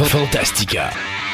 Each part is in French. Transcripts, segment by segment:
Fantastica.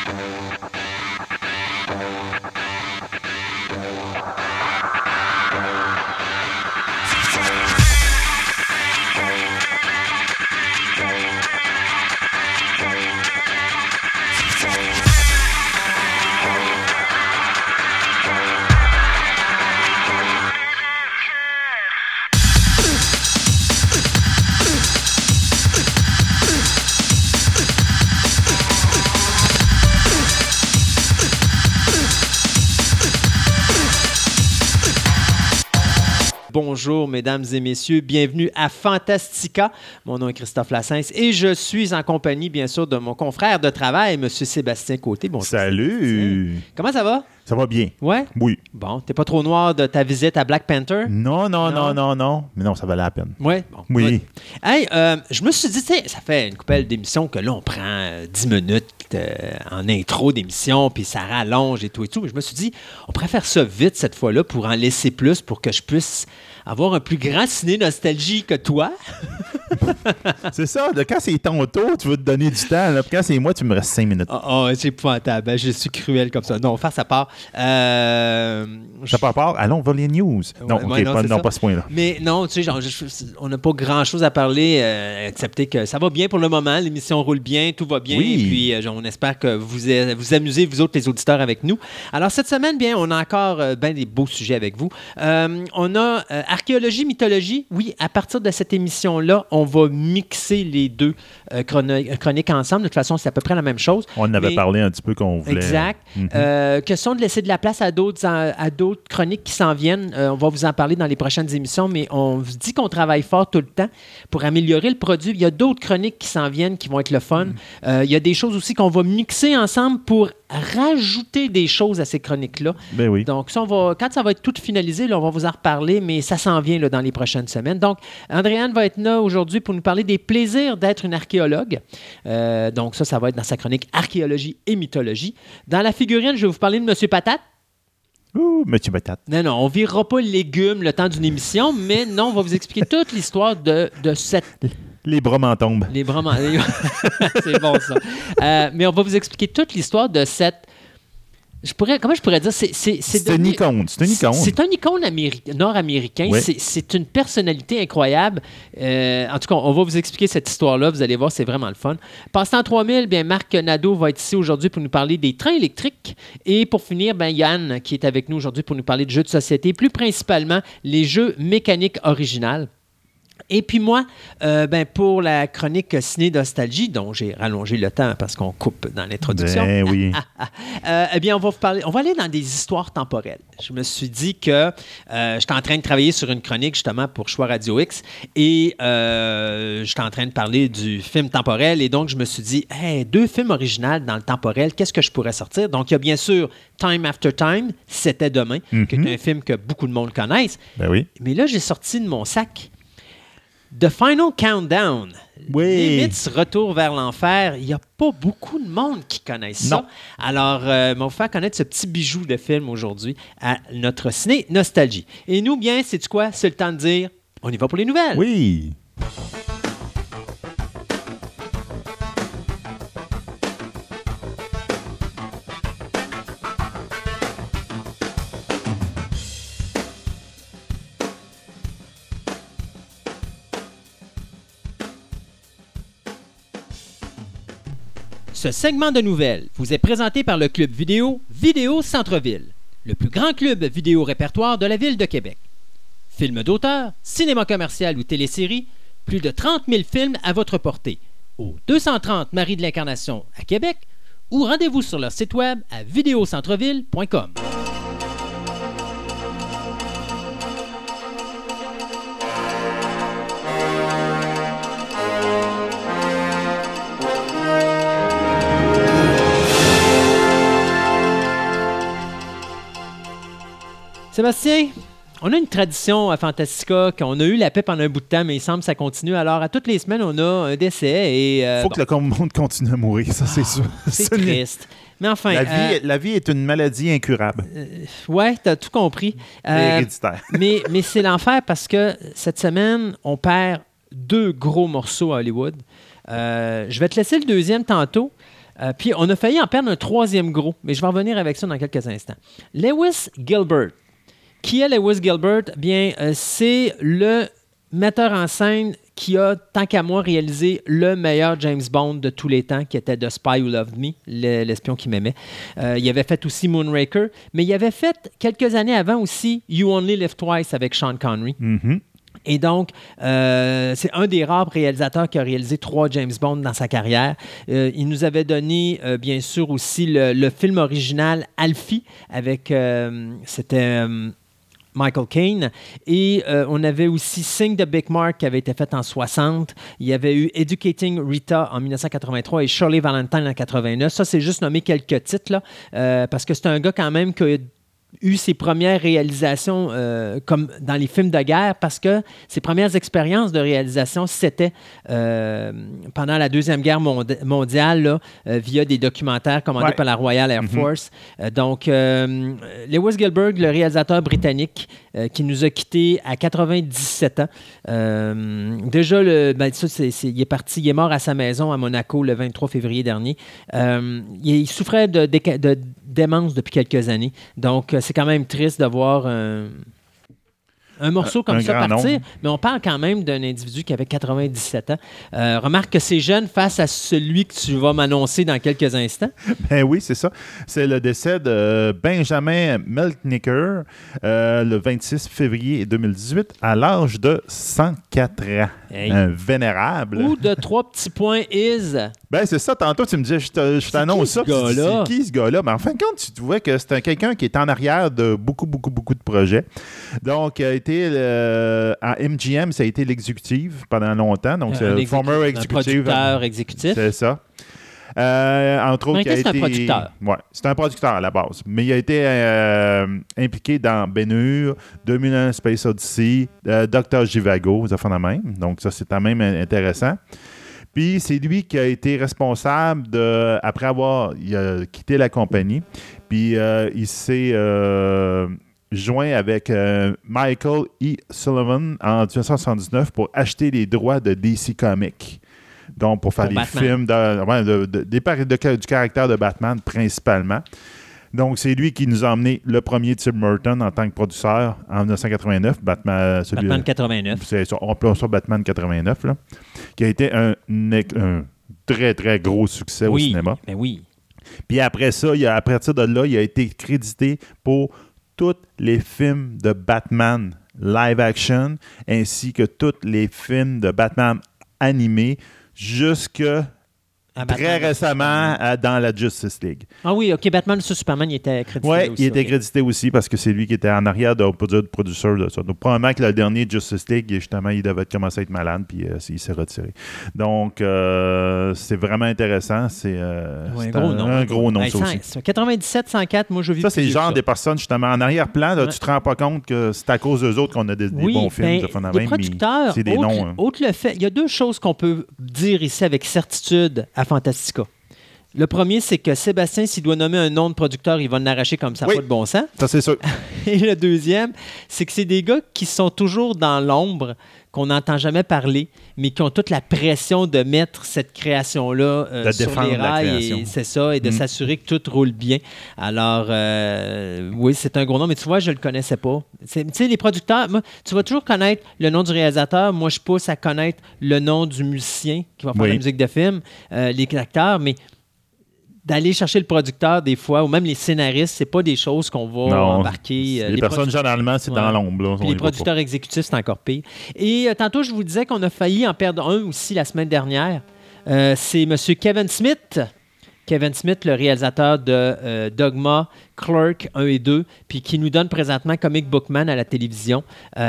Bonjour, mesdames et messieurs. Bienvenue à Fantastica. Mon nom est Christophe Lassens et je suis en compagnie, bien sûr, de mon confrère de travail, M. Sébastien Côté. Bonjour. Salut! Sébastien. Comment ça va? Ça va bien. Ouais? Oui. Bon, t'es pas trop noir de ta visite à Black Panther? Non. Mais non, ça valait la peine. Ouais? Bon. Oui. Ouais. Hey, je me suis dit, tu sais, ça fait une couple d'émissions que là, on prend 10 minutes en intro d'émission, puis ça rallonge et tout. Mais je me suis dit, on pourrait faire ça vite cette fois-là pour en laisser plus, pour que je puisse avoir un plus grand ciné-nostalgie que toi. C'est ça. Quand c'est ton tour, tu veux te donner du temps. Là, puis quand c'est moi, tu me restes 5 minutes. Oh, c'est épouvantable. Je suis cruel comme ça. Non, face à part. Ça part à part. Allons vers les news. Non, ouais, OK, pas ce point-là. Mais non, tu sais, genre, on n'a pas grand-chose à parler, excepté que ça va bien pour le moment. L'émission roule bien, tout va bien. Oui. Et puis, on espère que vous amusez, vous autres, les auditeurs, avec nous. Alors, cette semaine, bien, on a encore ben des beaux sujets avec vous. On a archéologie, mythologie. Oui, à partir de cette émission-là, on va mixer les deux chroniques ensemble. De toute façon, c'est à peu près la même chose. On en avait parlé un petit peu qu'on voulait. Exact. Question de laisser de la place à d'autres chroniques qui s'en viennent. On va vous en parler dans les prochaines émissions, mais on vous dit qu'on travaille fort tout le temps pour améliorer le produit. Il y a d'autres chroniques qui s'en viennent qui vont être le fun. Il y a des choses aussi qu'on va mixer ensemble pour rajouter des choses à ces chroniques-là. Ben oui. Donc, ça, quand ça va être tout finalisé, là, on va vous en reparler, mais ça s'en vient là, dans les prochaines semaines. Donc, Andréane va être là aujourd'hui pour nous parler des plaisirs d'être une archéologue. Donc, ça va être dans sa chronique Archéologie et mythologie. Dans la figurine, je vais vous parler de M. Patate. Ouh, Monsieur Patate. Non, on ne virera pas le légume le temps d'une émission, mais non, on va vous expliquer toute l'histoire de cette... Les bras m'en tombent. Les bras m'en... C'est bon, ça. Mais on va vous expliquer toute l'histoire de cette... Comment je pourrais dire? C'est une icône. C'est un icône nord-américain. Oui. C'est une personnalité incroyable. En tout cas, on va vous expliquer cette histoire-là. Vous allez voir, c'est vraiment le fun. Passe-temps 3000, bien, Marc Nadeau va être ici aujourd'hui pour nous parler des trains électriques. Et pour finir, bien, Yann qui est avec nous aujourd'hui pour nous parler de jeux de société, plus principalement les jeux mécaniques originales. Et puis moi, pour la chronique ciné-nostalgie, dont j'ai rallongé le temps parce qu'on coupe dans l'introduction, ben oui. eh bien, on va aller dans des histoires temporelles. Je me suis dit que j'étais en train de travailler sur une chronique justement pour Choix Radio X et j'étais en train de parler du film temporel et donc je me suis dit, hey, 2 films originaux dans le temporel, qu'est-ce que je pourrais sortir? Donc, il y a bien sûr Time After Time, C'était demain, qui est un film que beaucoup de monde connaissent. Ben oui. Mais là, j'ai sorti de mon sac The Final Countdown. Oui. Limite, Retour vers l'enfer. Il n'y a pas beaucoup de monde qui connaissent ça. Non. Alors, on va vous faire connaître ce petit bijou de film aujourd'hui à notre ciné nostalgie. Et nous, bien, c'est quoi? C'est le temps de dire, on y va pour les nouvelles. Oui. Ce segment de nouvelles vous est présenté par le club vidéo Vidéo Centre-Ville, le plus grand club vidéo répertoire de la ville de Québec. Films d'auteur, cinéma commercial ou téléséries, plus de 30 000 films à votre portée au 230 Marie de l'Incarnation à Québec ou rendez-vous sur leur site web à videocentreville.com. Sébastien, on a une tradition à Fantastica qu'on a eu la paix pendant un bout de temps, mais il semble que ça continue. Alors, à toutes les semaines, on a un décès et... faut que le monde continue à mourir, ça, c'est sûr. C'est triste. Mais enfin... La vie est une maladie incurable. Ouais, t'as tout compris. Héréditaire. mais c'est l'enfer parce que cette semaine, on perd 2 gros morceaux à Hollywood. Je vais te laisser le deuxième tantôt. Puis on a failli en perdre un troisième gros, mais je vais revenir avec ça dans quelques instants. Lewis Gilbert. Qui est Lewis Gilbert? Bien, c'est le metteur en scène qui a, tant qu'à moi, réalisé le meilleur James Bond de tous les temps, qui était The Spy Who Loved Me, l'espion qui m'aimait. Il avait fait aussi Moonraker, mais il avait fait, quelques années avant aussi, You Only Live Twice avec Sean Connery. Mm-hmm. Et donc, c'est un des rares réalisateurs qui a réalisé 3 James Bond dans sa carrière. Il nous avait donné, bien sûr, aussi le film original Alfie, avec, c'était Michael Caine. Et on avait aussi Sing the Big Mark qui avait été fait en 60. Il y avait eu Educating Rita en 1983 et Shirley Valentine en 89. Ça, c'est juste nommer quelques titres, là, parce que c'est un gars quand même qui a eu ses premières réalisations comme dans les films de guerre, parce que ses premières expériences de réalisation, c'était pendant la Deuxième Guerre mondiale, là, via des documentaires commandés par la Royal Air Force. Donc, Lewis Gilbert, le réalisateur britannique, qui nous a quittés à 97 ans. Déjà, il est parti, il est mort à sa maison à Monaco le 23 février dernier. Il souffrait de démence depuis quelques années. Donc, c'est quand même triste de voir un morceau comme ça partir, nombre. Mais on parle quand même d'un individu qui avait 97 ans. Remarque que c'est jeune face à celui que tu vas m'annoncer dans quelques instants. Ben oui, c'est ça. C'est le décès de Benjamin Melknicker le 26 février 2018 à l'âge de 104 ans. Hey. Un vénérable. Ou de 3 petits points is. Ben c'est ça, tantôt tu me disais, je t'annonce ça. C'est qui ce gars-là? Mais en fin de compte, tu vois que c'est quelqu'un qui est en arrière de beaucoup de projets. Donc, il a été à MGM, ça a été l'exécutive pendant longtemps. Donc, c'est le former exécutif. Un producteur exécutif. C'est ça. Entre autres, c'est un producteur. Oui, c'est un producteur à la base. Mais il a été impliqué dans Ben-Hur, 2001 Space Odyssey, Dr. Zhivago, ça fait la même. Donc, ça, c'est quand même intéressant. Puis, c'est lui qui a été responsable après avoir quitté la compagnie. Puis, il s'est joint avec Michael E. Sullivan en 1979 pour acheter les droits de DC Comics. Donc, pour faire des films du caractère de Batman principalement. Donc, c'est lui qui nous a emmené le premier Tim Burton en tant que producteur en 1989. Batman 89. C'est ça, on appelle ça Batman 89, là, qui a été un très, très gros succès au cinéma. Ben oui. Puis après ça, à partir de là, il a été crédité pour tous les films de Batman live action, ainsi que tous les films de Batman animés, jusque très récemment dans la Justice League. Ah oui, OK, Batman sur Superman, il était crédité aussi. Oui, il était crédité aussi parce que c'est lui qui était en arrière de producer de ça. Donc, probablement que le dernier Justice League, justement, il devait commencer à être malade, puis il s'est retiré. Donc, c'est vraiment intéressant. C'est un gros nom, ça aussi. 97, 104, moi, je vis. Ça, c'est le genre des personnes, justement, en arrière-plan, là, tu te rends pas compte que c'est à cause d'eux autres qu'on a des bons films. Les producteurs, c'est des noms. Outre le fait, il y a 2 choses qu'on peut dire ici avec certitude à Fantastica. Le premier, c'est que Sébastien, s'il doit nommer un nom de producteur, il va l'arracher comme ça, pas de bon sens. Ça, c'est sûr. Et le deuxième, c'est que c'est des gars qui sont toujours dans l'ombre, qu'on n'entend jamais parler, mais qui ont toute la pression de mettre cette création-là sur les rails. C'est ça, et de s'assurer que tout roule bien. Alors, oui, c'est un gros nom, mais tu vois, je ne le connaissais pas. Tu sais, les producteurs, moi, tu vas toujours connaître le nom du réalisateur. Moi, je pousse à connaître le nom du musicien qui va faire la musique de film, les acteurs, mais d'aller chercher le producteur des fois, ou même les scénaristes, c'est pas des choses qu'on va embarquer. Les personnes, généralement, c'est dans l'ombre. Là, les producteurs exécutifs, c'est encore pire. Et tantôt, je vous disais qu'on a failli en perdre un aussi la semaine dernière. C'est M. Kevin Smith. Kevin Smith, le réalisateur de Dogma, Clerk 1 et 2, puis qui nous donne présentement Comic Book Man à la télévision.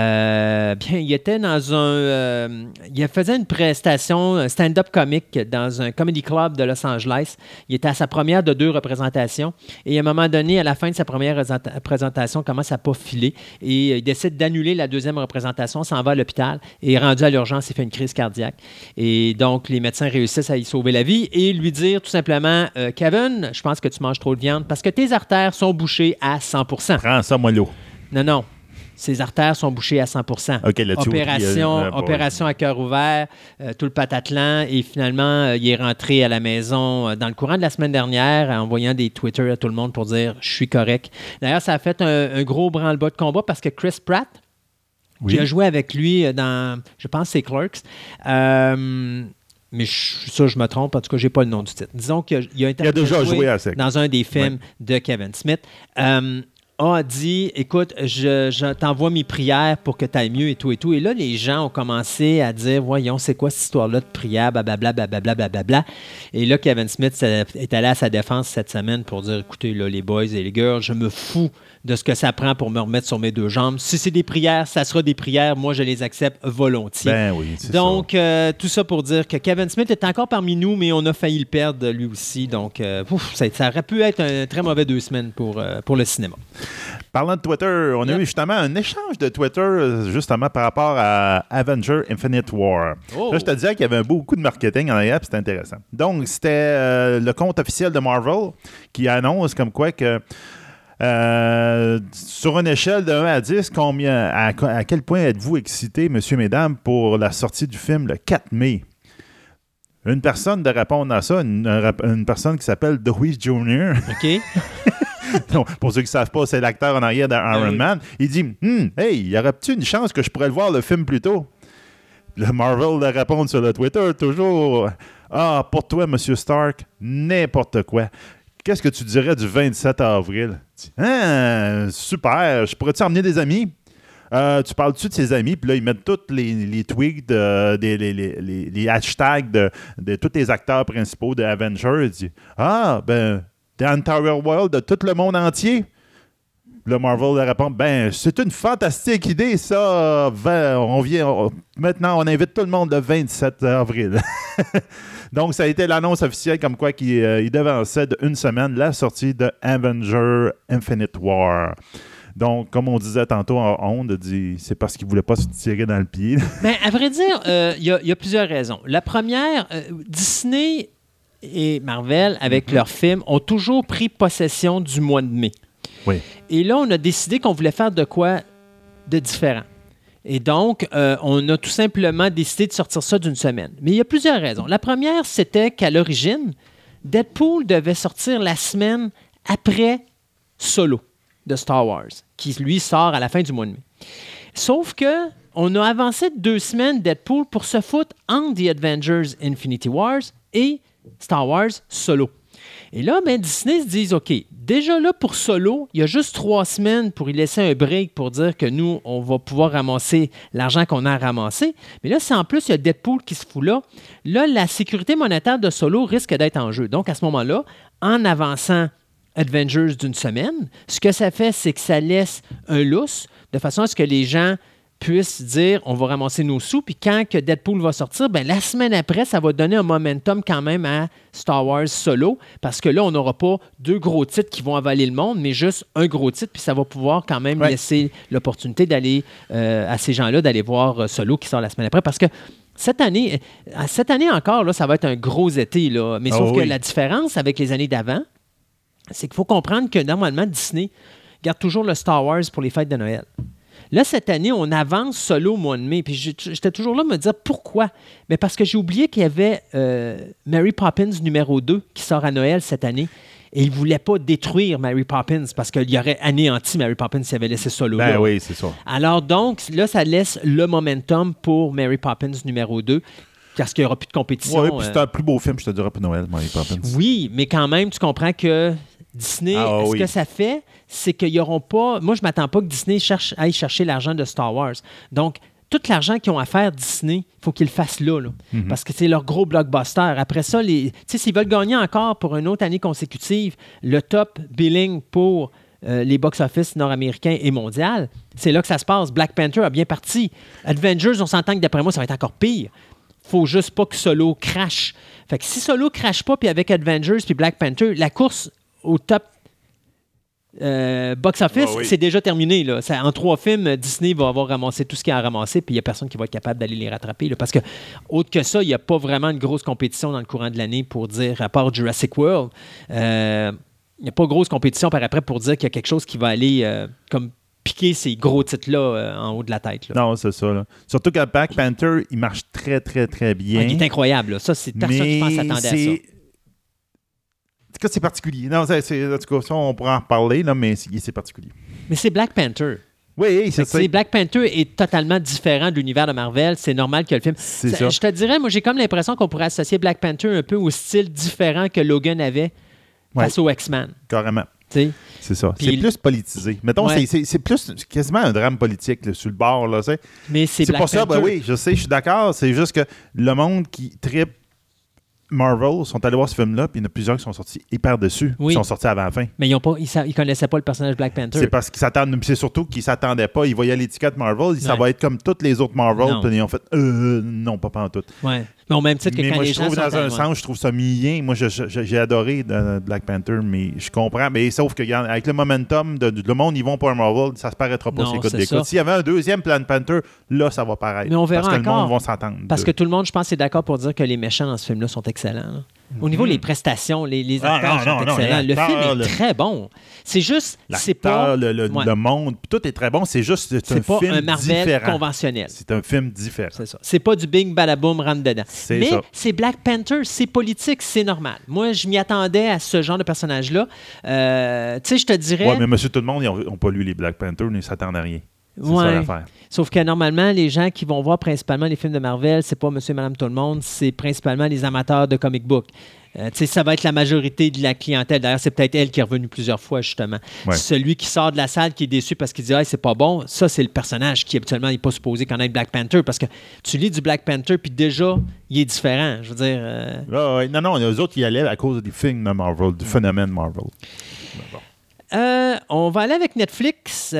Il était dans il faisait une prestation, un stand-up comique dans un comedy club de Los Angeles. Il était à sa première de 2 représentations. Et à un moment donné, à la fin de sa première présentation, il commence à pas filer. Et il décide d'annuler la 2e représentation, s'en va à l'hôpital. Et rendu à l'urgence, il fait une crise cardiaque. Et donc, les médecins réussissent à y sauver la vie et lui dire tout simplement, Kevin, je pense que tu manges trop de viande parce que tes artères sont bouchées à 100%. Prends ça, mollo. Non. Ses artères sont bouchées à 100%. OK, le Opération à cœur ouvert, tout le patatlan. Et finalement, il est rentré à la maison dans le courant de la semaine dernière en envoyant des Twitter à tout le monde pour dire « Je suis correct ». D'ailleurs, ça a fait un gros branle-bas de combat parce que Chris Pratt, qui a joué avec lui dans, je pense, c'est Clerks, mais ça, je me trompe. En tout cas, je n'ai pas le nom du titre. Disons qu'il a déjà joué dans un des films de Kevin Smith. A dit, écoute, je t'envoie mes prières pour que tu ailles mieux et tout et tout. Et là, les gens ont commencé à dire, voyons, c'est quoi cette histoire-là de prière, blablabla, blablabla, blablabla. Et là, Kevin Smith est allé à sa défense cette semaine pour dire, écoutez, là, les boys et les girls, je me fous de ce que ça prend pour me remettre sur mes deux jambes. Si c'est des prières, ça sera des prières. Moi, je les accepte volontiers. Ben oui, c'est donc, tout ça pour dire que Kevin Smith est encore parmi nous, mais on a failli le perdre lui aussi. Donc, ça aurait pu être un très mauvais 2 semaines pour le cinéma. Parlant de Twitter, on a eu justement un échange de Twitter justement par rapport à Avengers Infinite War. Oh. Là, je te disais qu'il y avait beaucoup de marketing en arrière, puis c'était intéressant. Donc, c'était le compte officiel de Marvel qui annonce comme quoi que sur une échelle de 1 à 10, à quel point êtes-vous excités, messieurs, mesdames, pour la sortie du film le 4 mai? Une personne de répondre à ça, une personne qui s'appelle Dewey Jr. OK. Donc, pour ceux qui ne savent pas, c'est l'acteur en arrière d'Iron Man. Il dit hey, y aurait-il une chance que je pourrais le voir le film plus tôt? Le Marvel de répondre sur le Twitter, toujours pour toi, Monsieur Stark, n'importe quoi. Qu'est-ce que tu dirais du 27 avril? Super, je pourrais-tu emmener des amis? Tu parles-tu de ses amis? Puis là, ils mettent tous les tweets, les hashtags de tous les acteurs principaux de Avengers. Ils disent The Entire World de tout le monde entier. Le Marvel répond c'est une fantastique idée, ça. Maintenant, on invite tout le monde le 27 avril. Donc, ça a été l'annonce officielle comme quoi qu'il devançait d'une semaine la sortie de Avengers Infinite War. Donc, comme on disait tantôt en ondes, c'est parce qu'il ne voulait pas se tirer dans le pied. Bien, à vrai dire, il y a plusieurs raisons. La première, Disney et Marvel, avec leurs films, ont toujours pris possession du mois de mai. Oui. Et là, on a décidé qu'on voulait faire de quoi de différent. Et donc, on a tout simplement décidé de sortir ça d'une semaine. Mais il y a plusieurs raisons. La première, c'était qu'à l'origine, Deadpool devait sortir la semaine après Solo de Star Wars, qui, lui, sort à la fin du mois de mai. Sauf que on a avancé de 2 semaines Deadpool pour se foutre entre The Avengers Infinity Wars et Star Wars Solo. Et là, Disney se dit, OK, déjà là, pour Solo, il y a juste 3 semaines pour y laisser un break pour dire que nous, on va pouvoir ramasser l'argent qu'on a ramassé. Mais là, si en plus, il y a Deadpool qui se fout là, la sécurité monétaire de Solo risque d'être en jeu. Donc, à ce moment-là, en avançant Avengers d'une semaine, ce que ça fait, c'est que ça laisse un lousse de façon à ce que les gens puissent dire on va ramasser nos sous, puis quand que Deadpool va sortir, la semaine après, ça va donner un momentum quand même à Star Wars Solo, parce que là, on n'aura pas 2 gros titres qui vont avaler le monde, mais juste un gros titre, puis ça va pouvoir quand même laisser l'opportunité d'aller à ces gens-là d'aller voir Solo qui sort la semaine après, parce que cette année encore, là, ça va être un gros été, là. Mais sauf que la différence avec les années d'avant, c'est qu'il faut comprendre que normalement, Disney garde toujours le Star Wars pour les fêtes de Noël. Là, cette année, on avance Solo au mois de mai. Puis j'étais toujours là à me dire pourquoi. Mais parce que j'ai oublié qu'il y avait Mary Poppins numéro 2 qui sort à Noël cette année. Et ils ne voulaient pas détruire Mary Poppins parce qu'il y aurait anéanti Mary Poppins s'il avait laissé Solo là. Ben oui, c'est ça. Alors donc, là, ça laisse le momentum pour Mary Poppins numéro 2 parce qu'il n'y aura plus de compétition. Oui, puis c'est un plus beau film, je te dirais, pour Noël, Mary Poppins. Oui, mais quand même, tu comprends que Disney, ce que ça fait, c'est qu'ils n'auront pas... Moi, je ne m'attends pas que Disney aille chercher l'argent de Star Wars. Donc, tout l'argent qu'ils ont à faire Disney, il faut qu'ils le fassent là. Parce que c'est leur gros blockbuster. Après ça, s'ils veulent gagner encore pour une autre année consécutive le top billing pour les box-office nord-américains et mondial, c'est là que ça se passe. Black Panther a bien parti. Avengers, on s'entend que d'après moi, ça va être encore pire. Faut juste pas que Solo crache. Fait que si Solo crache pas, puis avec Avengers puis Black Panther, la course au top box-office, c'est déjà terminé. Là. En 3 films, Disney va avoir ramassé tout ce qu'il a ramassé, puis il n'y a personne qui va être capable d'aller les rattraper. Là, parce que, autre que ça, il n'y a pas vraiment une grosse compétition dans le courant de l'année pour dire, à part Jurassic World, il n'y a pas grosse compétition par après pour dire qu'il y a quelque chose qui va aller comme piquer ces gros titres-là en haut de la tête. Là. Non, c'est ça. Là. Surtout que Black Panther, il marche très, très, très bien. Il est incroyable. Là. Ça, c'est personne qui pense s'attendait à ça. En tout cas, c'est particulier. Non, en tout cas, ça, on pourra en reparler, là, mais c'est particulier. Mais c'est Black Panther. Oui, c'est ça. Black Panther est totalement différent de l'univers de Marvel. C'est normal que le film... C'est ça. Je te dirais, moi, j'ai comme l'impression qu'on pourrait associer Black Panther un peu au style différent que Logan avait face aux X-Men. Carrément. T'sais? C'est ça. Puis c'est plus politisé. Mettons, c'est plus quasiment un drame politique là, sur le bord. Là, mais c'est Black Panther. Ça, ben oui, je sais, je suis d'accord. C'est juste que le monde qui trippe Marvel sont allés voir ce film-là, puis il y en a plusieurs qui sont sortis hyper dessus, qui sont sortis avant la fin. Mais ils connaissaient pas le personnage Black Panther. C'est parce qu'ils s'attendent, c'est surtout qu'ils s'attendaient pas. Ils voyaient l'étiquette Marvel, ça va être comme toutes les autres Marvel, puis ils ont fait non, pas en tout. Ouais. Mais au même titre que mais quand moi, les je gens trouve dans un sens, je trouve ça mien. Moi, j'ai adoré Black Panther, mais je comprends. Mais sauf que avec le momentum, le monde, ils vont pour un Marvel, ça se paraîtra pas ces codes d'écoute. S'il y avait un deuxième Black Panther, là, ça va paraître. Mais on verra parce que encore, le monde va s'entendre. Parce que tout le monde, je pense, est d'accord pour dire que les méchants dans ce film-là sont excellents. Là. Au niveau des prestations, les acteurs sont excellents. Le film est très bon. C'est juste, c'est pas... le monde, tout est très bon. C'est juste c'est pas un Marvel différent. Conventionnel. C'est un film différent. C'est ça. C'est pas du bing badaboum rentre dedans. Mais c'est Black Panther, c'est politique, c'est normal. Moi, je m'y attendais à ce genre de personnage-là. Tu sais, je te dirais... Oui, mais monsieur tout le monde, ils n'ont pas lu les Black Panther, ils ne s'attendent à rien. C'est ça l'affaire. Sauf que normalement, les gens qui vont voir principalement les films de Marvel, c'est pas monsieur et madame tout le monde, c'est principalement les amateurs de comic book. Ça va être la majorité de la clientèle. D'ailleurs, c'est peut-être elle qui est revenue plusieurs fois, justement. Ouais. Celui qui sort de la salle, qui est déçu parce qu'il dit « c'est pas bon », ça, c'est le personnage qui, habituellement, n'est pas supposé connaître Black Panther. Parce que tu lis du Black Panther, puis déjà, il est différent. Je veux dire... Non, eux autres, ils allaient à cause des films de Marvel, du phénomène Marvel. On va aller avec Netflix.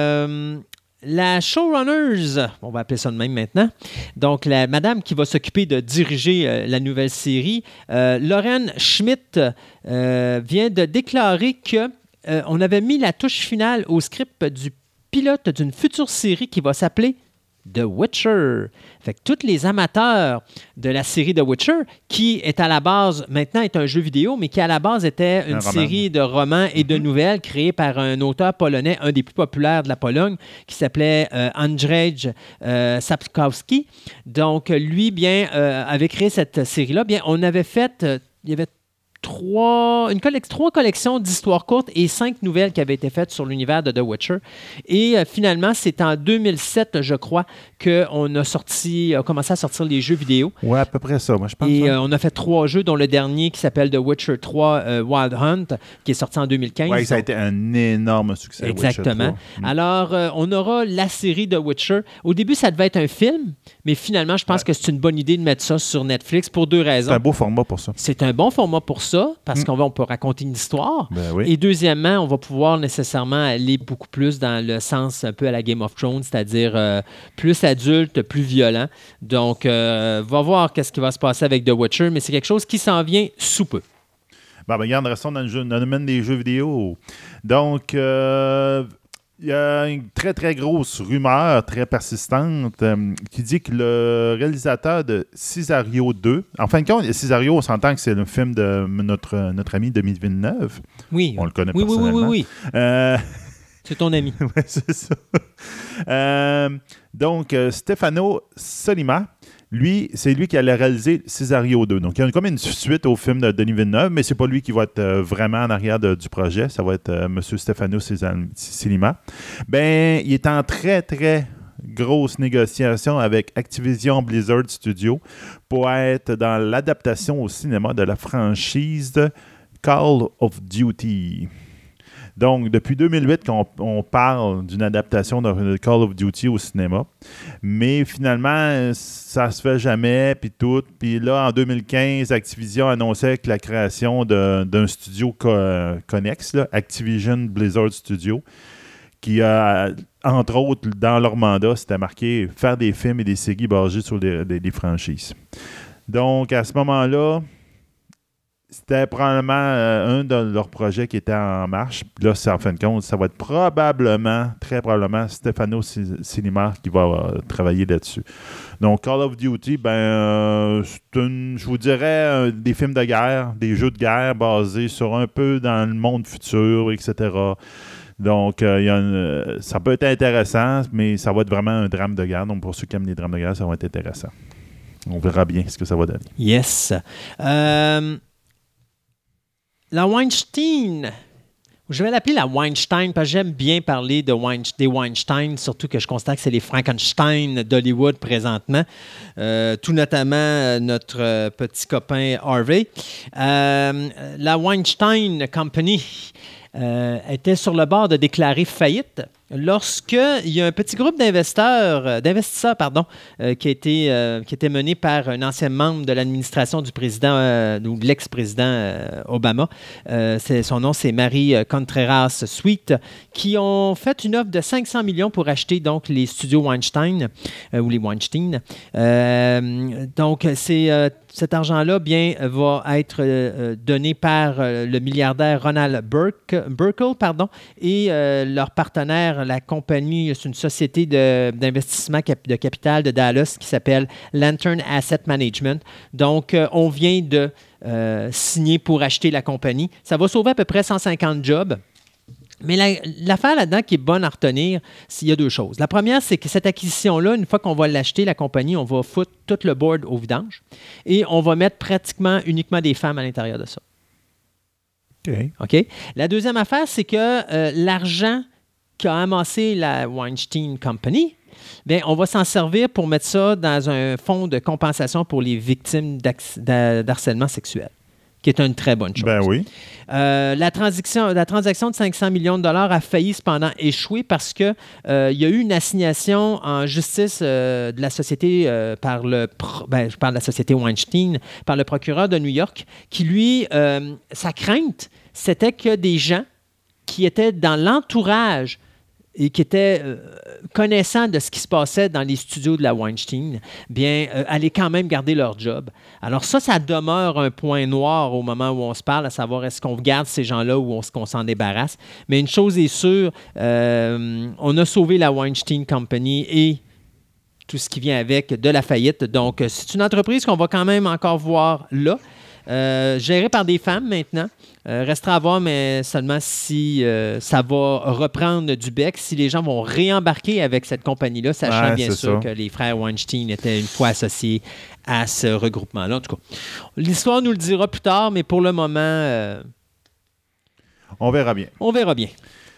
La showrunners, on va appeler ça de même maintenant, donc la madame qui va s'occuper de diriger la nouvelle série, Lauren Schmidt, vient de déclarer que on avait mis la touche finale au script du pilote d'une future série qui va s'appeler The Witcher. Fait que tous les amateurs de la série The Witcher, qui est à la base, maintenant est un jeu vidéo, mais qui à la base était une série de romans et de nouvelles créée par un auteur polonais, un des plus populaires de la Pologne, qui s'appelait Andrzej Sapkowski. Donc, lui, bien, avait créé cette série-là. Bien, on avait fait... il y avait trois collections d'histoires courtes et 5 nouvelles qui avaient été faites sur l'univers de The Witcher. Et finalement, c'est en 2007, je crois, qu'on a commencé à sortir les jeux vidéo. Oui, à peu près ça, moi je pense. Et on a fait 3 jeux, dont le dernier qui s'appelle The Witcher 3 Wild Hunt, qui est sorti en 2015. Oui, ça a été un énorme succès. Exactement. Alors, on aura la série The Witcher. Au début, ça devait être un film, mais finalement, je pense que c'est une bonne idée de mettre ça sur Netflix pour 2 raisons. C'est un beau format pour ça. C'est un bon format pour ça, parce qu'on peut raconter une histoire. Ben oui. Et deuxièmement, on va pouvoir nécessairement aller beaucoup plus dans le sens un peu à la Game of Thrones, c'est-à-dire plus adulte, plus violent. Donc, va voir qu'est-ce qui va se passer avec The Witcher, mais c'est quelque chose qui s'en vient sous peu. Ben, regarde, restons dans le domaine des jeux vidéo. Donc, il y a une très, très grosse rumeur, très persistante, qui dit que le réalisateur de Cesario 2, en fin de compte, Cesario, on s'entend que c'est le film de notre ami Denis Villeneuve. Oui. On le connaît personnellement. Oui. C'est ton ami. Oui, c'est ça. Donc, Stefano Sollima, lui, c'est lui qui allait réaliser Cesario 2. Donc, il y a comme une suite au film de Denis Villeneuve, mais c'est pas lui qui va être vraiment en arrière du projet. Ça va être M. Stefano Sollima. Ben, il est en très, très grosse négociation avec Activision Blizzard Studio pour être dans l'adaptation au cinéma de la franchise Call of Duty. Donc, depuis 2008 qu'on parle d'une adaptation de Call of Duty au cinéma. Mais finalement, ça se fait jamais, puis tout. Puis là, en 2015, Activision annonçait que la création d'un studio connexe, là, Activision Blizzard Studio, qui a, entre autres, dans leur mandat, c'était marqué faire des films et des séries basées sur des franchises. Donc, à ce moment-là, c'était probablement un de leurs projets qui était en marche. Puis là, en fin de compte, ça va être très probablement, Stefano Sollima qui va travailler là-dessus. Donc, Call of Duty, je vous dirais, des films de guerre, des jeux de guerre basés sur un peu dans le monde futur, etc. Donc, ça peut être intéressant, mais ça va être vraiment un drame de guerre. Donc, pour ceux qui aiment les drames de guerre, ça va être intéressant. On verra bien ce que ça va donner. Yes. La Weinstein... Je vais l'appeler la Weinstein parce que j'aime bien parler des Weinstein, surtout que je constate que c'est les Frankenstein d'Hollywood présentement. Tout notamment notre petit copain Harvey. La Weinstein Company était sur le bord de déclarer faillite lorsqu'il y a un petit groupe d'investisseurs qui était mené par un ancien membre de l'administration du président ou de l'ex-président Obama. Son nom, c'est Mary Contreras Sweet, qui ont fait une offre de 500 millions pour acheter donc les studios Weinstein ou les Weinstein. Donc, cet argent-là va être donné par le milliardaire Ronald Burkle et leur partenaire, la compagnie, c'est une société d'investissement de capital de Dallas qui s'appelle Lantern Asset Management. Donc, on vient de signer pour acheter la compagnie. Ça va sauver à peu près 150 jobs. Mais l'affaire là-dedans qui est bonne à retenir, il y a deux choses. La première, c'est que cette acquisition-là, une fois qu'on va l'acheter, la compagnie, on va foutre tout le board au vidange et on va mettre pratiquement uniquement des femmes à l'intérieur de ça. OK? La deuxième affaire, c'est que l'argent qu'a amassé la Weinstein Company, bien, on va s'en servir pour mettre ça dans un fonds de compensation pour les victimes d'harcèlement sexuel, qui est une très bonne chose. Ben oui. La transaction de 500 millions de dollars a failli cependant échouer parce qu'il y a eu une assignation en justice de la société je parle de la société Weinstein, par le procureur de New York, qui lui, sa crainte, c'était que des gens qui étaient dans l'entourage et qui étaient connaissants de ce qui se passait dans les studios de la Weinstein, allaient quand même garder leur job. Alors ça demeure un point noir au moment où on se parle, à savoir est-ce qu'on garde ces gens-là ou est-ce qu'on s'en débarrasse. Mais une chose est sûre, on a sauvé la Weinstein Company et tout ce qui vient avec de la faillite. Donc, c'est une entreprise qu'on va quand même encore voir là. Gérée par des femmes maintenant. Restera à voir, mais seulement si ça va reprendre du bec, si les gens vont réembarquer avec cette compagnie-là, sachant bien sûr que les frères Weinstein étaient une fois associés à ce regroupement-là. En tout cas, l'histoire nous le dira plus tard, mais pour le moment... on verra bien. On verra bien.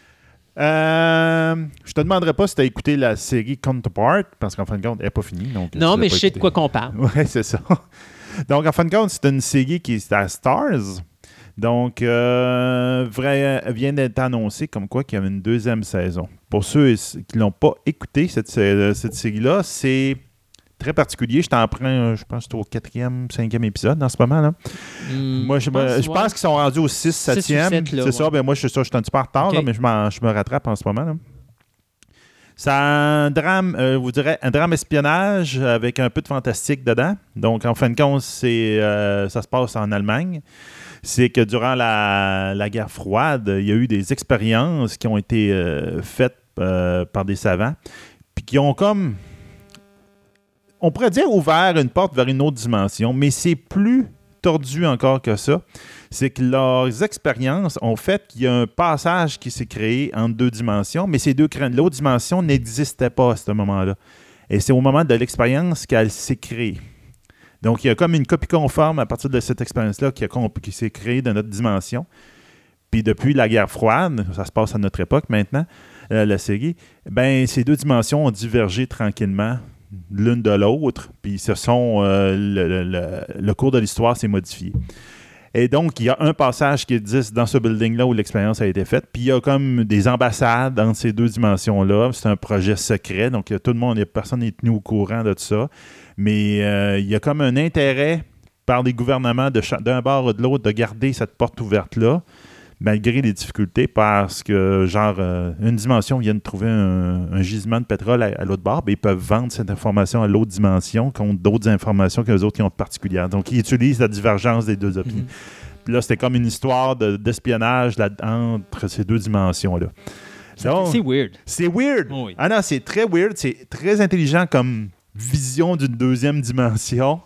Je te demanderai pas si tu as écouté la série Counterpart, parce qu'en fin de compte, elle n'est pas finie. Donc, non, mais je sais de quoi qu'on parle. Oui, c'est ça. Donc, en fin de compte, c'est une série qui est à Stars. Donc, vient d'être annoncé comme quoi qu'il y avait une deuxième saison. Pour ceux qui ne l'ont pas écouté, cette série-là, c'est très particulier. Je t'en prends, je pense, au 4e, 5e épisode en ce moment. Là. Moi, je pense qu'ils sont rendus au 6, 7e. C'est ça. Ben, moi, je suis un petit peu en retard, là, mais je me rattrape en ce moment. Là. C'est un drame, un drame espionnage avec un peu de fantastique dedans. Donc, en fin de compte, ça se passe en Allemagne. C'est que durant la guerre froide, il y a eu des expériences qui ont été faites par des savants, puis qui ont comme, on pourrait dire, ouvert une porte vers une autre dimension, mais c'est plus tordu encore que ça. C'est que leurs expériences ont fait qu'il y a un passage qui s'est créé entre deux dimensions, mais l'autre dimension n'existait pas à ce moment-là. Et c'est au moment de l'expérience qu'elle s'est créée. Donc, il y a comme une copie conforme à partir de cette expérience-là qui s'est créée dans notre dimension. Puis depuis la guerre froide, ça se passe à notre époque maintenant, la série, ces deux dimensions ont divergé tranquillement l'une de l'autre, puis le cours de l'histoire s'est modifié. Et donc, il y a un passage qui existe dans ce building-là où l'expérience a été faite, puis il y a comme des ambassades entre ces deux dimensions-là. C'est un projet secret, donc personne n'est tenu au courant de tout ça. Mais il y a comme un intérêt par les gouvernements d'un bord ou de l'autre de garder cette porte ouverte-là, malgré les difficultés, parce que, une dimension vient de trouver un gisement de pétrole à l'autre bord, ils peuvent vendre cette information à l'autre dimension contre d'autres informations que les autres qui ont particulières. Donc, ils utilisent la divergence des deux opinions. Puis là, c'était comme une histoire d'espionnage entre ces deux dimensions-là. C'est weird. C'est weird. Oh oui. Ah non, c'est très weird. C'est très intelligent comme vision d'une deuxième dimension.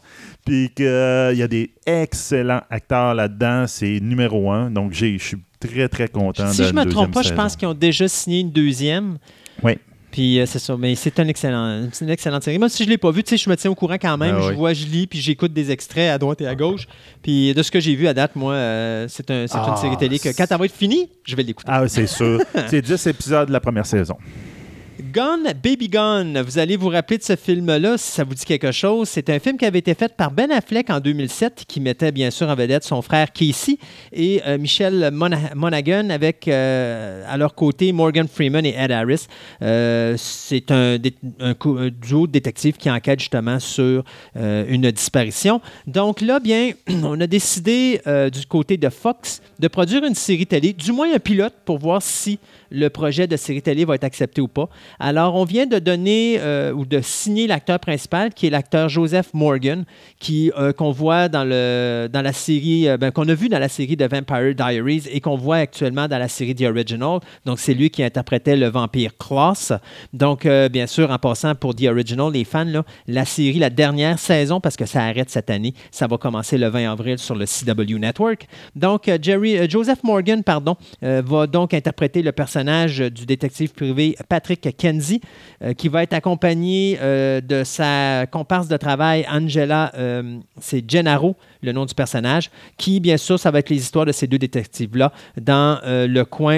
Puis qu'il y a des excellents acteurs là-dedans. C'est numéro 1. Donc, je suis très, très content Si de je la me trompe pas, saison. je pense qu'ils ont déjà signé une deuxième. Oui. Puis c'est ça, mais c'est une excellente série. Moi, si je ne l'ai pas vu, je me tiens au courant quand même. Ah, oui. Je lis, puis j'écoute des extraits à droite et à gauche. Puis de ce que j'ai vu à date, moi, c'est une série télé que quand elle va être finie, je vais l'écouter. Ah, c'est sûr. C'est 10 épisodes de la première saison. Gone, Baby Gone. Vous allez vous rappeler de ce film-là, si ça vous dit quelque chose. C'est un film qui avait été fait par Ben Affleck en 2007, qui mettait bien sûr en vedette son frère Casey et Michelle Monaghan avec à leur côté Morgan Freeman et Ed Harris. C'est un duo de détectives qui enquête justement sur une disparition. Donc là, bien, on a décidé du côté de Fox de produire une série télé, du moins un pilote, pour voir si le projet de série télé va être accepté ou pas. Alors, on vient de donner ou de signer l'acteur principal, qui est l'acteur Joseph Morgan, qu'on voit dans la série, qu'on a vu dans la série de Vampire Diaries et qu'on voit actuellement dans la série The Original. Donc, c'est lui qui interprétait le vampire Klaus. Donc, bien sûr, en passant pour The Original, les fans, là, la série, la dernière saison, parce que ça arrête cette année, ça va commencer le 20 avril sur le CW Network. Donc, Joseph Morgan, va donc interpréter le personnage du détective privé Patrick Kenzie, qui va être accompagné de sa comparse de travail, Angela, c'est Gennaro, le nom du personnage, qui, bien sûr, ça va être les histoires de ces deux détectives-là dans le coin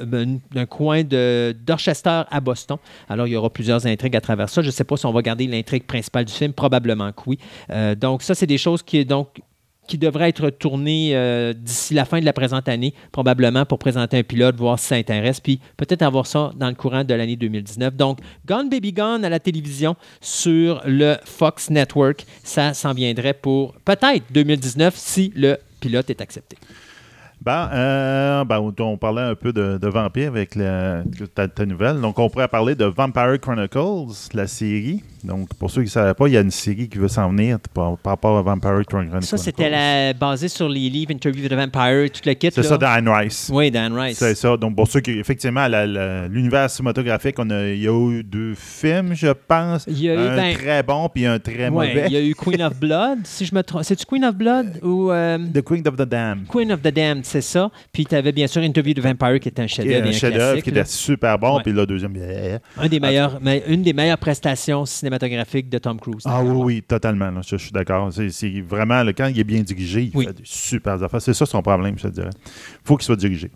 d'Orchester à Boston. Alors, il y aura plusieurs intrigues à travers ça. Je ne sais pas si on va garder l'intrigue principale du film, probablement que oui. Donc, ça, c'est des choses qui devrait être tourné d'ici la fin de la présente année, probablement pour présenter un pilote, voir si ça intéresse, puis peut-être avoir ça dans le courant de l'année 2019. Donc, Gone Baby Gone à la télévision sur le Fox Network, ça s'en viendrait pour peut-être 2019 si le pilote est accepté. On parlait un peu de vampires avec ta nouvelle. Donc, on pourrait parler de Vampire Chronicles, la série. Donc, pour ceux qui ne savaient pas, il y a une série qui veut s'en venir par rapport à Vampire Chronicles. Ça, c'était basé sur les livres Interview with the Vampire, tout le kit. C'est ça, d'Anne Rice. Oui, d'Anne Rice. C'est ça. Donc, pour ceux qui, effectivement, l'univers cinématographique, il y a eu 2 films, je pense. Il y a eu très bon puis un très mauvais. Il y a eu Queen of Blood, si je me trompe. C'est-tu Queen of Blood ou... The Queen of the Damned. Queen of the Damned, c'est ça. Puis tu avais bien sûr Interview with the Vampire qui était un chef-d'œuvre. Un chef-d'œuvre qui était super bon. Ouais. Puis le deuxième... Une des meilleures prestations cinématographiques de Tom Cruise. Ah oui, totalement. Là, je suis d'accord. C'est vraiment, quand il est bien dirigé, il fait des super affaires. C'est ça son problème, je te dirais. Il faut qu'il soit dirigé.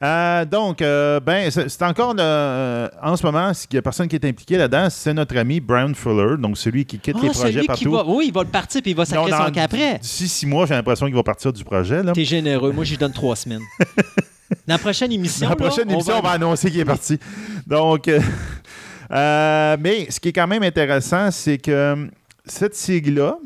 C'est encore... en ce moment, il y a personne qui est impliqué là-dedans, c'est notre ami Brian Fuller, donc celui qui quitte les projets partout. Il va le partir puis il va sacrer son camp après. D'ici 6 mois, j'ai l'impression qu'il va partir du projet. T'es généreux. Moi, j'y donne 3 semaines. Dans la prochaine émission, on va annoncer qu'il est parti. Donc... mais ce qui est quand même intéressant, c'est que cette série-là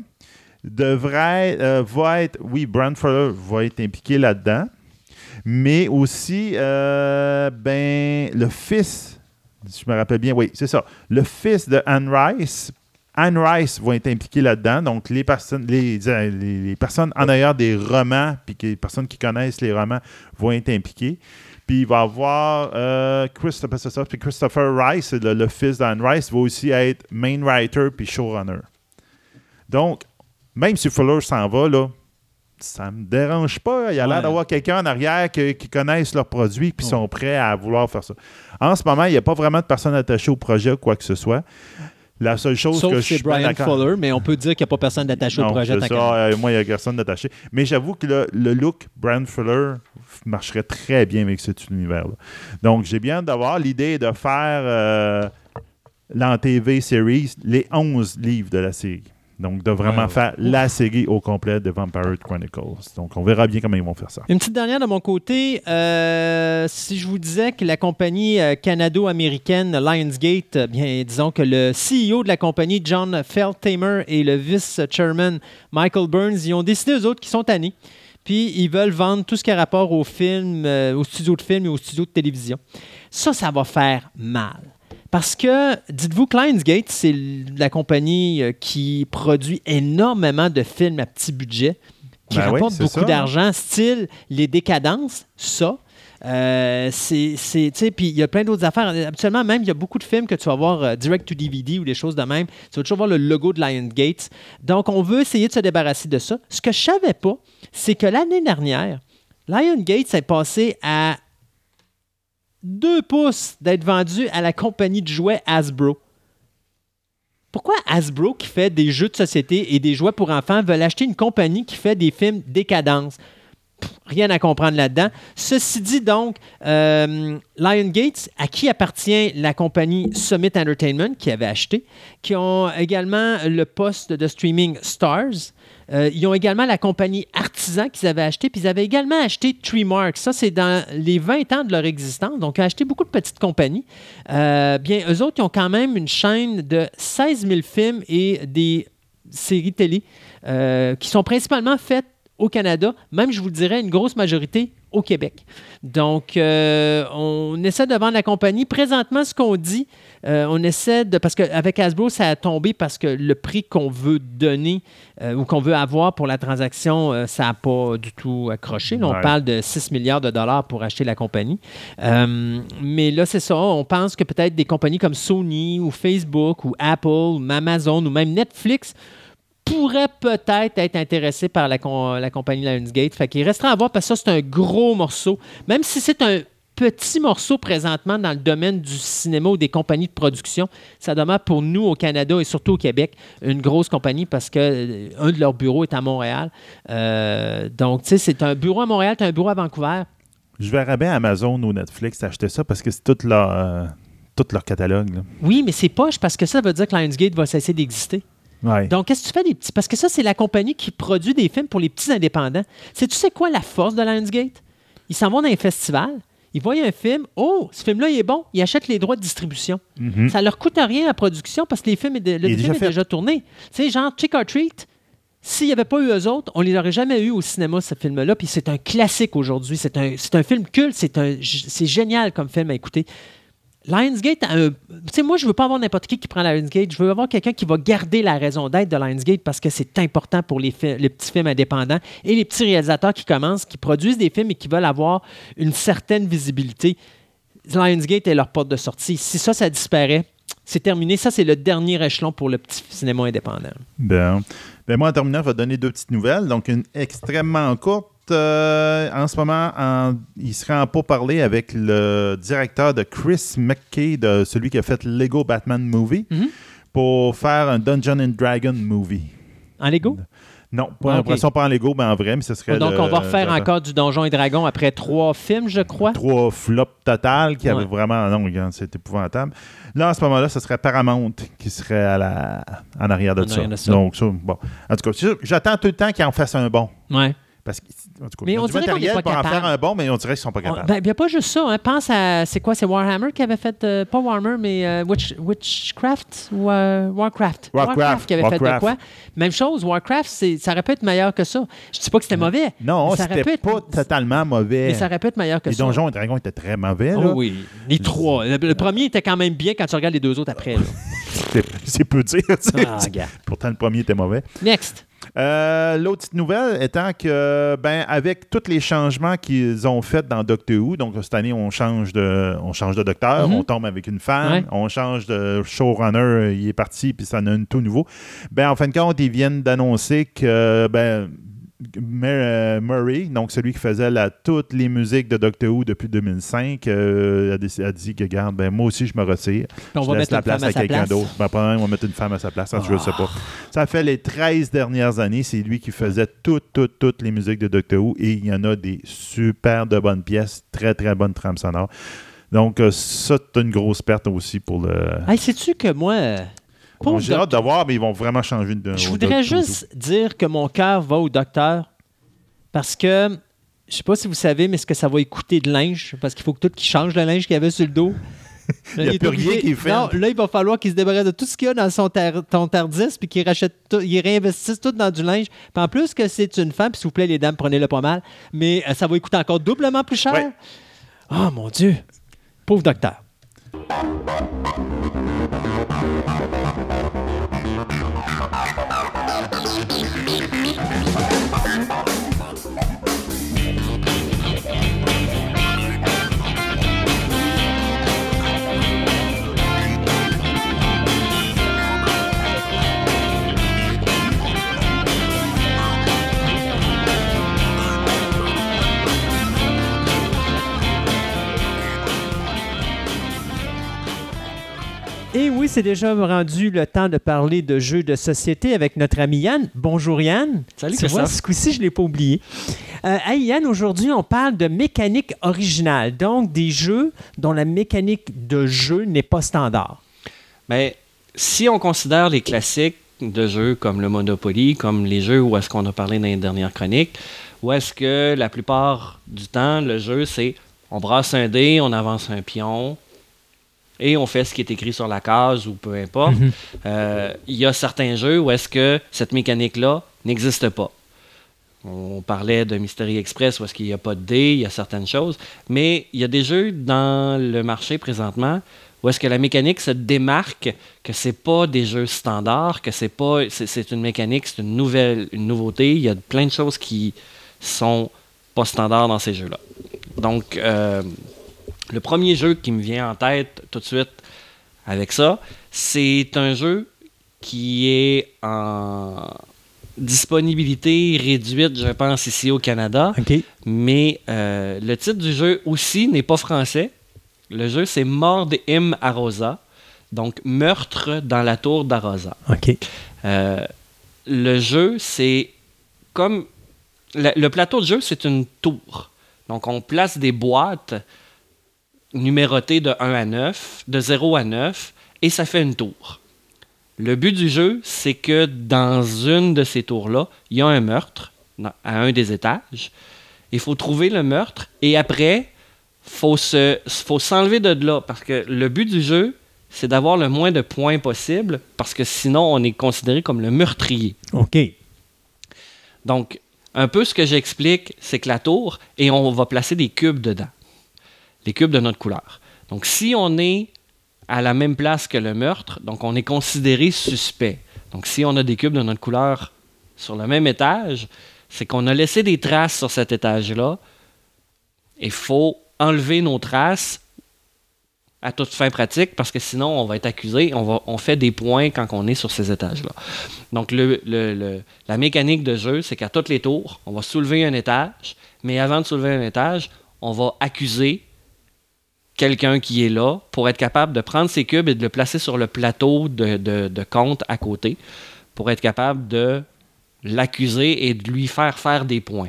va être... Oui, Brian Fuller va être impliqué là-dedans, mais aussi le fils, si je me rappelle bien, oui, c'est ça, le fils de Anne Rice va être impliqué là-dedans. Donc, les personnes en arrière des romans, puis les personnes qui connaissent les romans vont être impliquées. Puis il va y avoir Christopher Rice, le fils d'Anne Rice, va aussi être main writer puis showrunner. Donc, même si Fuller s'en va, là, ça me dérange pas. Il y a l'air d'avoir quelqu'un en arrière qui connaissent leurs produits puis sont prêts à vouloir faire ça. En ce moment, il n'y a pas vraiment de personnes attachées au projet ou quoi que ce soit. La seule chose Sauf que c'est Brian Fuller, mais on peut dire qu'il n'y a pas personne d'attaché au projet. Moi, il n'y a personne d'attaché. Mais j'avoue que le look Brian Fuller marcherait très bien avec cet univers-là. Donc, j'ai bien hâte d'avoir. L'idée de faire l'en TV series, les 11 livres de la série. Donc, de vraiment faire la série au complet de Vampire Chronicles. Donc, on verra bien comment ils vont faire ça. Une petite dernière de mon côté. Si je vous disais que la compagnie canado-américaine Lionsgate, bien, disons que le CEO de la compagnie, John Feldtamer, et le vice-chairman, Michael Burns, ils ont décidé, eux autres, qu'ils sont tannés. Puis, ils veulent vendre tout ce qui a rapport aux films, aux studios de films et aux studios de télévision. Ça va faire mal. Parce que, dites-vous que Lionsgate, c'est la compagnie qui produit énormément de films à petit budget, qui rapporte beaucoup d'argent, style Les Décadences, ça. Puis il y a plein d'autres affaires. Habituellement, même, il y a beaucoup de films que tu vas voir direct to DVD ou des choses de même. Tu vas toujours voir le logo de Lionsgate. Donc, on veut essayer de se débarrasser de ça. Ce que je ne savais pas, c'est que l'année dernière, Lionsgate est passé à 2 pouces d'être vendu à la compagnie de jouets Hasbro. Pourquoi Hasbro, qui fait des jeux de société et des jouets pour enfants, veulent acheter une compagnie qui fait des films décadence? Rien à comprendre là-dedans. Ceci dit, donc, Lionsgate, à qui appartient la compagnie Summit Entertainment, qui avait acheté, qui ont également le poste de streaming Stars. Ils ont également la compagnie Artisan qu'ils avaient acheté, puis ils avaient également acheté Treemark. Ça, c'est dans les 20 ans de leur existence. Donc, ils ont acheté beaucoup de petites compagnies. Bien, eux autres, ils ont quand même une chaîne de 16 000 films et des séries télé qui sont principalement faites au Canada, même, je vous le dirais, une grosse majorité au Québec. Donc, on essaie de vendre la compagnie. Présentement, ce qu'on dit, on essaie de... Parce qu'avec Hasbro, ça a tombé parce que le prix qu'on veut donner ou qu'on veut avoir pour la transaction, ça n'a pas du tout accroché. Là, on parle de 6 milliards de dollars pour acheter la compagnie. Mais là, c'est ça. On pense que peut-être des compagnies comme Sony ou Facebook ou Apple ou Amazon ou même Netflix pourrait peut-être être intéressé par la compagnie Lionsgate. Fait qu'il restera à voir parce que ça, c'est un gros morceau. Même si c'est un petit morceau présentement dans le domaine du cinéma ou des compagnies de production, ça demeure pour nous au Canada et surtout au Québec une grosse compagnie parce qu'un de leurs bureaux est à Montréal. Donc, tu sais, c'est un bureau à Montréal, tu as un bureau à Vancouver. Je verrais bien Amazon ou Netflix acheter ça parce que c'est tout leur catalogue. Là. Oui, mais c'est poche parce que ça veut dire que Lionsgate va cesser d'exister. Ouais. Donc, qu'est-ce que tu fais des petits... Parce que ça, c'est la compagnie qui produit des films pour les petits indépendants. Tu sais quoi la force de Lionsgate? Ils s'en vont dans un festival, ils voient un film, oh, ce film-là, il est bon, ils achètent les droits de distribution. Mm-hmm. Ça leur coûte rien la production parce que le film est déjà tourné. Tu sais, genre Trick or Treat, s'il n'y avait pas eu eux autres, on ne les aurait jamais eu au cinéma, ce film-là. Puis c'est un classique aujourd'hui. C'est un film culte. C'est génial comme film à écouter. Lionsgate a un... Tu sais, moi, je ne veux pas avoir n'importe qui prend Lionsgate. Je veux avoir quelqu'un qui va garder la raison d'être de Lionsgate parce que c'est important pour les petits films indépendants et les petits réalisateurs qui commencent, qui produisent des films et qui veulent avoir une certaine visibilité. Lionsgate est leur porte de sortie. Si ça disparaît, c'est terminé. Ça, c'est le dernier échelon pour le petit cinéma indépendant. Ben moi, en terminant, je vais donner 2 petites nouvelles. Donc, une extrêmement courte. En ce moment, il serait en pourparlers avec le directeur de Chris McKay, de celui qui a fait Lego Batman Movie, pour faire un Dungeons & Dragons movie. En Lego? Non, pas en Lego, mais en vrai, mais ce serait... Donc, on va refaire encore du Donjons et Dragons après 3 films, je crois. 3 flops total qui avaient vraiment... Non, regarde, c'est épouvantable. Là, en ce moment-là, ce serait Paramount qui serait en arrière de ça. Donc, ça, bon. En tout cas, j'attends tout le temps qu'ils en fassent un bon. Ouais. Parce que, en tout cas, mais ils ont du matériel pour en faire un bon, mais on dirait qu'ils ne sont pas capables. Il n'y a pas juste ça. Hein. Pense à... C'est quoi? C'est Warhammer qui avait fait... pas Warhammer, mais Witchcraft? Warcraft. Warcraft qui avait fait de quoi? Même chose, Warcraft, ça aurait pu être meilleur que ça. Je ne dis pas que c'était mauvais. Non, c'était pas totalement mauvais. Mais ça aurait pu être meilleur que ça. Les Donjons et Dragons étaient très mauvais. Là. Oh oui, les 3. Le premier était quand même bien quand tu regardes les 2 autres après. c'est peu dire. Pourtant, le premier était mauvais. Next. L'autre petite nouvelle étant que, avec tous les changements qu'ils ont faits dans Doctor Who, donc cette année, on change de docteur, on tombe avec une femme, on change de showrunner, il est parti, puis ça en a un tout nouveau. En fin de compte, ils viennent d'annoncer que, Murray, donc celui qui faisait toutes les musiques de Doctor Who depuis 2005, a dit que, regarde, moi aussi, je me retire. Je laisse la place à quelqu'un d'autre. On va mettre une femme à sa place, je ne sais pas. Ça fait les 13 dernières années, c'est lui qui faisait toutes les musiques de Doctor Who et il y en a des super de bonnes pièces, très, très bonnes trames sonores. Donc, ça, c'est une grosse perte aussi pour le... Hey, sais-tu que moi... J'ai hâte de voir, mais ils vont vraiment changer de... Je voudrais juste dire que mon cœur va au docteur parce que, je ne sais pas si vous savez, mais est-ce que ça va écouter de linge? Parce qu'il faut que tout qu'il change le linge qu'il y avait sur le dos. Il n'y a plus rien qui fait. Non, là, il va falloir qu'il se débarrasse de tout ce qu'il y a dans ton Tardis puis qu'il rachète tout, il réinvestisse tout dans du linge. Puis en plus que c'est une femme, puis s'il vous plaît, les dames, prenez-le pas mal, mais ça va coûter encore doublement plus cher. Ouais. Oh mon Dieu! Pauvre docteur. Et oui, c'est déjà rendu le temps de parler de jeux de société avec notre ami Yann. Bonjour Yann. Salut tu vois, ce coup-ci, je ne l'ai pas oublié. Hey Yann, aujourd'hui, on parle de mécanique originale, donc des jeux dont la mécanique de jeu n'est pas standard. Mais si on considère les classiques de jeux comme le Monopoly, comme les jeux où est-ce qu'on a parlé dans les dernières chroniques, où est-ce que la plupart du temps, le jeu, c'est on brasse un dé, on avance un pion, et on fait ce qui est écrit sur la case ou peu importe. Il y a certains jeux où est-ce que cette mécanique-là n'existe pas. On parlait de Mystery Express où est-ce qu'il n'y a pas de dés, il y a certaines choses. Mais il y a des jeux dans le marché présentement où est-ce que la mécanique se démarque, que c'est pas des jeux standards, que c'est une mécanique, c'est une nouveauté. Il y a plein de choses qui sont pas standards dans ces jeux-là. Donc, le premier jeu qui me vient en tête tout de suite avec ça, c'est un jeu qui est en disponibilité réduite, je pense, ici au Canada. Okay. Mais le titre du jeu aussi n'est pas français. Le jeu, c'est Mord im Arosa, donc Meurtre dans la tour d'Arosa. Okay. Le jeu, c'est comme... Le plateau de jeu, c'est une tour. Donc, on place des boîtes numérotées de 1 à 9, de 0 à 9, et ça fait une tour. Le but du jeu, c'est que dans une de ces tours-là, il y a un meurtre à un des étages. Il faut trouver le meurtre, et après, faut s'enlever de là, parce que le but du jeu, c'est d'avoir le moins de points possible, parce que sinon, on est considéré comme le meurtrier. OK. Donc, un peu ce que j'explique, c'est que la tour, et on va placer des cubes dedans. Les cubes de notre couleur. Donc, si on est à la même place que le meurtre, donc on est considéré suspect. Donc, si on a des cubes de notre couleur sur le même étage, c'est qu'on a laissé des traces sur cet étage-là. Il faut enlever nos traces à toute fin pratique, parce que sinon, on va être accusé. On fait des points quand on est sur ces étages-là. Donc, la mécanique de jeu, c'est qu'à toutes les tours, on va soulever un étage, mais avant de soulever un étage, on va accuser quelqu'un qui est là pour être capable de prendre ses cubes et de le placer sur le plateau de compte à côté pour être capable de l'accuser et de lui faire des points.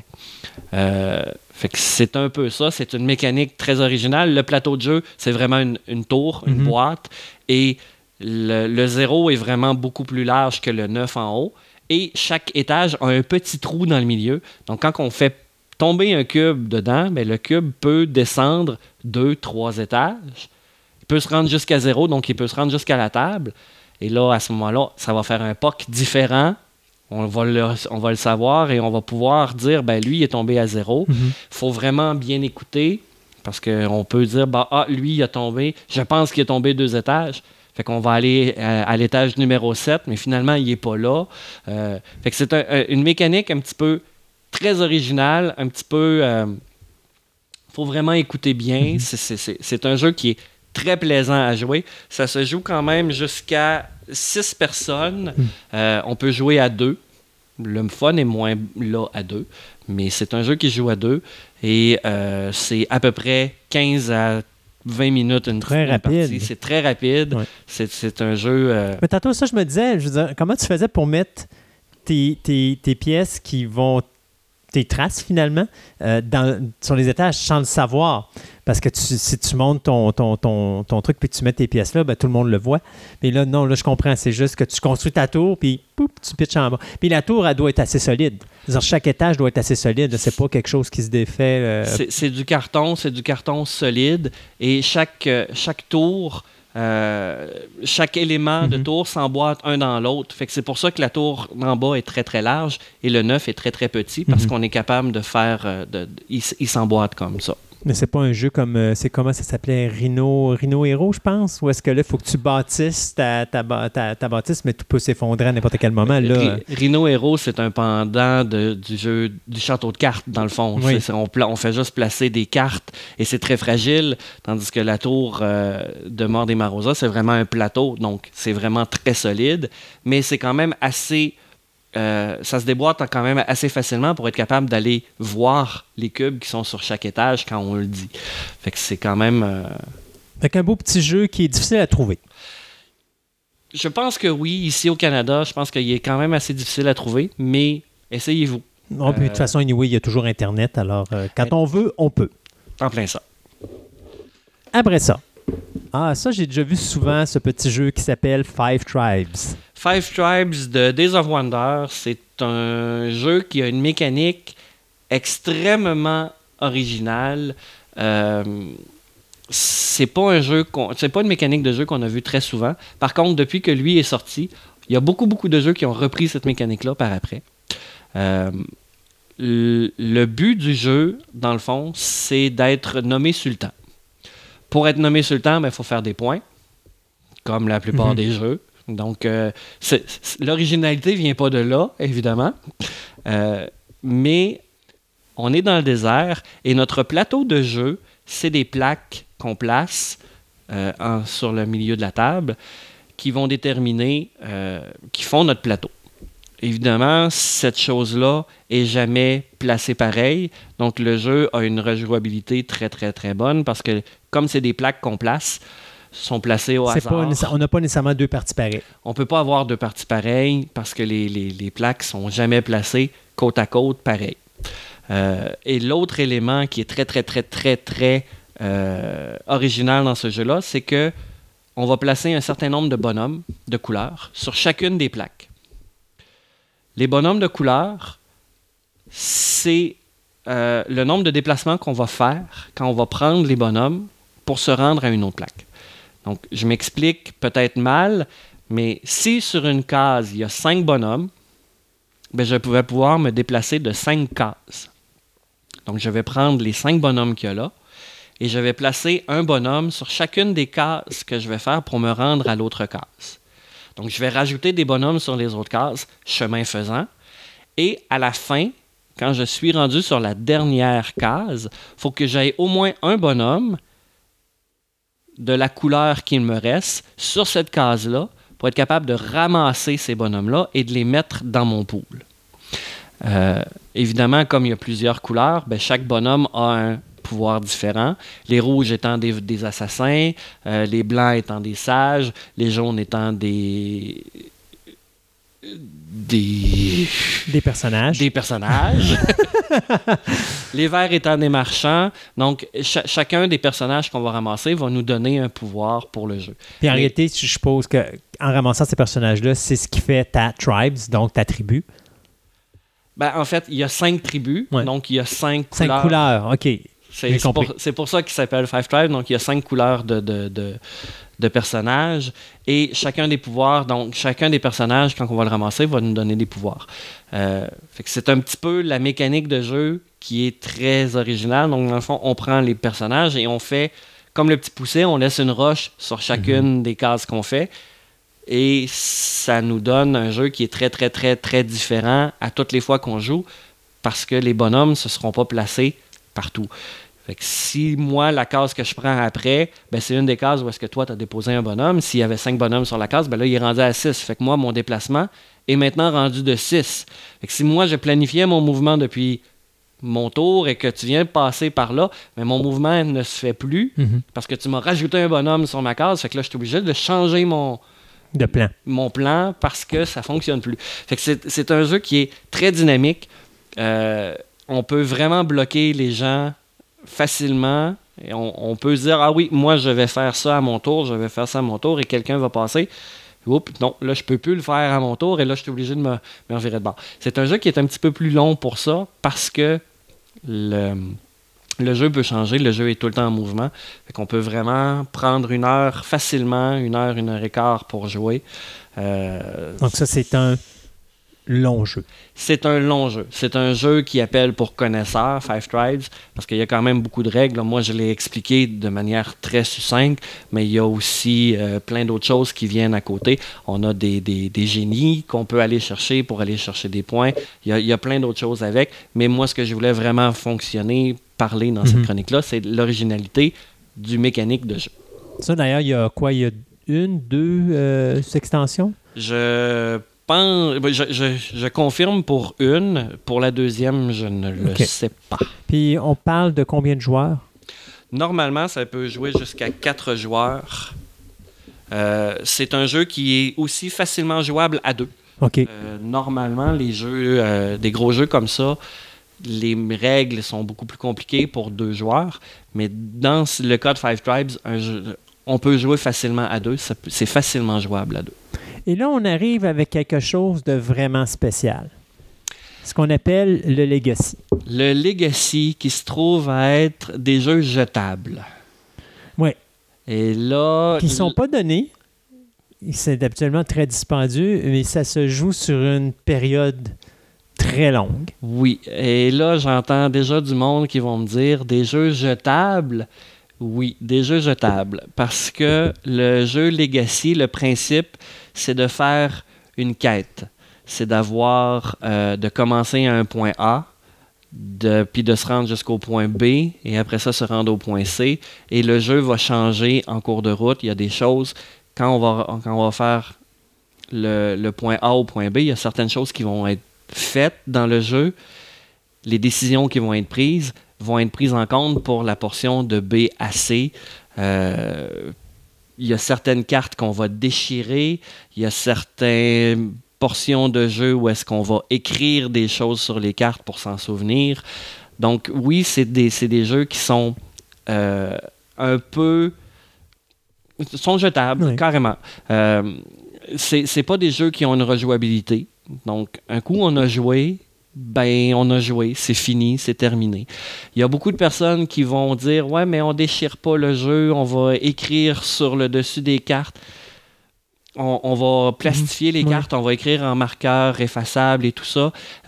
Fait que c'est un peu ça. C'est une mécanique très originale. Le plateau de jeu, c'est vraiment une tour, une boîte. Et le 0 est vraiment beaucoup plus large que le 9 en haut. Et chaque étage a un petit trou dans le milieu. Donc, quand on fait tomber un cube dedans, bien, le cube peut descendre 2-3 étages. Il peut se rendre jusqu'à 0, donc il peut se rendre jusqu'à la table. Et là, à ce moment-là, ça va faire un POC différent. On va le savoir et on va pouvoir dire, ben lui, il est tombé à 0. Il faut vraiment bien écouter parce qu'on peut dire, lui, il a tombé, je pense qu'il est tombé 2 étages. Fait qu'on va aller à l'étage numéro 7, mais finalement, il n'est pas là. Fait que c'est une mécanique un petit peu très originale, un petit peu... faut vraiment écouter bien. C'est un jeu qui est très plaisant à jouer. Ça se joue quand même jusqu'à 6 personnes. On peut jouer à 2. Le fun est moins là à 2, mais c'est un jeu qui joue à 2 et c'est à peu près 15 à 20 minutes une partie. C'est très rapide. Ouais. C'est un jeu... Mais tantôt, ça, je me disais, comment tu faisais pour mettre tes pièces qui vont... tes traces, finalement, sur les étages sans le savoir. Parce que si tu montes ton truc puis tu mets tes pièces là, ben, tout le monde le voit. Mais là, non, là, je comprends. C'est juste que tu construis ta tour puis tu pitches en bas. Puis la tour, elle doit être assez solide. C'est-à-dire, chaque étage doit être assez solide. C'est pas quelque chose qui se défait. C'est du carton solide. Et chaque tour... chaque élément de tour s'emboîte un dans l'autre. Fait que c'est pour ça que la tour d'en bas est très très large et le 9 est très très petit parce qu'on est capable de faire... il s'emboîte comme ça. Mais c'est pas un jeu comme... c'est comment ça s'appelait? Rhino Hero, je pense? Ou est-ce que là, il faut que tu bâtisses ta bâtisse, mais tout peut s'effondrer à n'importe quel moment? Là. Rhino Hero, c'est un pendant du jeu du château de cartes, dans le fond. Oui. On fait juste placer des cartes et c'est très fragile, tandis que la tour de Mord im Arosa, c'est vraiment un plateau, donc c'est vraiment très solide, mais c'est quand même assez... ça se déboîte quand même assez facilement pour être capable d'aller voir les cubes qui sont sur chaque étage quand on le dit. Fait que c'est quand même... Fait qu'un beau petit jeu qui est difficile à trouver. Je pense que oui, ici au Canada, je pense qu'il est quand même assez difficile à trouver, mais essayez-vous. Puis, de toute façon, anyway, il y a toujours Internet, alors quand on veut, on peut. En plein ça. Après ça. Ça, j'ai déjà vu souvent ce petit jeu qui s'appelle Five Tribes. Five Tribes de Days of Wonder, c'est un jeu qui a une mécanique extrêmement originale. C'est pas une mécanique de jeu qu'on a vu très souvent. Par contre, depuis que lui est sorti, il y a beaucoup de jeux qui ont repris cette mécanique-là par après. Le but du jeu, dans le fond, c'est d'être nommé sultan. Pour être nommé sultan, il faut faire des points, comme la plupart des jeux. Donc, l'originalité ne vient pas de là, évidemment. Mais on est dans le désert et notre plateau de jeu, c'est des plaques qu'on place sur le milieu de la table qui vont déterminer, qui font notre plateau. Évidemment, cette chose-là est jamais placée pareil. Donc, le jeu a une rejouabilité très, très, très bonne parce que, comme c'est des plaques qu'on place, sont placées au hasard. On n'a pas nécessairement deux parties pareilles. On ne peut pas avoir deux parties pareilles parce que les plaques sont jamais placées côte à côte pareil. Et l'autre élément qui est très, très, très, très, très original dans ce jeu-là, c'est que on va placer un certain nombre de bonhommes de couleurs sur chacune des plaques. Les bonhommes de couleur, c'est le nombre de déplacements qu'on va faire quand on va prendre les bonhommes pour se rendre à une autre plaque. Donc, je m'explique peut-être mal, mais si sur une case, il y a 5 bonhommes, ben, je vais pouvoir me déplacer de 5 cases. Donc, je vais prendre les 5 bonhommes qu'il y a là et je vais placer un bonhomme sur chacune des cases que je vais faire pour me rendre à l'autre case. Donc, je vais rajouter des bonhommes sur les autres cases, chemin faisant. Et à la fin, quand je suis rendu sur la dernière case, il faut que j'aille au moins un bonhomme de la couleur qu'il me reste sur cette case-là pour être capable de ramasser ces bonhommes-là et de les mettre dans mon pool. Évidemment, comme il y a plusieurs couleurs, ben, chaque bonhomme a un pouvoir différent. Les rouges étant des assassins, les blancs étant des sages, les jaunes étant des personnages. Des personnages. Les verts étant des marchands. Donc, chacun des personnages qu'on va ramasser va nous donner un pouvoir pour le jeu. Puis en réalité, je suppose qu'en ramassant ces personnages-là, c'est ce qui fait ta tribes, donc ta tribu. Ben, en fait, il y a 5 tribus. Ouais. Donc, il y a 5 couleurs. 5 couleurs, OK. C'est pour ça qu'il s'appelle Five Tribes. Donc, il y a 5 couleurs de personnages et chacun des pouvoirs, donc chacun des personnages, quand on va le ramasser, va nous donner des pouvoirs. Fait que c'est un petit peu la mécanique de jeu qui est très originale. Donc, dans le fond, on prend les personnages et on fait, comme le petit poussé, on laisse une roche sur chacune des cases qu'on fait. Et ça nous donne un jeu qui est très, très, très, très différent à toutes les fois qu'on joue parce que les bonhommes ne se seront pas placés partout. Fait que si moi, la case que je prends après, ben c'est une des cases où est-ce que toi, tu as déposé un bonhomme. S'il y avait 5 bonhommes sur la case, ben là, il est rendu à 6. Fait que moi, mon déplacement est maintenant rendu de 6. Fait que si moi, je planifiais mon mouvement depuis mon tour et que tu viens de passer par là, ben mon mouvement ne se fait plus parce que tu m'as rajouté un bonhomme sur ma case. Fait que là, je suis obligé de changer mon plan parce que ça ne fonctionne plus. Fait que c'est un jeu qui est très dynamique. On peut vraiment bloquer les gens facilement. Et on peut se dire, ah oui, moi, je vais faire ça à mon tour, je vais faire ça à mon tour, et quelqu'un va passer. Oups, non, là, je peux plus le faire à mon tour, et là, je suis obligé de me revirer de bord. C'est un jeu qui est un petit peu plus long pour ça, parce que le jeu peut changer, le jeu est tout le temps en mouvement. Fait qu'on peut vraiment prendre 1 heure facilement, 1 heure et quart pour jouer. Donc ça, c'est un long jeu. C'est un long jeu. C'est un jeu qui appelle pour connaisseurs, Five Tribes, parce qu'il y a quand même beaucoup de règles. Moi, je l'ai expliqué de manière très succincte, mais il y a aussi plein d'autres choses qui viennent à côté. On a des génies qu'on peut aller chercher pour aller chercher des points. Il y a plein d'autres choses avec, mais moi, ce que je voulais vraiment parler dans cette chronique-là, c'est l'originalité du mécanique de jeu. Ça, d'ailleurs, il y a quoi? Il y a 1, 2 extensions? Je confirme pour 1. Pour la 2e, je ne le sais pas. Puis, on parle de combien de joueurs? Normalement, ça peut jouer jusqu'à 4 joueurs. C'est un jeu qui est aussi facilement jouable à deux. OK. Normalement, les jeux, des gros jeux comme ça, les règles sont beaucoup plus compliquées pour 2 joueurs, mais dans le cas de Five Tribes, on peut jouer facilement à 2. C'est facilement jouable à 2. Et là, on arrive avec quelque chose de vraiment spécial. Ce qu'on appelle le Legacy. Le Legacy qui se trouve à être des jeux jetables. Oui. Et là... Qui ne sont pas donnés. C'est habituellement très dispendieux, mais ça se joue sur une période très longue. Oui. Et là, j'entends déjà du monde qui vont me dire des jeux jetables. Oui, des jeux jetables. Parce que le jeu Legacy, le principe, c'est de faire une quête. C'est de commencer à un point A, puis de se rendre jusqu'au point B, et après ça, se rendre au point C. Et le jeu va changer en cours de route. Il y a des choses, quand on va faire le point A au point B, il y a certaines choses qui vont être faites dans le jeu. Les décisions qui vont être prises en compte pour la portion de B à C. Il y a certaines cartes qu'on va déchirer. Il y a certaines portions de jeu où est-ce qu'on va écrire des choses sur les cartes pour s'en souvenir. Donc oui, c'est des jeux qui sont un peu... sont jetables, oui. Carrément. C'est pas des jeux qui ont une rejouabilité. Donc, un coup, on a joué, c'est fini, c'est terminé. Il y a beaucoup de personnes qui vont dire « Ouais, mais on déchire pas le jeu, on va écrire sur le dessus des cartes. On va plastifier les cartes, on va écrire en marqueur effaçable et tout ça. »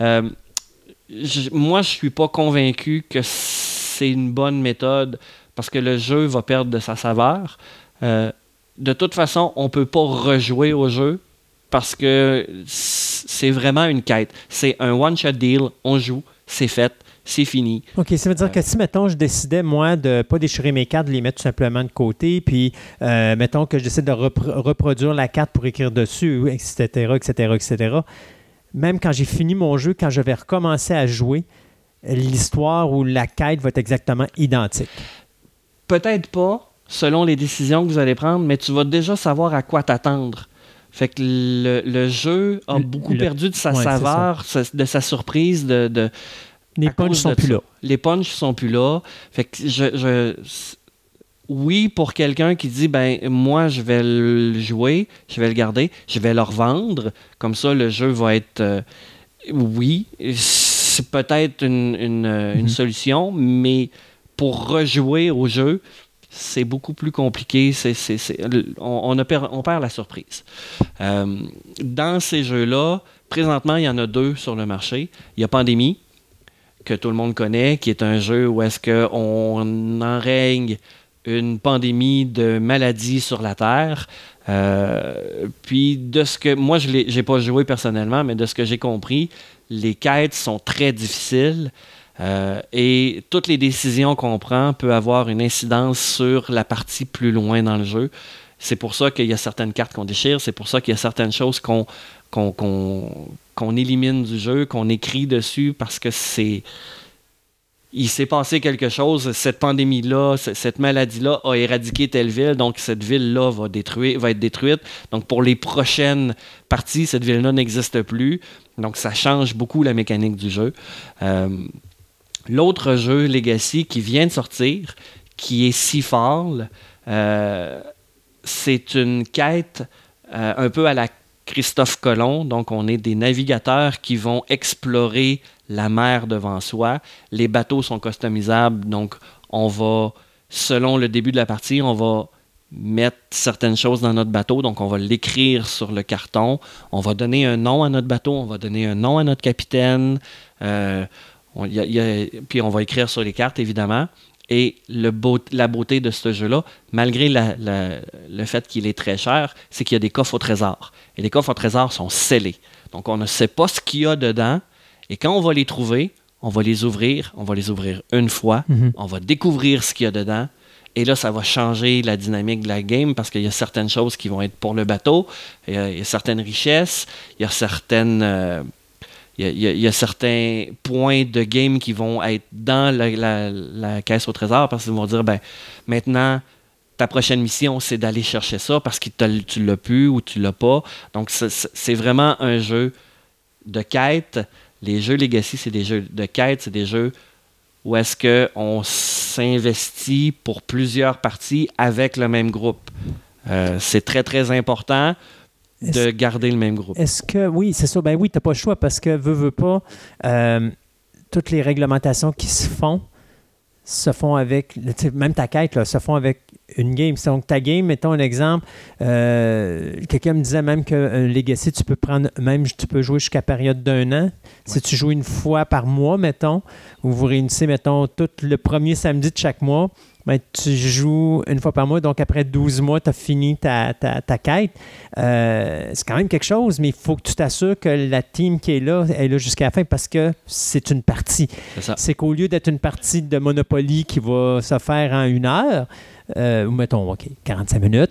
Moi, je suis pas convaincu que c'est une bonne méthode parce que le jeu va perdre de sa saveur. De toute façon, on peut pas rejouer au jeu parce que c'est vraiment une quête. C'est un one-shot deal, on joue, c'est fait, c'est fini. OK, ça veut dire que si, mettons, je décidais, moi, de ne pas déchirer mes cartes, de les mettre tout simplement de côté, puis, mettons que je décide de reproduire la carte pour écrire dessus, etc., même quand j'ai fini mon jeu, quand je vais recommencer à jouer, l'histoire ou la quête va être exactement identique. Peut-être pas, selon les décisions que vous allez prendre, mais tu vas déjà savoir à quoi t'attendre. Fait que le jeu a beaucoup perdu de sa saveur, de sa surprise. Les punchs sont plus là. Les punchs sont plus là. Fait que oui, pour quelqu'un qui dit, moi, je vais le jouer, je vais le garder, je vais le revendre. Comme ça, le jeu va être... oui, c'est peut-être une solution, mais pour rejouer au jeu, c'est beaucoup plus compliqué. On perd la surprise. Dans ces jeux-là, présentement, il y en a 2 sur le marché. Il y a Pandémie, que tout le monde connaît, qui est un jeu où est-ce qu'on enrègne une pandémie de maladies sur la Terre. Puis, de ce que... Moi, je n'ai pas joué personnellement, mais de ce que j'ai compris, les quêtes sont très difficiles. Et toutes les décisions qu'on prend peuvent avoir une incidence sur la partie plus loin dans le jeu. C'est pour ça qu'il y a certaines cartes qu'on déchire, c'est pour ça qu'il y a certaines choses qu'on élimine du jeu, qu'on écrit dessus parce que il s'est passé quelque chose, cette pandémie-là, cette maladie-là a éradiqué telle ville, donc cette ville-là va être détruite. Donc pour les prochaines parties, cette ville-là n'existe plus. Donc ça change beaucoup la mécanique du jeu. L'autre jeu Legacy qui vient de sortir, qui est Seafall, c'est une quête un peu à la Christophe Colomb. Donc, on est des navigateurs qui vont explorer la mer devant soi. Les bateaux sont customisables. Donc, on va, selon le début de la partie, on va mettre certaines choses dans notre bateau. Donc, on va l'écrire sur le carton. On va donner un nom à notre bateau. On va donner un nom à notre capitaine. Puis on va écrire sur les cartes, évidemment. Et la beauté de ce jeu-là, malgré le fait qu'il est très cher, c'est qu'il y a des coffres au trésor. Et les coffres au trésor sont scellés. Donc, on ne sait pas ce qu'il y a dedans. Et quand on va les trouver, on va les ouvrir. On va les ouvrir une fois. On va découvrir ce qu'il y a dedans. Et là, ça va changer la dynamique de la game parce qu'il y a certaines choses qui vont être pour le bateau. Il y a certaines richesses. Il y a certaines... Il y a certains points de game qui vont être dans la caisse au trésor parce qu'ils vont dire, maintenant, ta prochaine mission, c'est d'aller chercher ça parce que tu l'as plus ou tu l'as pas. Donc, c'est vraiment un jeu de quête. Les jeux Legacy, c'est des jeux de quête, c'est des jeux où est-ce qu'on s'investit pour plusieurs parties avec le même groupe. C'est très, très important de garder le même groupe. Est-ce que, oui, c'est ça, ben oui, tu n'as pas le choix parce que, veux pas, toutes les réglementations qui se font avec, même ta quête, là, se font avec une game. Donc, ta game, mettons un exemple, quelqu'un me disait même qu'un Legacy, tu peux jouer jusqu'à période d'1 an. Si tu joues une fois par mois, mettons, ou vous réunissez, mettons, tout le premier samedi de chaque mois, ben, tu joues une fois par mois, donc après 12 mois, tu as fini ta quête. C'est quand même quelque chose, mais il faut que tu t'assures que la team qui est là jusqu'à la fin parce que c'est une partie. C'est qu'au lieu d'être une partie de Monopoly qui va se faire en 1 heure, ou mettons, OK, 45 minutes,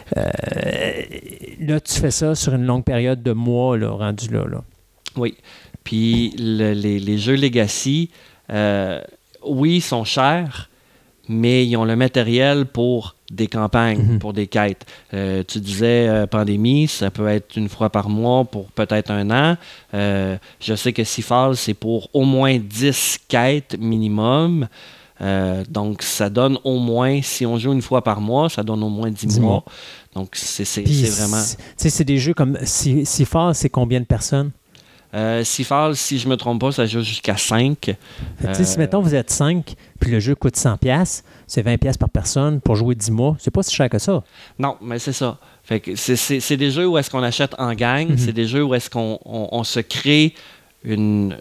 là, tu fais ça sur une longue période de mois, là, rendu là. Oui. Puis les jeux Legacy, oui, ils sont chers, mais ils ont le matériel pour des campagnes, pour des quêtes. Tu disais pandémie, ça peut être une fois par mois pour peut-être 1 an. Je sais que Seafall, c'est pour au moins 10 quêtes minimum. Donc, ça donne au moins, si on joue une fois par mois, ça donne au moins 10 mois. Donc, c'est vraiment... Tu sais, c'est des jeux comme Seafall, c'est combien de personnes? Seafall, si je ne me trompe pas, ça joue jusqu'à 5. Si, mettons, vous êtes 5, puis le jeu coûte 100$, c'est 20$ par personne pour jouer 10 mois. C'est pas si cher que ça. Non, mais c'est ça. Fait que c'est des jeux où est-ce qu'on achète en gang. C'est des jeux où est-ce qu'on se crée une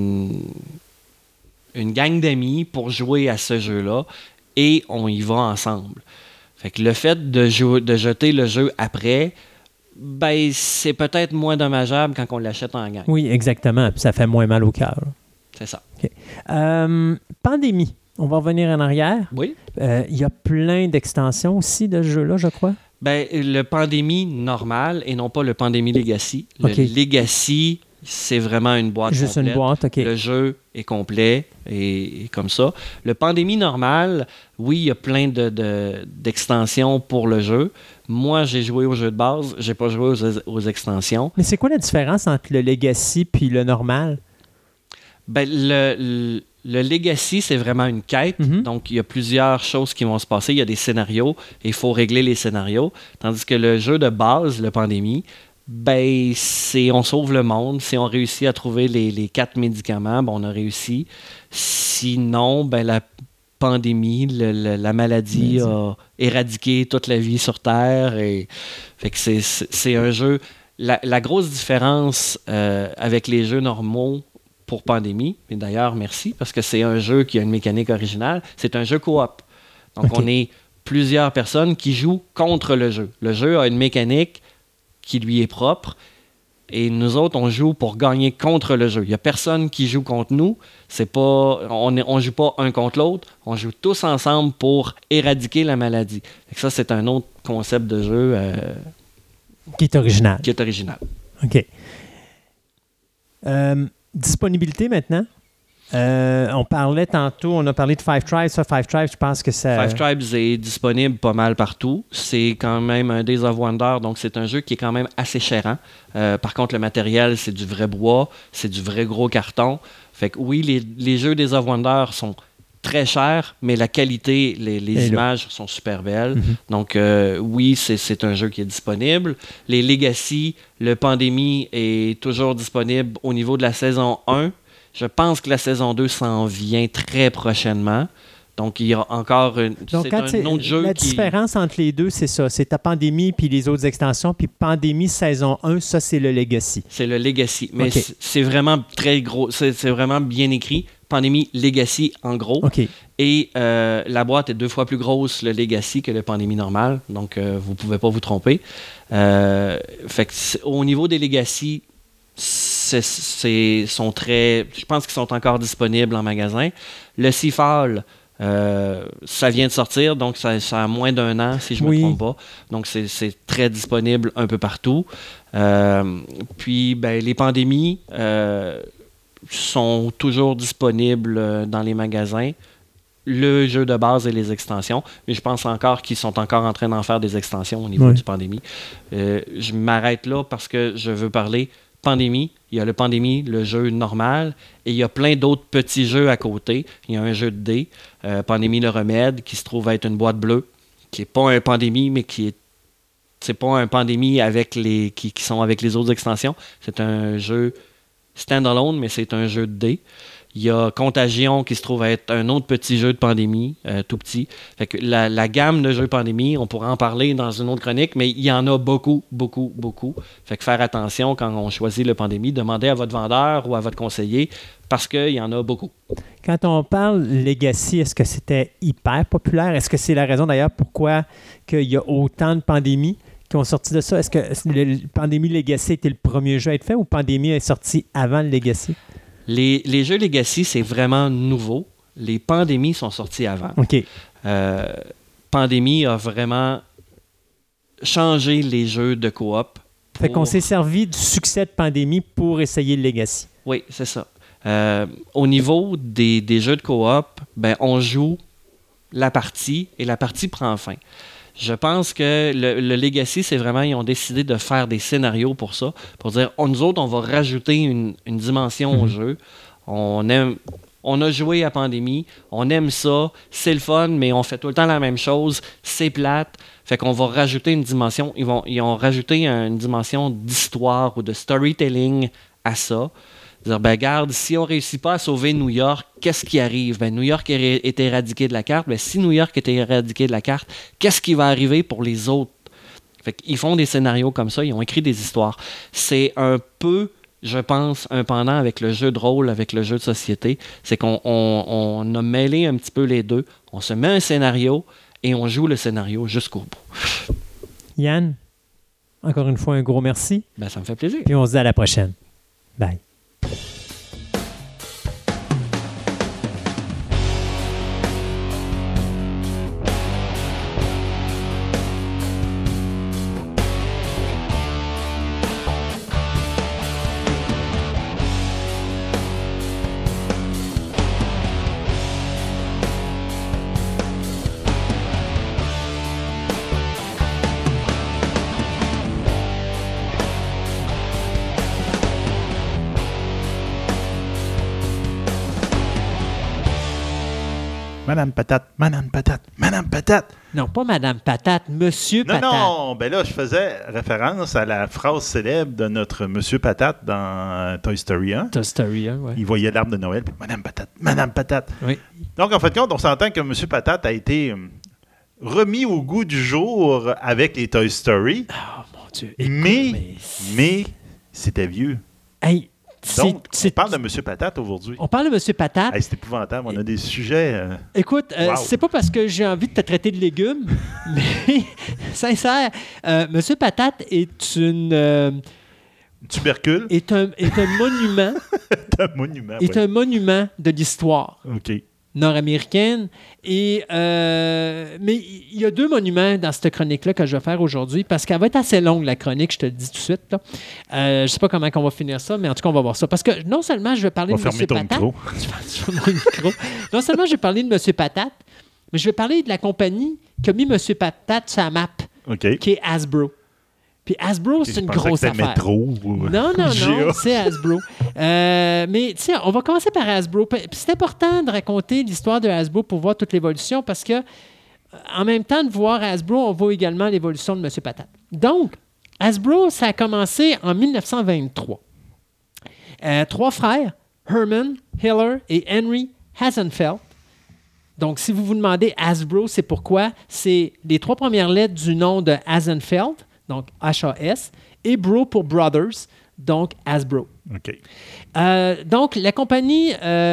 gang d'amis pour jouer à ce jeu-là et on y va ensemble. Fait que le fait de jeter le jeu après... Ben, c'est peut-être moins dommageable quand on l'achète en gang. Oui, exactement. Puis ça fait moins mal au cœur. C'est ça. Okay. Pandémie. On va revenir en arrière. Oui. Il y a plein d'extensions aussi de ce jeu-là, je crois. Ben, le Pandémie normal et non pas le Pandémie Legacy. Le Legacy, c'est vraiment une boîte juste complète. Une boîte, OK. Le jeu est complet et comme ça. Le Pandémie normal, oui, il y a plein d'extensions pour le jeu. Moi, j'ai joué au jeu de base, j'ai pas joué aux extensions. Mais c'est quoi la différence entre le Legacy puis le normal? Ben, le Legacy, c'est vraiment une quête. Donc, il y a plusieurs choses qui vont se passer. Il y a des scénarios et il faut régler les scénarios. Tandis que le jeu de base, le Pandémie, ben, c'est on sauve le monde. Si on réussit à trouver les 4 médicaments, ben, on a réussi. Sinon, ben, la pandémie, la maladie a éradiqué toute la vie sur Terre. Et, fait que c'est un jeu... La grosse différence avec les jeux normaux pour Pandémie, et d'ailleurs, merci, parce que c'est un jeu qui a une mécanique originale, c'est un jeu coop. Donc, on est plusieurs personnes qui jouent contre le jeu. Le jeu a une mécanique qui lui est propre. Et nous autres, on joue pour gagner contre le jeu. Il n'y a personne qui joue contre nous. On ne joue pas un contre l'autre. On joue tous ensemble pour éradiquer la maladie. Et ça, c'est un autre concept de jeu qui est original. OK. Disponibilité maintenant. On parlait tantôt, on a parlé de Five Tribes. Ça, Five Tribes, je pense que ça... Five Tribes est disponible pas mal partout. C'est quand même un Days of Wonder, donc c'est un jeu qui est quand même assez chérant. Par contre, le matériel, c'est du vrai bois, c'est du vrai gros carton. Fait que oui, les jeux Days of Wonder sont très chers, mais la qualité, les images sont super belles. Donc oui, c'est un jeu qui est disponible. Les Legacy, le Pandémie est toujours disponible au niveau de la saison 1. Je pense que la saison 2 s'en vient très prochainement. Donc, il y a encore un autre jeu la différence entre les deux, c'est ça. C'est ta Pandémie puis les autres extensions. Puis Pandémie saison 1, ça, c'est le Legacy. C'est le Legacy. Mais c'est vraiment très gros. C'est vraiment bien écrit. Pandémie Legacy, en gros. Et la boîte est 2 fois plus grosse, le Legacy, que le Pandémie normal. Donc, vous ne pouvez pas vous tromper. Fait que au niveau des Legacy... je pense qu'ils sont encore disponibles en magasin. Le Seafall, ça vient de sortir, donc ça a moins d'1 an, si je ne me trompe pas. Donc, c'est très disponible un peu partout. Puis, ben, les Pandémies sont toujours disponibles dans les magasins. le jeu de base et les extensions, mais je pense encore qu'ils sont encore en train d'en faire des extensions au niveau du Pandémie. Je m'arrête là parce que je veux parler Pandémie. Il y a le Pandémie, le jeu normal, et il y a plein d'autres petits jeux à côté. Il y a un jeu de dés, Pandémie le remède, qui se trouve être une boîte bleue, qui n'est pas un Pandémie, mais c'est pas un Pandémie avec qui sont avec les autres extensions. C'est un jeu standalone, mais c'est un jeu de dés. Il y a Contagion qui se trouve être un autre petit jeu de Pandémie, tout petit. Fait que la gamme de jeux Pandémie, on pourra en parler dans une autre chronique, mais il y en a beaucoup, beaucoup, beaucoup. Fait que faire attention quand on choisit le Pandémie, demandez à votre vendeur ou à votre conseiller parce qu'il y en a beaucoup. Quand on parle Legacy, est-ce que c'était hyper populaire? Est-ce que c'est la raison d'ailleurs pourquoi il y a autant de Pandémies qui ont sorti de ça? Est-ce que le Pandémie Legacy était le premier jeu à être fait ou Pandémie est sorti avant le Legacy? Les jeux Legacy, c'est vraiment nouveau. Les Pandémies sont sortis avant. OK. Pandémie a vraiment changé les jeux de coop. Fait qu'on s'est servi du succès de Pandémie pour essayer le Legacy. Oui, c'est ça. Au niveau des jeux de coop, on joue la partie et la partie prend fin. Je pense que le Legacy, c'est vraiment, ils ont décidé de faire des scénarios pour ça, pour dire, nous autres, on va rajouter une dimension au jeu. On a joué à Pandémie, on aime ça, c'est le fun, mais on fait tout le temps la même chose, c'est plate. Fait qu'on va rajouter une dimension, ils ont rajouté une dimension d'histoire ou de storytelling à ça. Dire, regarde, si on ne réussit pas à sauver New York, qu'est-ce qui arrive? New York est éradiqué de la carte. Si New York est éradiqué de la carte, qu'est-ce qui va arriver pour les autres? Fait qu'ils font des scénarios comme ça, ils ont écrit des histoires. C'est un peu, je pense, un pendant avec le jeu de rôle, avec le jeu de société. C'est qu'on a mêlé un petit peu les deux. On se met un scénario et on joue le scénario jusqu'au bout. Yann, encore une fois, un gros merci. Ça me fait plaisir. Puis on se dit à la prochaine. Bye. Madame Patate, Madame Patate, Madame Patate. Non, pas Madame Patate, Monsieur Patate. Non, là, je faisais référence à la phrase célèbre de notre Monsieur Patate dans Toy Story 1. Toy Story 1, oui. Il voyait l'arbre de Noël, puis Madame Patate, Madame Patate. Oui. Donc, en fait, on s'entend que Monsieur Patate a été remis au goût du jour avec les Toy Story. Oh, mon Dieu. Mais c'était vieux. Hey, donc, on parle de M. Patate aujourd'hui. On parle de M. Patate. Hey, c'est épouvantable. On a des sujets... Écoute, wow. C'est pas parce que j'ai envie de te traiter de légumes, mais sincère, M. Patate est une... tubercule? Est un monument. un monument, est un monument de l'histoire. OK. Nord-américaine. Mais il y a 2 monuments dans cette chronique-là que je vais faire aujourd'hui parce qu'elle va être assez longue, la chronique, je te le dis tout de suite. Là. Je ne sais pas comment on va finir ça, mais en tout cas, on va voir ça. Parce que non seulement je vais parler de M. Patate... Micro. Sur mon micro. Non seulement je vais parler de M. Patate, mais je vais parler de la compagnie qui a mis M. Patate sur la map, qui est Hasbro. Puis Hasbro, c'est une grosse affaire. Metro, non, c'est Hasbro. Mais tu sais, on va commencer par Hasbro. Puis c'est important de raconter l'histoire de Hasbro pour voir toute l'évolution parce que, en même temps de voir Hasbro, on voit également l'évolution de M. Patate. Donc, Hasbro, ça a commencé en 1923. 3 frères, Herman, Hiller et Henry Hasenfeld. Donc, si vous vous demandez Hasbro, c'est pourquoi? C'est les 3 premières lettres du nom de Hasenfeld, donc H-A-S, et Bro pour Brothers, donc Hasbro. OK. Donc, la compagnie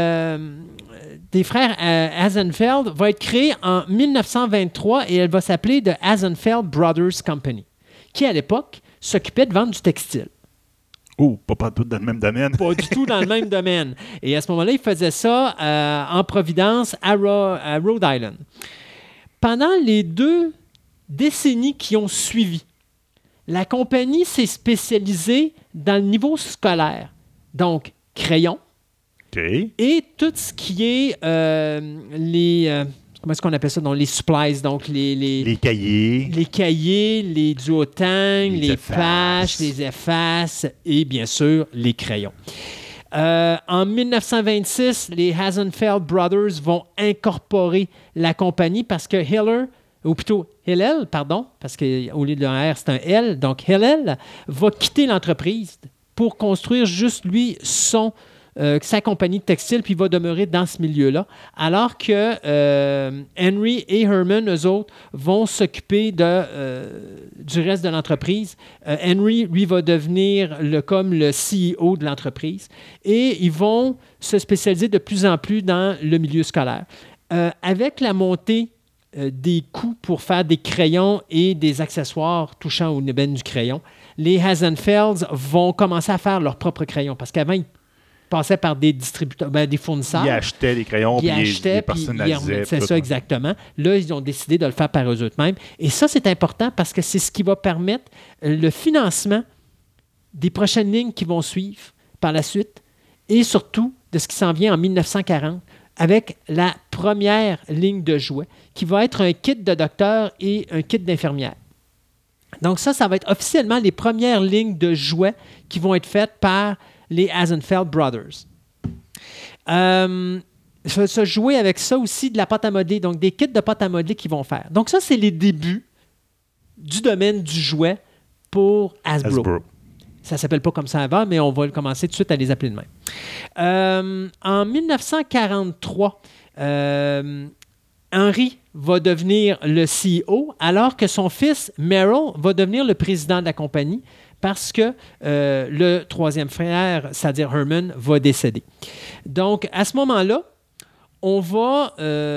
des frères Hasenfeld va être créée en 1923 et elle va s'appeler The Hasenfeld Brothers Company, qui, à l'époque, s'occupait de vendre du textile. Oh, pas tout dans le même domaine. Pas du tout dans le même domaine. Et à ce moment-là, ils faisaient ça en Providence, à Rhode Island. Pendant les 2 décennies qui ont suivi, la compagnie s'est spécialisée dans le niveau scolaire. Donc, crayon, OK. Et tout ce qui est comment est-ce qu'on appelle ça? Donc, les supplies, donc Les cahiers. les cahiers, les duotangs, les effaces. patchs, les effaces et bien sûr les crayons. En 1926, les Hasenfeld Brothers vont incorporer la compagnie parce que Hillel, parce qu'au lieu d'un R, c'est un L, donc Hillel va quitter l'entreprise pour construire juste lui sa compagnie de textile, puis il va demeurer dans ce milieu-là, alors que Henry et Herman, eux autres, vont s'occuper du reste de l'entreprise. Henry, lui, va devenir comme le CEO de l'entreprise, et ils vont se spécialiser de plus en plus dans le milieu scolaire. Avec la montée des coûts pour faire des crayons et des accessoires touchant au domaine du crayon, les Hasenfelds vont commencer à faire leurs propres crayons, parce qu'avant, ils passaient par des distributeurs, des fournisseurs. Ils achetaient des crayons, puis les puis personnalisaient. c'est ça, exactement. Là, ils ont décidé de le faire par eux-mêmes. Et ça, c'est important parce que c'est ce qui va permettre le financement des prochaines lignes qui vont suivre par la suite et surtout de ce qui s'en vient en 1940 avec la première ligne de jouets qui va être un kit de docteur et un kit d'infirmière. Donc ça va être officiellement les premières lignes de jouets qui vont être faites par les Hasenfeld Brothers. Se jouer avec ça aussi de la pâte à modeler, donc des kits de pâte à modeler qu'ils vont faire. Donc ça, c'est les débuts du domaine du jouet pour Hasbro. Ça ne s'appelle pas comme ça avant, mais on va commencer tout de suite à les appeler de même. En 1943, Henry va devenir le CEO, alors que son fils, Merrill, va devenir le président de la compagnie parce que le troisième frère, c'est-à-dire Herman, va décéder. Donc, à ce moment-là, on va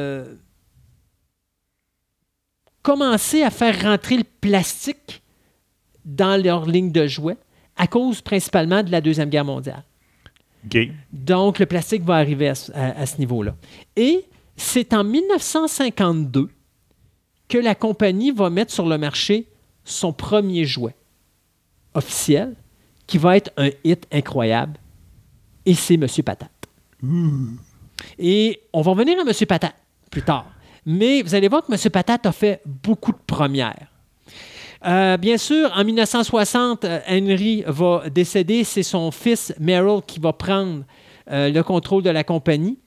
commencer à faire rentrer le plastique dans leur ligne de jouets à cause principalement de la Deuxième Guerre mondiale. Okay. Donc, le plastique va arriver à ce niveau-là. Et c'est en 1952 que la compagnie va mettre sur le marché son premier jouet officiel, qui va être un hit incroyable, et c'est Monsieur Patate. Et on va revenir à Monsieur Patate plus tard. Mais vous allez voir que Monsieur Patate a fait beaucoup de premières. Bien sûr, en 1960, Henry va décéder. C'est son fils, Merrill, qui va prendre le contrôle de la compagnie.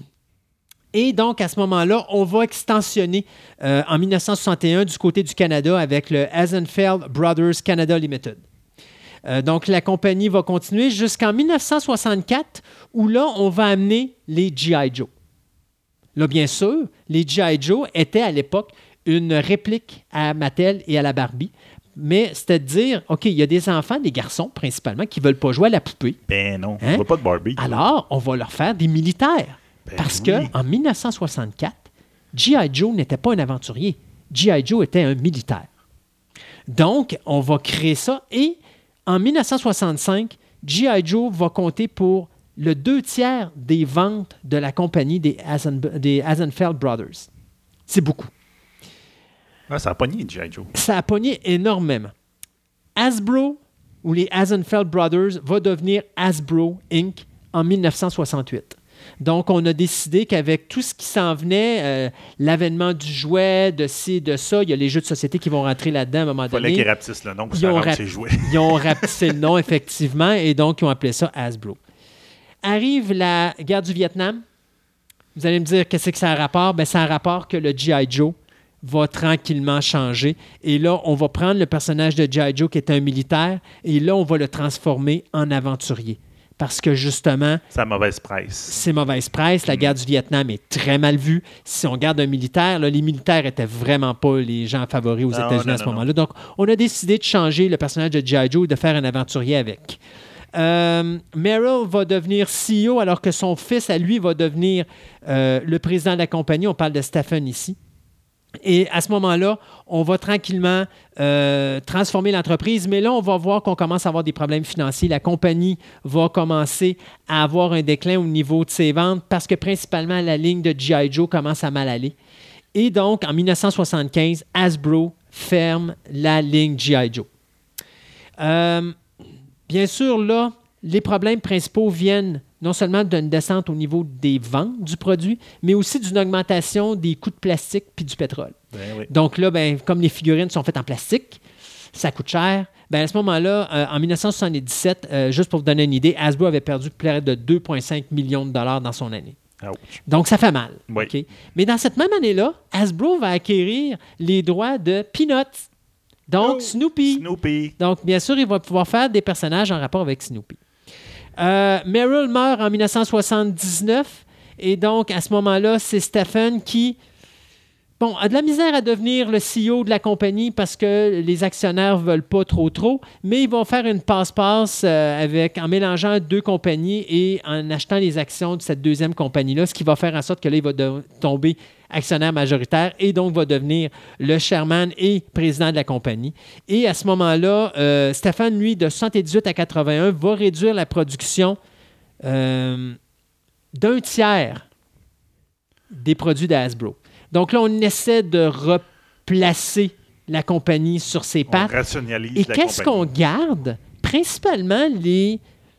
Et donc, à ce moment-là, on va extensionner en 1961 du côté du Canada avec le Hasenfeld Brothers Canada Limited. Donc, la compagnie va continuer jusqu'en 1964, où là, on va amener les G.I. Joe. Là, bien sûr, les G.I. Joe étaient à l'époque une réplique à Mattel et à la Barbie. Mais c'était de dire, OK, il y a des enfants, des garçons principalement, qui ne veulent pas jouer à la poupée. Ben non, Hein? on veut pas de Barbie. Alors, on va leur faire des militaires. Parce qu'en 1964, G.I. Joe n'était pas un aventurier. G.I. Joe était un militaire. Donc, on va créer ça. Et en 1965, G.I. Joe va compter pour le 2/3 des ventes de la compagnie des Hasenfeld Brothers. C'est beaucoup. Ah, ça a pogné, G.I. Joe. Ça a pogné énormément. Hasbro, ou les Hasenfeld Brothers, va devenir Hasbro Inc. en 1968. Donc, on a décidé qu'avec tout ce qui s'en venait, l'avènement du jouet, de ci, de ça, il y a les jeux de société qui vont rentrer là-dedans à un moment donné. Il fallait qu'ils rapetissent le nom pour ça rendre ses jouets. Ils ont rapetissé le nom, effectivement, et donc ils ont appelé ça Hasbro. Arrive la guerre du Vietnam. Vous allez me dire, qu'est-ce que ça a un rapport? Bien, ça a un rapport que le G.I. Joe va tranquillement changer. Et là, on va prendre le personnage de G.I. Joe qui est un militaire, et là, on va le transformer en aventurier. Parce que justement, c'est mauvaise presse. C'est mauvaise presse. La guerre du Vietnam est très mal vue. Si on regarde un militaire, là, les militaires n'étaient vraiment pas les gens favoris aux États-Unis à ce moment-là. Donc, on a décidé de changer le personnage de G.I. Joe et de faire un aventurier avec. Merrill va devenir CEO alors que son fils, à lui, va devenir le président de la compagnie. On parle de Stephen ici. Et à ce moment-là, on va tranquillement transformer l'entreprise, mais là, on va voir qu'on commence à avoir des problèmes financiers. La compagnie va commencer à avoir un déclin au niveau de ses ventes parce que principalement, la ligne de G.I. Joe commence à mal aller. Et donc, en 1975, Hasbro ferme la ligne G.I. Joe. Bien sûr, là, les problèmes principaux viennent non seulement d'une descente au niveau des ventes du produit, mais aussi d'une augmentation des coûts de plastique puis du pétrole. Ben oui. Donc là, comme les figurines sont faites en plastique, ça coûte cher. À ce moment-là, en 1977, juste pour vous donner une idée, Hasbro avait perdu près de 2,5 millions de dollars dans son année. Ouch. Donc, ça fait mal. Oui. OK? Mais dans cette même année-là, Hasbro va acquérir les droits de Peanuts. Donc, Oh, Snoopy. Snoopy. Donc, bien sûr, il va pouvoir faire des personnages en rapport avec Snoopy. Merrill meurt en 1979. Et donc, à ce moment-là, c'est Stephen qui a de la misère à devenir le CEO de la compagnie parce que les actionnaires ne veulent pas trop, mais ils vont faire une passe-passe en mélangeant deux compagnies et en achetant les actions de cette deuxième compagnie-là, ce qui va faire en sorte que là, il va tomber actionnaire majoritaire et donc va devenir le chairman et président de la compagnie. Et à ce moment-là, Stephen, lui, de 78 à 81, va réduire la production d'un tiers des produits de Hasbro. Donc là, on essaie de replacer la compagnie sur ses pattes. On rationalise Et la qu'est-ce compagnie. qu'on garde? Principalement les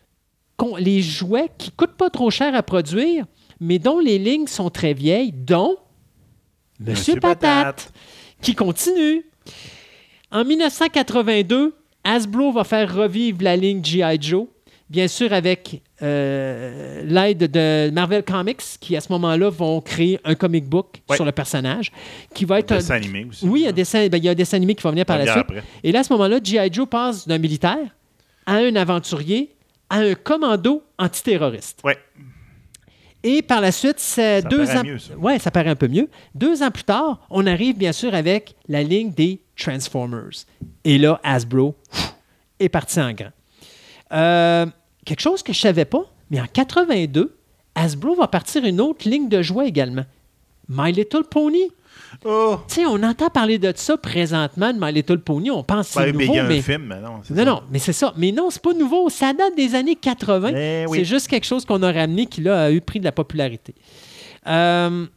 jouets qui ne coûtent pas trop cher à produire, mais dont les lignes sont très vieilles, dont Monsieur Patate, qui continue. En 1982, Hasbro va faire revivre la ligne G.I. Joe, bien sûr avec l'aide de Marvel Comics, qui à ce moment-là vont créer un comic book sur le personnage, qui va être un dessin animé aussi. Oui, il y a un dessin animé qui va venir par la suite. Après. Et là, à ce moment-là, G.I. Joe passe d'un militaire à un aventurier à un commando antiterroriste. Oui. Et par la suite, c'est Ça 2 paraît ans. mieux, ça. Oui, ça paraît un peu mieux. 2 ans plus tard, on arrive bien sûr avec la ligne des Transformers. Et là, Hasbro est parti en grand. Quelque chose que je ne savais pas, mais en 82, Hasbro va partir une autre ligne de jouets également. My Little Pony. Oh! Tu sais, on entend parler de ça présentement, de My Little Pony. On pense que c'est nouveau, Il y a mais... un film, mais non. Non, mais c'est ça. Mais non, c'est pas nouveau. Ça date des années 80. Eh oui. C'est juste quelque chose qu'on a ramené qui, là, a eu pris de la popularité. En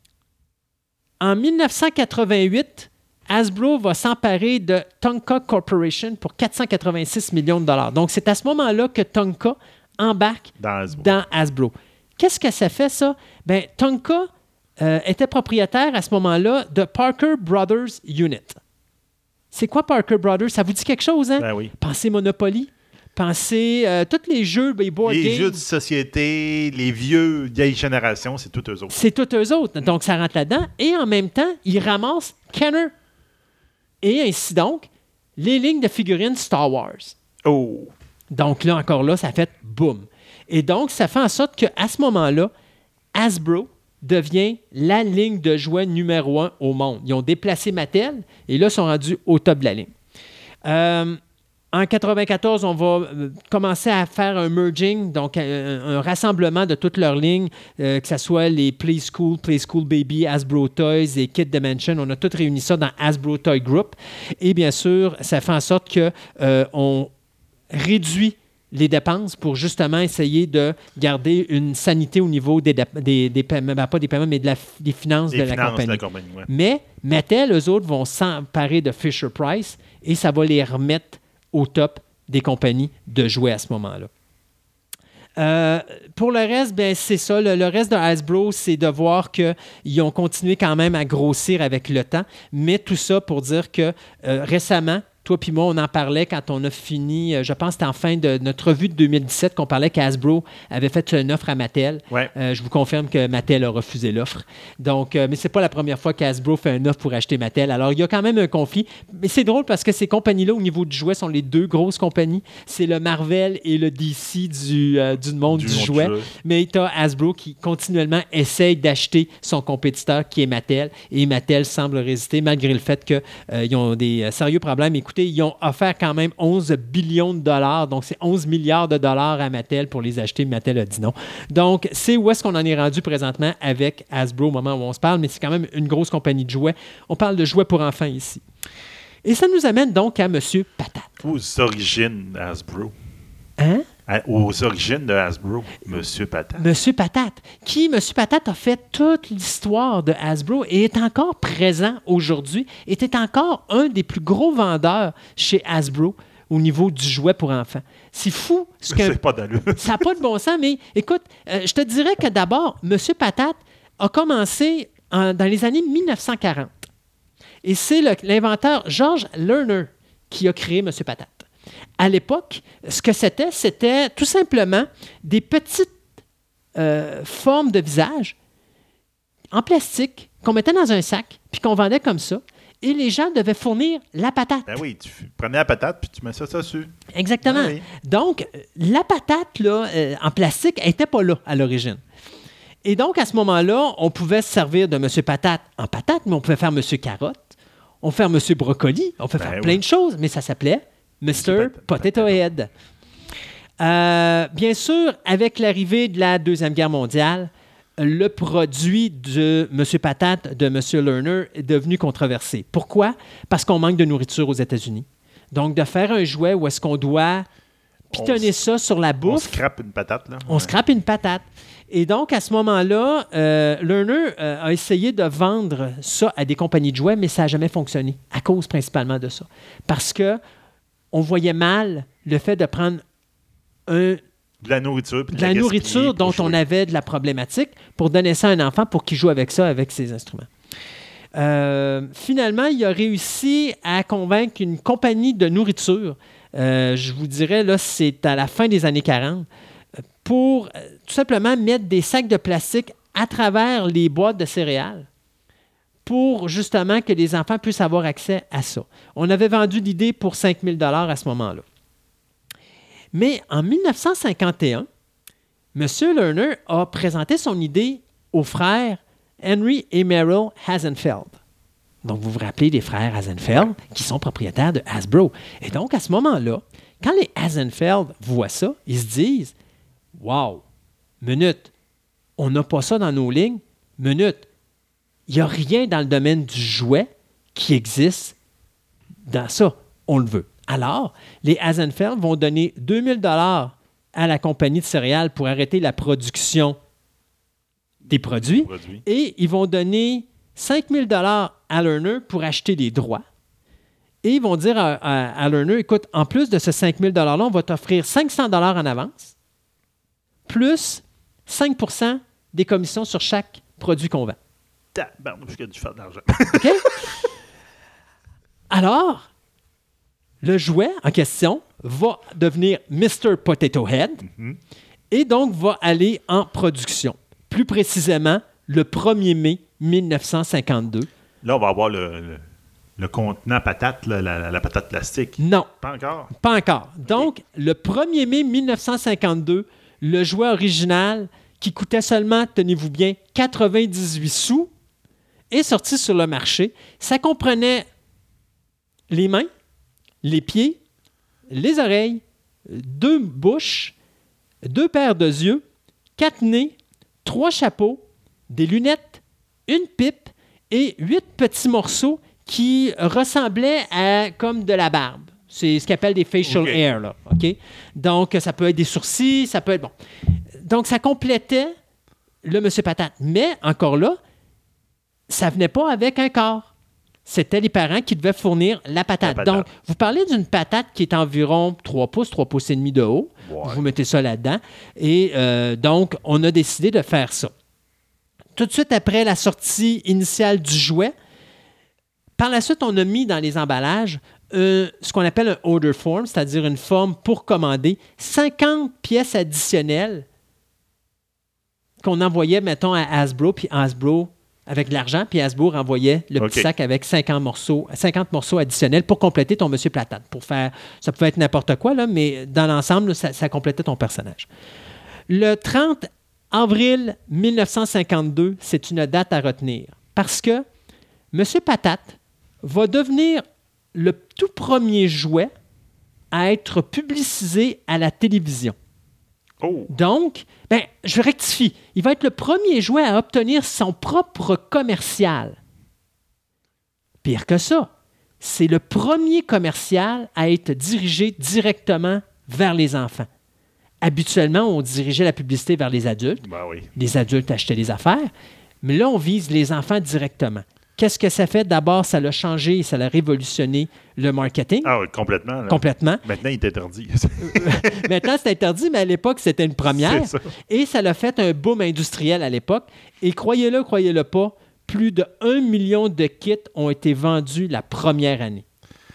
1988, Hasbro va s'emparer de Tonka Corporation pour 486 millions de dollars. Donc, c'est à ce moment-là que Tonka embarque dans Hasbro. Qu'est-ce que ça fait, ça? Bien, Tonka était propriétaire à ce moment-là de Parker Brothers Unit. C'est quoi Parker Brothers? Ça vous dit quelque chose, hein? Ben oui. Pensez Monopoly. Pensez tous les jeux, les board Les games. jeux de société, les vieilles générations, c'est tout eux autres. C'est tous eux autres. Donc, ça rentre là-dedans. Et en même temps, ils ramassent Kenner. Et ainsi donc, les lignes de figurines Star Wars. Oh! Donc là, encore là, ça fait boum. Et donc, ça fait en sorte qu'à ce moment-là, Hasbro devient la ligne de jouets numéro 1 au monde. Ils ont déplacé Mattel et là, ils sont rendus au top de la ligne. En 1994, on va commencer à faire un merging, donc un rassemblement de toutes leurs lignes, que ce soit les Play School Baby, Hasbro Toys et Kid Dimension. On a tout réuni ça dans Hasbro Toy Group. Et bien sûr, ça fait en sorte qu'on réduit les dépenses pour justement essayer de garder une sanité au niveau des paiements, pas des paiements, mais des finances de la compagnie. Ouais. Mais Mattel, eux autres, vont s'emparer de Fisher-Price et ça va les remettre au top des compagnies de jouets à ce moment-là. Pour le reste, ben, c'est ça. Le reste de Hasbro, c'est de voir qu'ils ont continué quand même à grossir avec le temps. Mais tout ça pour dire que récemment, toi puis moi, on en parlait quand on a fini, je pense que c'était en fin de notre revue de 2017 qu'on parlait qu'Hasbro avait fait une offre à Mattel. Ouais. Je vous confirme que Mattel a refusé l'offre. Donc, mais c'est pas la première fois qu'Hasbro fait une offre pour acheter Mattel. Alors, il y a quand même un conflit. Mais c'est drôle parce que ces compagnies-là, au niveau du jouet, sont les deux grosses compagnies. C'est le Marvel et le DC du monde du jouet. Mais tu as Hasbro qui continuellement essaye d'acheter son compétiteur qui est Mattel. Et Mattel semble résister malgré le fait qu'ils ont des sérieux problèmes. Écoutez, ils ont offert quand même 11 billions de dollars. Donc, c'est 11 milliards de dollars à Mattel pour les acheter. Mattel a dit non. Donc, c'est où est-ce qu'on en est rendu présentement avec Hasbro au moment où on se parle. Mais c'est quand même une grosse compagnie de jouets. On parle de jouets pour enfants ici. Et ça nous amène donc à M. Patate. Aux origines d'Hasbro. Hein? Aux origines de Hasbro, M. Patate. M. Patate. M. Patate a fait toute l'histoire de Hasbro et est encore présent aujourd'hui, était encore un des plus gros vendeurs chez Hasbro au niveau du jouet pour enfants. C'est fou. C'est pas d'allure. Ça n'a pas de bon sens, mais écoute, je te dirais que d'abord, M. Patate a commencé dans les années 1940. Et c'est l'inventeur George Lerner qui a créé M. Patate. À l'époque, ce que c'était tout simplement des petites formes de visage en plastique qu'on mettait dans un sac puis qu'on vendait comme ça. Et les gens devaient fournir la patate. Ben oui, tu prenais la patate puis tu mets ça dessus. Exactement. Ben oui. Donc, la patate là, en plastique n'était pas là à l'origine. Et donc, à ce moment-là, on pouvait se servir de M. Patate en patate, mais on pouvait faire M. Carotte, on pouvait faire M. Brocoli, on pouvait faire plein de choses, mais ça s'appelait Mr. Potato Head. Bien sûr, avec l'arrivée de la Deuxième Guerre mondiale, le produit de M. Patate, de M. Lerner, est devenu controversé. Pourquoi? Parce qu'on manque de nourriture aux États-Unis. Donc, de faire un jouet où est-ce qu'on doit pitonner ça sur la bouffe... On scrape une patate, là. On scrape une patate. Et donc, à ce moment-là, Lerner a essayé de vendre ça à des compagnies de jouets, mais ça n'a jamais fonctionné, à cause principalement de ça. Parce que on voyait mal le fait de prendre de la nourriture, puis de la nourriture dont on avait de la problématique pour donner ça à un enfant pour qu'il joue avec ça, avec ses instruments. Finalement, il a réussi à convaincre une compagnie de nourriture, je vous dirais, là, c'est à la fin des années 40, pour tout simplement mettre des sacs de plastique à travers les boîtes de céréales pour justement que les enfants puissent avoir accès à ça. On avait vendu l'idée pour 5 000 $ à ce moment-là. Mais en 1951, M. Lerner a présenté son idée aux frères Henry et Merrill Hasenfeld. Donc, vous vous rappelez des frères Hasenfeld qui sont propriétaires de Hasbro. Et donc, à ce moment-là, quand les Hasenfeld voient ça, ils se disent « Wow, minute, on n'a pas ça dans nos lignes. Minute, il n'y a rien dans le domaine du jouet qui existe dans ça. On le veut. » Alors, les Hasenfeld vont donner 2 000 $ à la compagnie de céréales pour arrêter la production des produits. Et ils vont donner 5 000 $ à Lerner pour acheter les droits. Et ils vont dire à Lerner, écoute, en plus de ce 5 000 $-là, on va t'offrir 500 $ en avance, plus 5 % des commissions sur chaque produit qu'on vend. Je vais du faire de l'argent. OK? Alors, le jouet en question va devenir Mr. Potato Head et donc va aller en production. Plus précisément, le 1er mai 1952. Là, on va avoir le contenant patate, là, la patate plastique. Non. Pas encore? Pas encore. Donc, le 1er mai 1952, le jouet original, qui coûtait seulement, tenez-vous bien, 98 sous, est sorti sur le marché. Ça comprenait les mains, les pieds, les oreilles, 2 bouches, 2 paires de yeux, 4 nez, 3 chapeaux, des lunettes, une pipe et 8 petits morceaux qui ressemblaient à comme de la barbe. C'est ce qu'on appelle des facial hair, là. OK? Donc, ça peut être des sourcils, ça peut être... Bon. Donc, ça complétait le Monsieur Patate. Mais, encore là, ça venait pas avec un corps. C'était les parents qui devaient fournir la patate. Donc, vous parlez d'une patate qui est environ 3 pouces et demi de haut. Ouais. Vous mettez ça là-dedans. Et donc, on a décidé de faire ça. Tout de suite après la sortie initiale du jouet, par la suite, on a mis dans les emballages ce qu'on appelle un order form, c'est-à-dire une forme pour commander 50 pièces additionnelles qu'on envoyait, mettons, à Hasbro, puis Hasbro avec de l'argent, puis Hasbro renvoyait le petit sac avec 50 morceaux additionnels pour compléter ton Monsieur Patate. Pour faire, ça pouvait être n'importe quoi, là, mais dans l'ensemble, ça complétait ton personnage. Le 30 avril 1952, c'est une date à retenir parce que Monsieur Patate va devenir le tout premier jouet à être publicisé à la télévision. Oh. Donc, je rectifie. Il va être le premier jouet à obtenir son propre commercial. Pire que ça, c'est le premier commercial à être dirigé directement vers les enfants. Habituellement, on dirigeait la publicité vers les adultes. Ben oui. Les adultes achetaient les affaires. Mais là, on vise les enfants directement. Qu'est-ce que ça fait? D'abord, ça l'a changé et ça l'a révolutionné le marketing. Ah oui, complètement. Là. Complètement. Maintenant, il est interdit. Maintenant, c'est interdit, mais à l'époque, c'était une première. C'est ça. Et ça l'a fait un boom industriel à l'époque. Et croyez-le pas, plus de 1 million de kits ont été vendus la première année.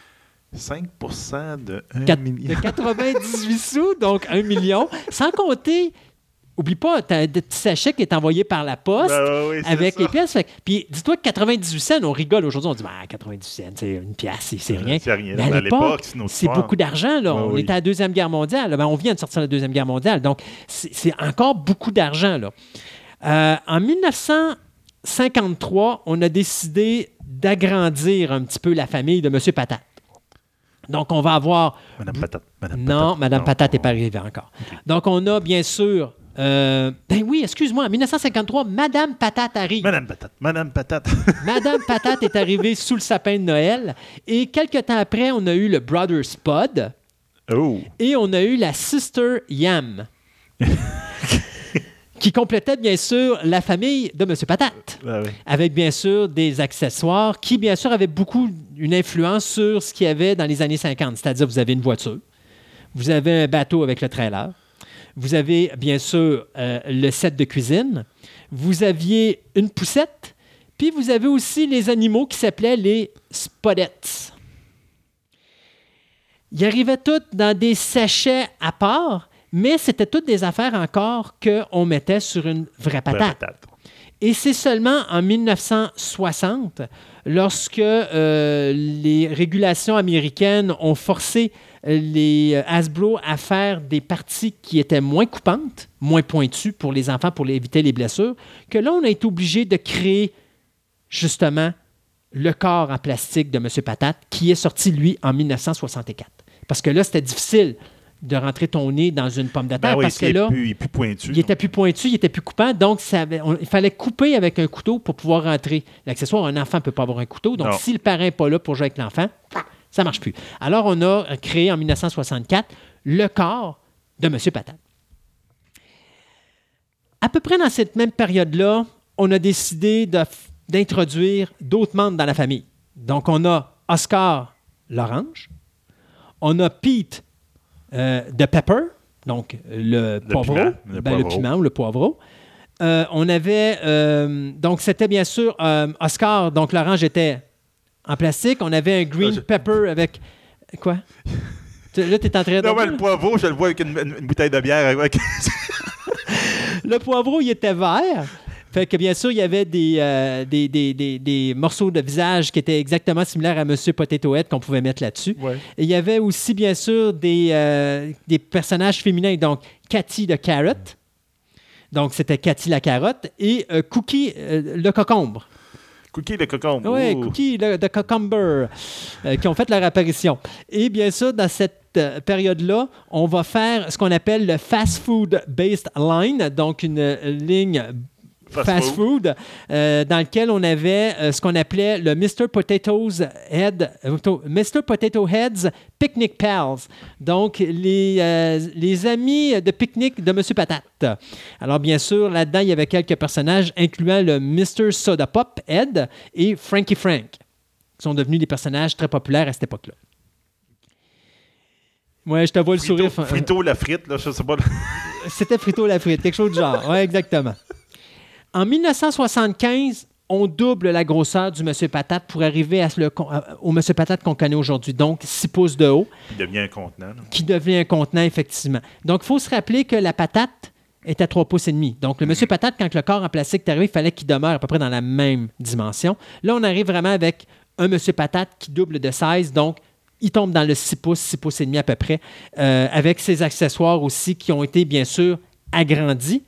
5% de 1 De million. 98 sous, donc 1 million. Sans compter, oublie pas, tu as des petits sachets qui est envoyé par la poste Ben oui, c'est avec ça. les pièces. Puis dis-toi que 98 cents, on rigole aujourd'hui, on dit 90 cents, c'est une pièce, c'est rien. C'est rien. Mais à l'époque, c'est une autre c'est histoire. beaucoup d'argent. Là. Ouais, on oui. était à la Deuxième Guerre mondiale. Ben, on vient de sortir de la Deuxième Guerre mondiale. Donc, c'est encore beaucoup d'argent. Là. En 1953, on a décidé d'agrandir un petit peu la famille de M. Patate. Donc, on va avoir... Madame Patate. Non, Madame Patate n'est pas arrivée encore. Okay. Donc, on a bien sûr... ben oui, excuse-moi, en 1953, Madame Patate arrive. Madame Patate. Madame Patate est arrivée sous le sapin de Noël. Et quelques temps après, on a eu le Brother Spud. Oh. Et on a eu la Sister Yam. Qui complétait bien sûr la famille de M. Patate. Ah oui. Avec bien sûr des accessoires qui, bien sûr, avaient beaucoup une influence sur ce qu'il y avait dans les années 50. C'est-à-dire, vous avez une voiture, vous avez un bateau avec le trailer, vous avez bien sûr le set de cuisine, vous aviez une poussette, puis vous avez aussi les animaux qui s'appelaient les Spudettes. Ils arrivaient tous dans des sachets à part, mais c'était toutes des affaires encore qu'on mettait sur une vraie patate. Et c'est seulement en 1960, lorsque les régulations américaines ont forcé les Hasbro à faire des parties qui étaient moins coupantes, moins pointues pour les enfants, pour éviter les blessures, que là, on a été obligé de créer justement le corps en plastique de M. Patate, qui est sorti, lui, en 1964. Parce que là, c'était difficile de rentrer ton nez dans une pomme de terre, oui, parce que là, il est plus pointu. Il était plus pointu, il était plus coupant, donc il fallait couper avec un couteau pour pouvoir rentrer. L'accessoire, un enfant ne peut pas avoir un couteau, donc si le parent n'est pas là pour jouer avec l'enfant, ça ne marche plus. Alors, on a créé en 1964 le corps de M. Patate. À peu près dans cette même période-là, on a décidé d'introduire d'autres membres dans la famille. Donc, on a Oscar l'orange, on a Pete de Pepper, donc le poivreau, le piment ou le poivreau. On avait, donc c'était bien sûr Oscar, donc l'orange était en plastique. On avait un green pepper avec, quoi? Là, tu es en train de... Non, mais le poivreau, je le vois avec une bouteille de bière. Le poivreau, il était vert. Fait que bien sûr, il y avait des morceaux de visage qui étaient exactement similaires à M. Potato Head qu'on pouvait mettre là-dessus. Ouais. Et il y avait aussi, bien sûr, des personnages féminins. Donc, Cathy de Carrot. Donc, c'était Cathy la carotte. Et Cookie le cocombre. Cookie le cocombre. Oui, Cookie de Cocomber, qui ont fait leur apparition. Et bien sûr, dans cette période-là, on va faire ce qu'on appelle le Fast Food Based Line, donc une ligne fast food, dans lequel on avait ce qu'on appelait le Mr. Potato Head's Picnic Pals, donc les amis de pique-nique de M. Patate. Alors, bien sûr, là-dedans, il y avait quelques personnages, incluant le Mr. Soda Pop Head et Frankie Frank, qui sont devenus des personnages très populaires à cette époque-là. Ouais, je te vois le sourire. Frito la frite, là, je sais pas. C'était Frito la frite, quelque chose du genre. Oui, exactement. En 1975, on double la grosseur du Monsieur Patate pour arriver au Monsieur Patate qu'on connaît aujourd'hui, donc 6 pouces de haut. Qui devient un contenant. Là. Qui devient un contenant, effectivement. Donc, il faut se rappeler que la patate est à 3 pouces et demi. Donc, le Monsieur Patate, quand le corps en plastique est arrivé, il fallait qu'il demeure à peu près dans la même dimension. Là, on arrive vraiment avec un Monsieur Patate qui double de size, donc il tombe dans le 6 pouces et demi à peu près, avec ses accessoires aussi qui ont été, bien sûr, agrandis.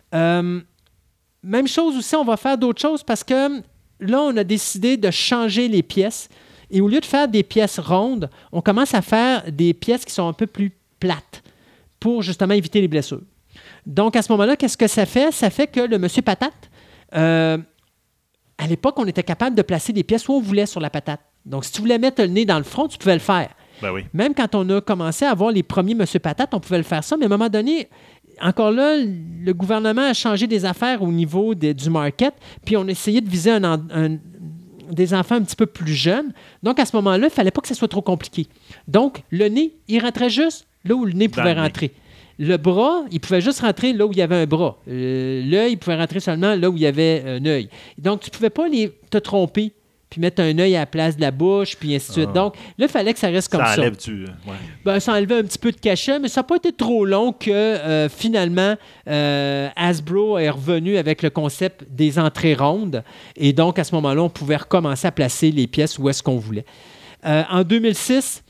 Même chose aussi, on va faire d'autres choses parce que là, on a décidé de changer les pièces. Et au lieu de faire des pièces rondes, on commence à faire des pièces qui sont un peu plus plates pour justement éviter les blessures. Donc, à ce moment-là, qu'est-ce que ça fait? Ça fait que le Monsieur Patate, à l'époque, on était capable de placer des pièces où on voulait sur la patate. Donc, si tu voulais mettre le nez dans le front, tu pouvais le faire. Ben oui. Même quand on a commencé à avoir les premiers Monsieur Patate, on pouvait le faire ça, mais à un moment donné, encore là, le gouvernement a changé des affaires au niveau du market, puis on a essayé de viser des enfants un petit peu plus jeunes. Donc, à ce moment-là, il ne fallait pas que ça soit trop compliqué. Donc, le nez, il rentrait juste là où le nez pouvait rentrer. Le bras, il pouvait juste rentrer là où il y avait un bras. L'œil, il pouvait rentrer seulement là où il y avait un œil. Donc, tu ne pouvais pas te tromper puis mettre un œil à la place de la bouche, puis ainsi de suite. Donc, là, il fallait que ça reste comme ça. Ça enlève-tu? Ouais. Ça enlevait un petit peu de cachet, mais ça n'a pas été trop long que, finalement, Hasbro est revenu avec le concept des entrées rondes. Et donc, à ce moment-là, on pouvait recommencer à placer les pièces où est-ce qu'on voulait. En 2006,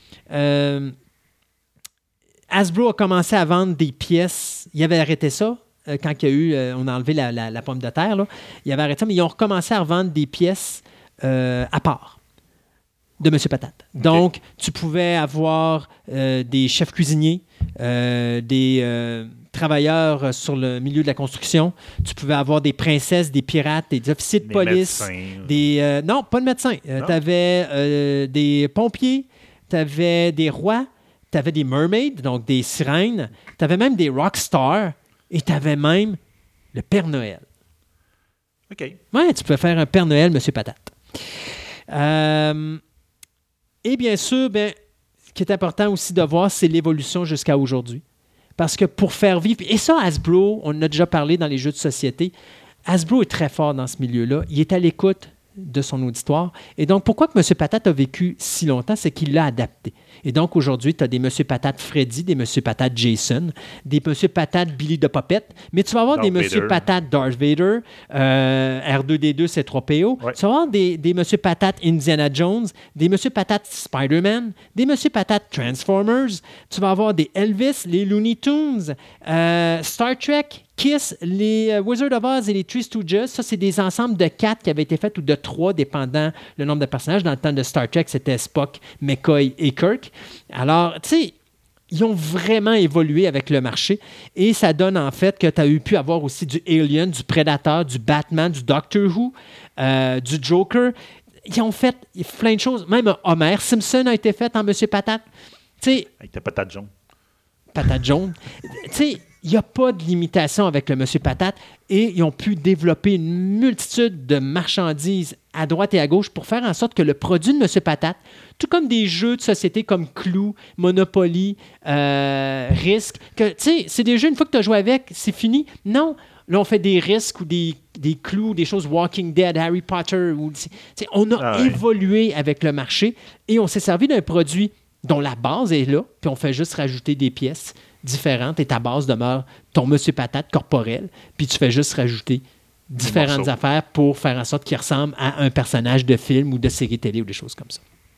Hasbro a commencé à vendre des pièces. Il avait arrêté ça quand il y a eu, on a enlevé la pomme de terre. Là. Il avait arrêté ça, mais ils ont recommencé à revendre des pièces à part de M. Patate. Okay. Donc, tu pouvais avoir des chefs cuisiniers, des travailleurs sur le milieu de la construction. Tu pouvais avoir des princesses, des pirates, des officiers de police. Médecins. Non, pas de médecins. Tu avais des pompiers, tu avais des rois, tu avais des mermaids, donc des sirènes. Tu avais même des rockstars et tu avais même le Père Noël. OK. Oui, tu pouvais faire un Père Noël, M. Patate. Et bien sûr, ce qui est important aussi de voir, c'est l'évolution jusqu'à aujourd'hui. Parce que pour faire vivre... Et ça, Hasbro, on en a déjà parlé dans les jeux de société, Hasbro est très fort dans ce milieu-là. Il est à l'écoute de son auditoire. Et donc, pourquoi que M. Patate a vécu si longtemps? C'est qu'il l'a adapté. Et donc, aujourd'hui, tu as des M. Patate Freddy, des M. Patate Jason, des M. Patate Billy de Popette, mais tu vas avoir Darth des M. Patate Darth Vader, R2-D2, C3PO. Ouais. Tu vas avoir des M. Patate Indiana Jones, des M. Patate Spider-Man, des M. Patate Transformers. Tu vas avoir des Elvis, les Looney Tunes, Star Trek, Kiss, les Wizard of Oz et les Three Stooges. Ça, c'est des ensembles de 4 qui avaient été faits ou de 3, dépendant le nombre de personnages. Dans le temps de Star Trek, c'était Spock, McCoy et Kirk. Alors, tu sais, ils ont vraiment évolué avec le marché et ça donne en fait que tu as pu avoir aussi du Alien, du Predator, du Batman, du Doctor Who, du Joker. Ils ont fait plein de choses. Même Homer Simpson a été fait en Monsieur Patate. T'sais, avec ta patate jaune. Patate jaune. Tu sais, il n'y a pas de limitation avec le Monsieur Patate et ils ont pu développer une multitude de marchandises à droite et à gauche pour faire en sorte que le produit de Monsieur Patate, tout comme des jeux de société comme Clou, Monopoly, Risk, que tu sais, c'est des jeux, une fois que tu as joué avec, c'est fini. Non, là, on fait des Risks ou des Clous, des choses Walking Dead, Harry Potter. On a évolué avec le marché et on s'est servi d'un produit dont la base est là, puis on fait juste rajouter des pièces différentes et ta base demeure ton Monsieur Patate corporel, puis tu fais juste rajouter différentes affaires pour faire en sorte qu'il ressemble à un personnage de film ou de série télé ou des choses comme ça.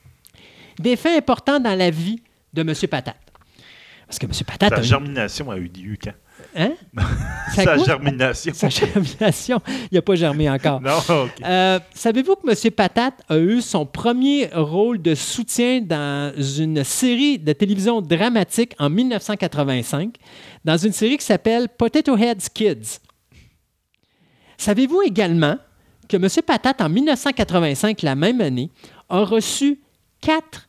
Des faits importants dans la vie de Monsieur Patate. Parce que Monsieur Patate... Sa germination a eu lieu quand? Hein? Sa germination. Sa germination. Il n'a pas germé encore. Non, OK. Savez-vous que M. Patate a eu son premier rôle de soutien dans une série de télévision dramatique en 1985, dans une série qui s'appelle Potato Heads Kids. Savez-vous également que M. Patate, en 1985, la même année, a reçu 4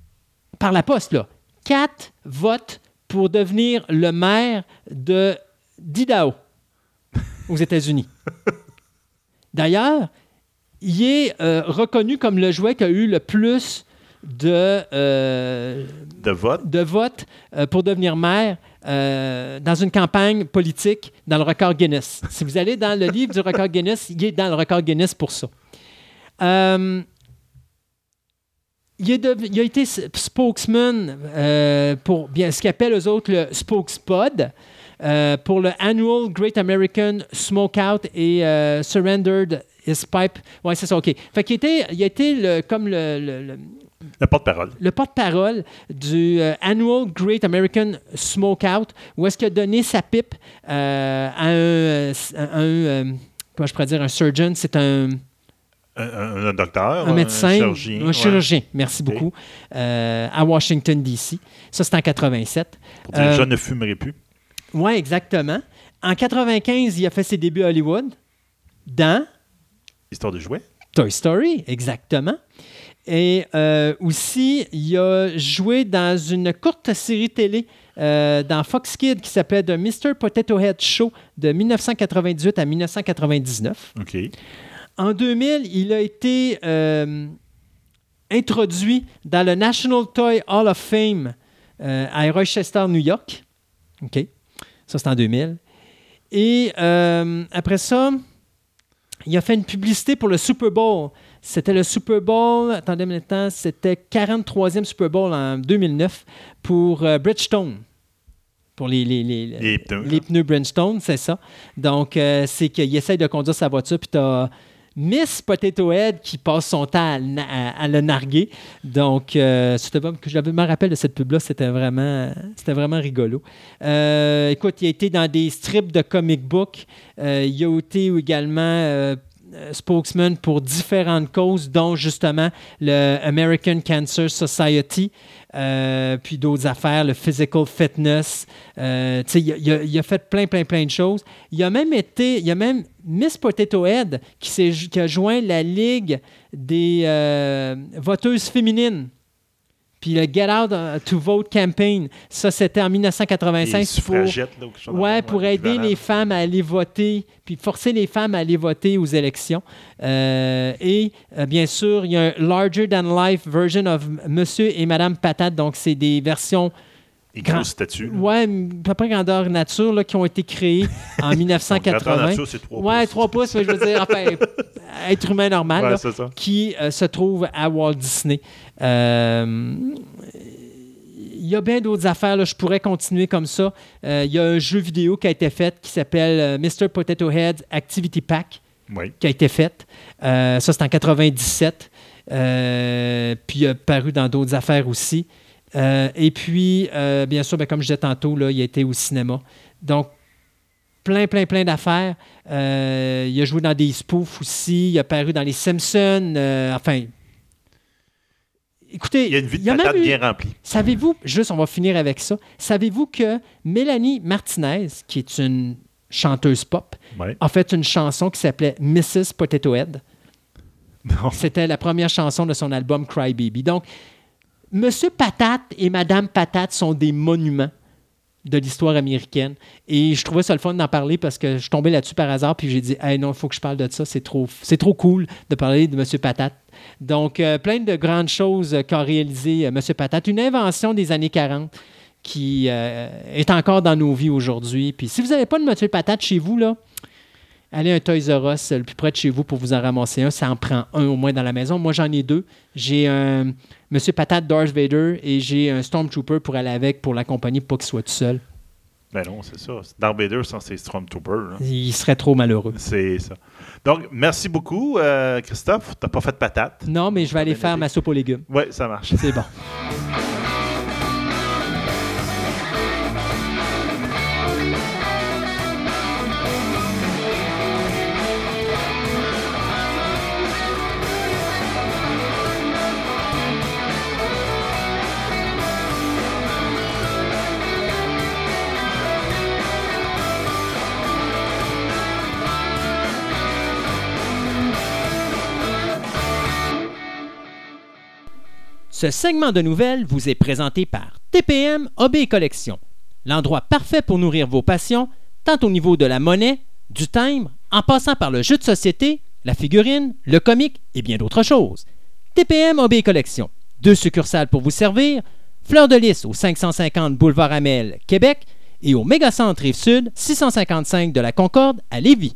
votes pour devenir le maire d'Idaho, aux États-Unis. D'ailleurs, il est reconnu comme le jouet qui a eu le plus de votes pour devenir maire dans une campagne politique dans le record Guinness. Si vous allez dans le livre du record Guinness, il est dans le record Guinness pour ça. Il a été spokesman pour ce qu'ils appellent eux autres le Spokespod pour le Annual Great American Smokeout et Surrendered His Pipe. Oui, c'est ça, OK. Fait qu'il il a été le porte-parole. Le porte-parole du Annual Great American Smokeout, où est-ce qu'il a donné sa pipe à un comment je pourrais dire, un surgeon, c'est un docteur, un médecin, un chirurgien. Merci beaucoup, à Washington, D.C. Ça, c'est en 87. Pour dire je ne fumerai plus. Oui, exactement. En 95, il a fait ses débuts à Hollywood dans... Histoire de jouets. Toy Story, exactement. Et aussi, il a joué dans une courte série télé dans Fox Kids qui s'appelait The Mr. Potato Head Show de 1998 à 1999. OK. En 2000, il a été introduit dans le National Toy Hall of Fame à Rochester, New York. OK. Ça, c'est en 2000. Et après ça, il a fait une publicité pour le Super Bowl. C'était le Super Bowl, attendez un instant, c'était 43e Super Bowl en 2009 pour Bridgestone. Pour les pneus Bridgestone, c'est ça. Donc, c'est qu'il essaye de conduire sa voiture, puis tu as Miss Potato Head qui passe son temps à le narguer. Donc, je me rappelle de cette pub-là, c'était vraiment rigolo. Écoute, il a été dans des strips de comic book. Il a été également spokesman pour différentes causes, dont justement le American Cancer Society, puis d'autres affaires, le Physical Fitness. Il a fait plein de choses. Il y a même Miss Potato Head qui a joint la Ligue des voteuses féminines. Puis le Get Out to Vote Campaign, ça, c'était en 1985 pour aider les femmes à aller voter, puis forcer les femmes à aller voter aux élections. Et bien sûr, il y a un Larger Than Life version of Monsieur et Madame Patate. Donc, c'est des versions... Grosse statue. Oui, à peu près grandeur nature, là, qui ont été créées en 1980. Grandeur nature, c'est 3 pouces. Oui, 3 pouces, je veux dire, enfin, être humain normal, là, c'est ça. qui se trouve à Walt Disney. Il y a bien d'autres affaires, là, je pourrais continuer comme ça. Il y a un jeu vidéo qui a été fait qui s'appelle Mr. Potato Head Activity Pack, qui a été fait. Ça, c'est en 97. Puis il a paru dans d'autres affaires aussi. Et puis, bien sûr, comme je disais tantôt, là, il a été au cinéma. Donc, plein d'affaires. Il a joué dans des spoofs aussi. Il a paru dans les Simpsons. Écoutez, il y a une vie de patate bien remplie. Savez-vous, juste on va finir avec ça, savez-vous que Mélanie Martinez, qui est une chanteuse pop, a fait une chanson qui s'appelait Mrs. Potato Head? Non. C'était la première chanson de son album Cry Baby. Donc, Monsieur Patate et Madame Patate sont des monuments de l'histoire américaine. Et je trouvais ça le fun d'en parler parce que je suis tombé là-dessus par hasard puis j'ai dit « Hey, non, il faut que je parle de ça. C'est trop cool de parler de Monsieur Patate. » Donc, plein de grandes choses qu'a réalisé Monsieur Patate. Une invention des années 40 qui est encore dans nos vies aujourd'hui. Puis si vous n'avez pas de Monsieur Patate chez vous, là, allez à un Toys R Us le plus près de chez vous pour vous en ramasser un. Ça en prend un au moins dans la maison. Moi, j'en ai 2. J'ai un Monsieur Patate Darth Vader et j'ai un Stormtrooper pour aller avec, pour l'accompagner, pour pas qu'il soit tout seul. Ben non, c'est ça. Darth Vader sans ses Stormtroopers. Hein. Il serait trop malheureux. C'est ça. Donc, merci beaucoup, Christophe. T'as pas fait de patate. Non, mais je vais aller faire ma soupe aux légumes. Oui, ça marche. C'est bon. Ce segment de nouvelles vous est présenté par TPM Hobby Collection, l'endroit parfait pour nourrir vos passions, tant au niveau de la monnaie, du timbre, en passant par le jeu de société, la figurine, le comique et bien d'autres choses. TPM Hobby Collection, 2 succursales pour vous servir, Fleur de Lys au 550 Boulevard Amel, Québec, et au Mégacentre Rive-Sud, 655 de la Concorde à Lévis.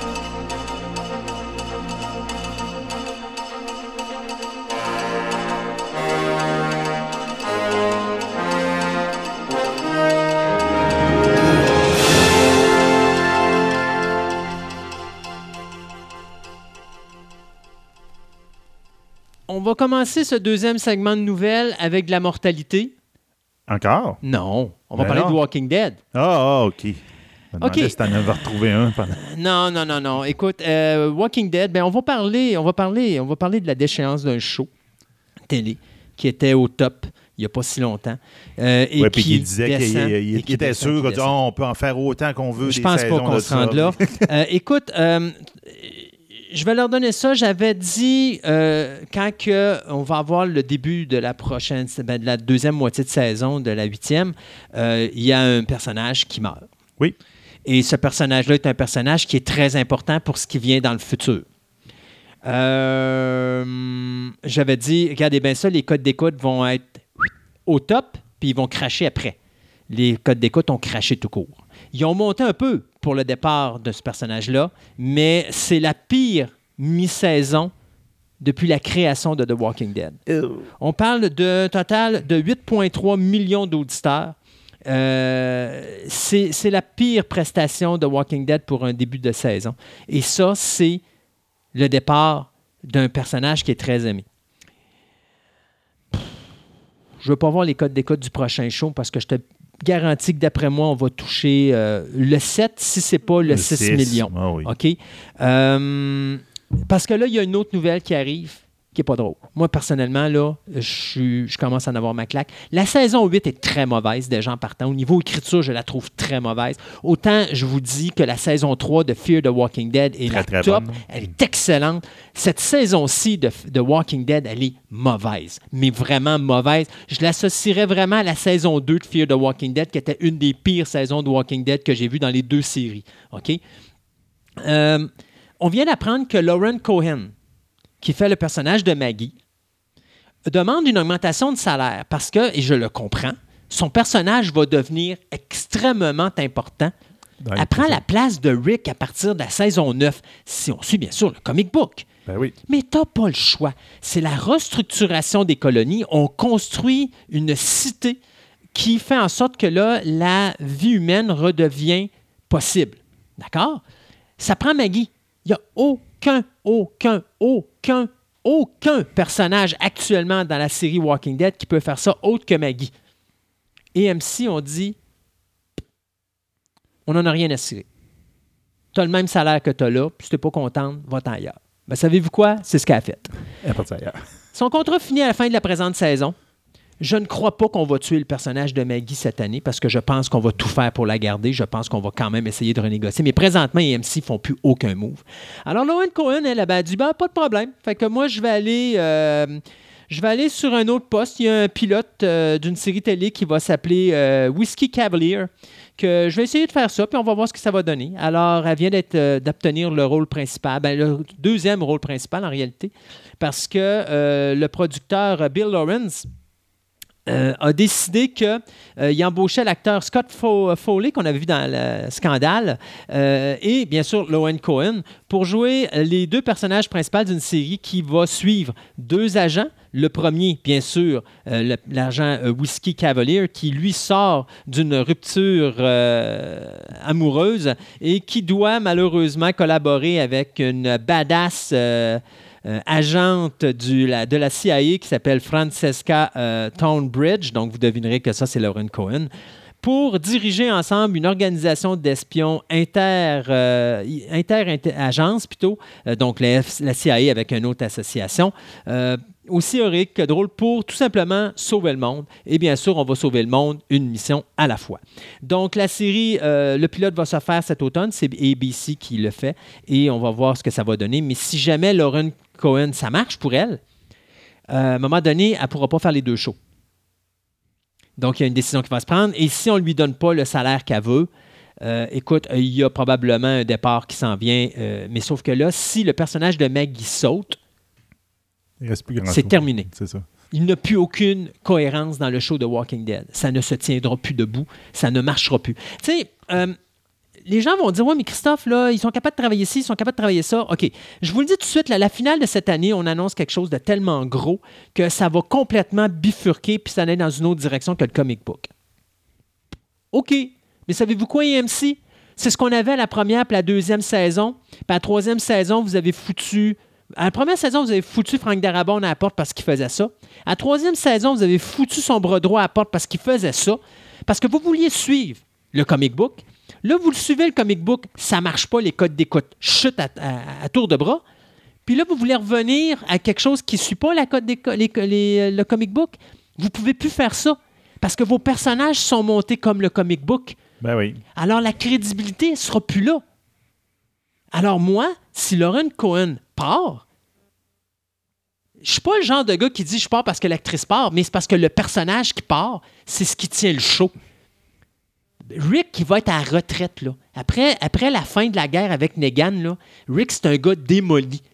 On va commencer ce deuxième segment de nouvelles avec de la mortalité. Encore? Non, on va parler de Walking Dead. OK. Je me demandais si t'en avais retrouvé un. Non. Écoute, Walking Dead, on va parler de la déchéance d'un show télé qui était au top il n'y a pas si longtemps. Et puis qui disait qu'il était sûr qu'on peut en faire autant qu'on veut. Je pense pas qu'on se rende là. Écoute, je vais leur donner ça. J'avais dit, quand on va avoir le début de la prochaine, de la deuxième moitié de saison, de la 8e, il y a un personnage qui meurt. Oui. Et ce personnage-là est un personnage qui est très important pour ce qui vient dans le futur. J'avais dit, regardez bien ça, les codes d'écoute vont être au top, puis ils vont cracher après. Les codes d'écoute ont craché tout court. Ils ont monté un peu pour le départ de ce personnage-là, mais c'est la pire mi-saison depuis la création de The Walking Dead. On parle d'un total de 8,3 millions d'auditeurs. C'est la pire prestation de Walking Dead pour un début de saison. Et ça, c'est le départ d'un personnage qui est très aimé. Je ne veux pas voir les codes d'écoute du prochain show parce que je te garantis que d'après moi, on va toucher le 7 si ce n'est pas le 6 millions. Ah oui. OK? Parce que là, il y a une autre nouvelle qui arrive qui n'est pas drôle. Moi, personnellement, là, je commence à en avoir ma claque. La saison 8 est très mauvaise, déjà en partant. Au niveau écriture, je la trouve très mauvaise. Autant, je vous dis que la saison 3 de Fear the Walking Dead est très top. bonne. Elle est excellente. Cette saison-ci de Walking Dead, elle est mauvaise. Mais vraiment mauvaise. Je l'associerais vraiment à la saison 2 de Fear the Walking Dead, qui était une des pires saisons de Walking Dead que j'ai vues dans les deux séries. OK? On vient d'apprendre que Lauren Cohan, qui fait le personnage de Maggie, demande une augmentation de salaire parce que, et je le comprends, son personnage va devenir extrêmement important. Elle prend la place de Rick à partir de la saison 9, si on suit bien sûr le comic book. Ben oui. Mais tu n'as pas le choix. C'est la restructuration des colonies. On construit une cité qui fait en sorte que là, la vie humaine redevient possible. D'accord? Ça prend Maggie. Il n'y a aucun personnage actuellement dans la série Walking Dead qui peut faire ça autre que Maggie. Et AMC, on dit, on n'en a rien à cirer. Tu as le même salaire que tu as là, puis si tu n'es pas contente, va-t'en ailleurs. Ben, savez-vous quoi? C'est ce qu'elle a fait. Elle est partie ailleurs. Son contrat finit à la fin de la présente saison. Je ne crois pas qu'on va tuer le personnage de Maggie cette année parce que je pense qu'on va tout faire pour la garder. Je pense qu'on va quand même essayer de renégocier. Mais présentement, AMC ne font plus aucun move. Alors, Lauren Cohan, elle a dit pas de problème. Fait que moi, je vais aller sur un autre poste. Il y a un pilote d'une série télé qui va s'appeler Whiskey Cavalier. Que je vais essayer de faire ça, puis on va voir ce que ça va donner. Alors, elle vient d'obtenir le rôle principal, le deuxième rôle principal en réalité, parce que le producteur Bill Lawrence a décidé qu'il embauchait l'acteur Scott Foley, qu'on avait vu dans le Scandale, et bien sûr Lauren Cohan, pour jouer les deux personnages principaux d'une série qui va suivre deux agents. Le premier, bien sûr, l'agent Whiskey Cavalier, qui lui sort d'une rupture amoureuse et qui doit malheureusement collaborer avec une badass agente de la CIA qui s'appelle Francesca Tonebridge. Donc, vous devinerez que ça, c'est Lauren Cohan. Pour diriger ensemble une organisation d'espions inter-agence plutôt, donc la CIA avec une autre association, aussi héroïque que drôle pour tout simplement sauver le monde. Et bien sûr, on va sauver le monde une mission à la fois. Donc la série, le pilote va se faire cet automne, c'est ABC qui le fait et on va voir ce que ça va donner. Mais si jamais Lauren Cohan, ça marche pour elle, à un moment donné, elle ne pourra pas faire les deux shows. Donc, il y a une décision qui va se prendre. Et si on ne lui donne pas le salaire qu'elle veut, écoute, il y a probablement un départ qui s'en vient. Mais sauf que là, si le personnage de Maggie saute, c'est terminé. C'est ça. Il n'y a plus aucune cohérence dans le show de Walking Dead. Ça ne se tiendra plus debout. Ça ne marchera plus. Tu sais, les gens vont dire « Ouais, mais Christophe, là, ils sont capables de travailler ci, ils sont capables de travailler ça. » OK. Je vous le dis tout de suite, là, la finale de cette année, on annonce quelque chose de tellement gros que ça va complètement bifurquer puis ça va aller dans une autre direction que le comic book. OK. Mais savez-vous quoi, AMC? C'est ce qu'on avait à la première puis la deuxième saison. Puis à la troisième saison, vous avez foutu... À la première saison, vous avez foutu Frank Darabont à la porte parce qu'il faisait ça. À la troisième saison, vous avez foutu son bras droit à la porte parce qu'il faisait ça. Parce que vous vouliez suivre le comic book. Là, vous le suivez, le comic book, ça ne marche pas, les codes d'écoute chutent à tour de bras. Puis là, vous voulez revenir à quelque chose qui ne suit pas le comic book. Vous ne pouvez plus faire ça parce que vos personnages sont montés comme le comic book. Ben oui. Alors, la crédibilité ne sera plus là. Alors moi, si Lauren Cohan part, je ne suis pas le genre de gars qui dit « je pars parce que l'actrice part », mais c'est parce que le personnage qui part, c'est ce qui tient le show. Rick, qui va être à la retraite, là. Après la fin de la guerre avec Negan, là, Rick, c'est un gars démoli.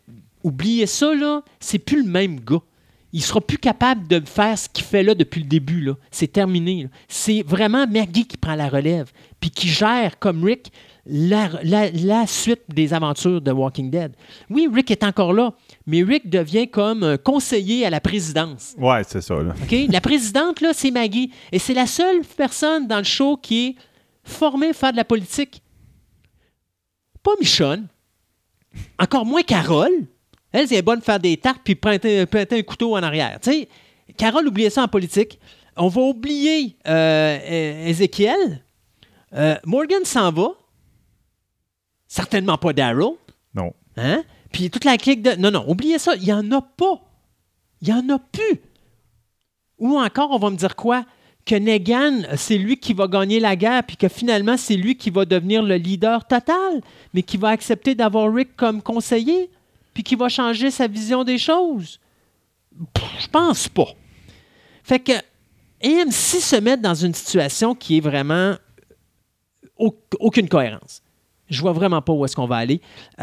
oubliez ça, là, c'est plus le même gars. Il sera plus capable de faire ce qu'il fait là depuis le début. Là. C'est terminé. Là. C'est vraiment Maggie qui prend la relève, puis qui gère, comme Rick, la suite des aventures de Walking Dead. Oui, Rick est encore là, mais Rick devient comme un conseiller à la présidence. Ouais, c'est ça. Là. Okay? La présidente, là, c'est Maggie. Et c'est la seule personne dans le show qui est formée à faire de la politique. Pas Michonne. Encore moins Carole. Elle, c'est bonne de faire des tartes puis pointer un couteau en arrière. Tu sais, Carole oubliait ça en politique. On va oublier Ézéchiel. Morgan s'en va. Certainement pas Daryl. Non. Hein? Puis toute la clique de... Non, oubliez ça. Il n'y en a pas. Il n'y en a plus. Ou encore, on va me dire quoi? Que Negan, c'est lui qui va gagner la guerre, puis que finalement, c'est lui qui va devenir le leader total, mais qui va accepter d'avoir Rick comme conseiller, puis qui va changer sa vision des choses. Je pense pas. Fait que AMC se met dans une situation qui est vraiment aucune cohérence. Je vois vraiment pas où est-ce qu'on va aller.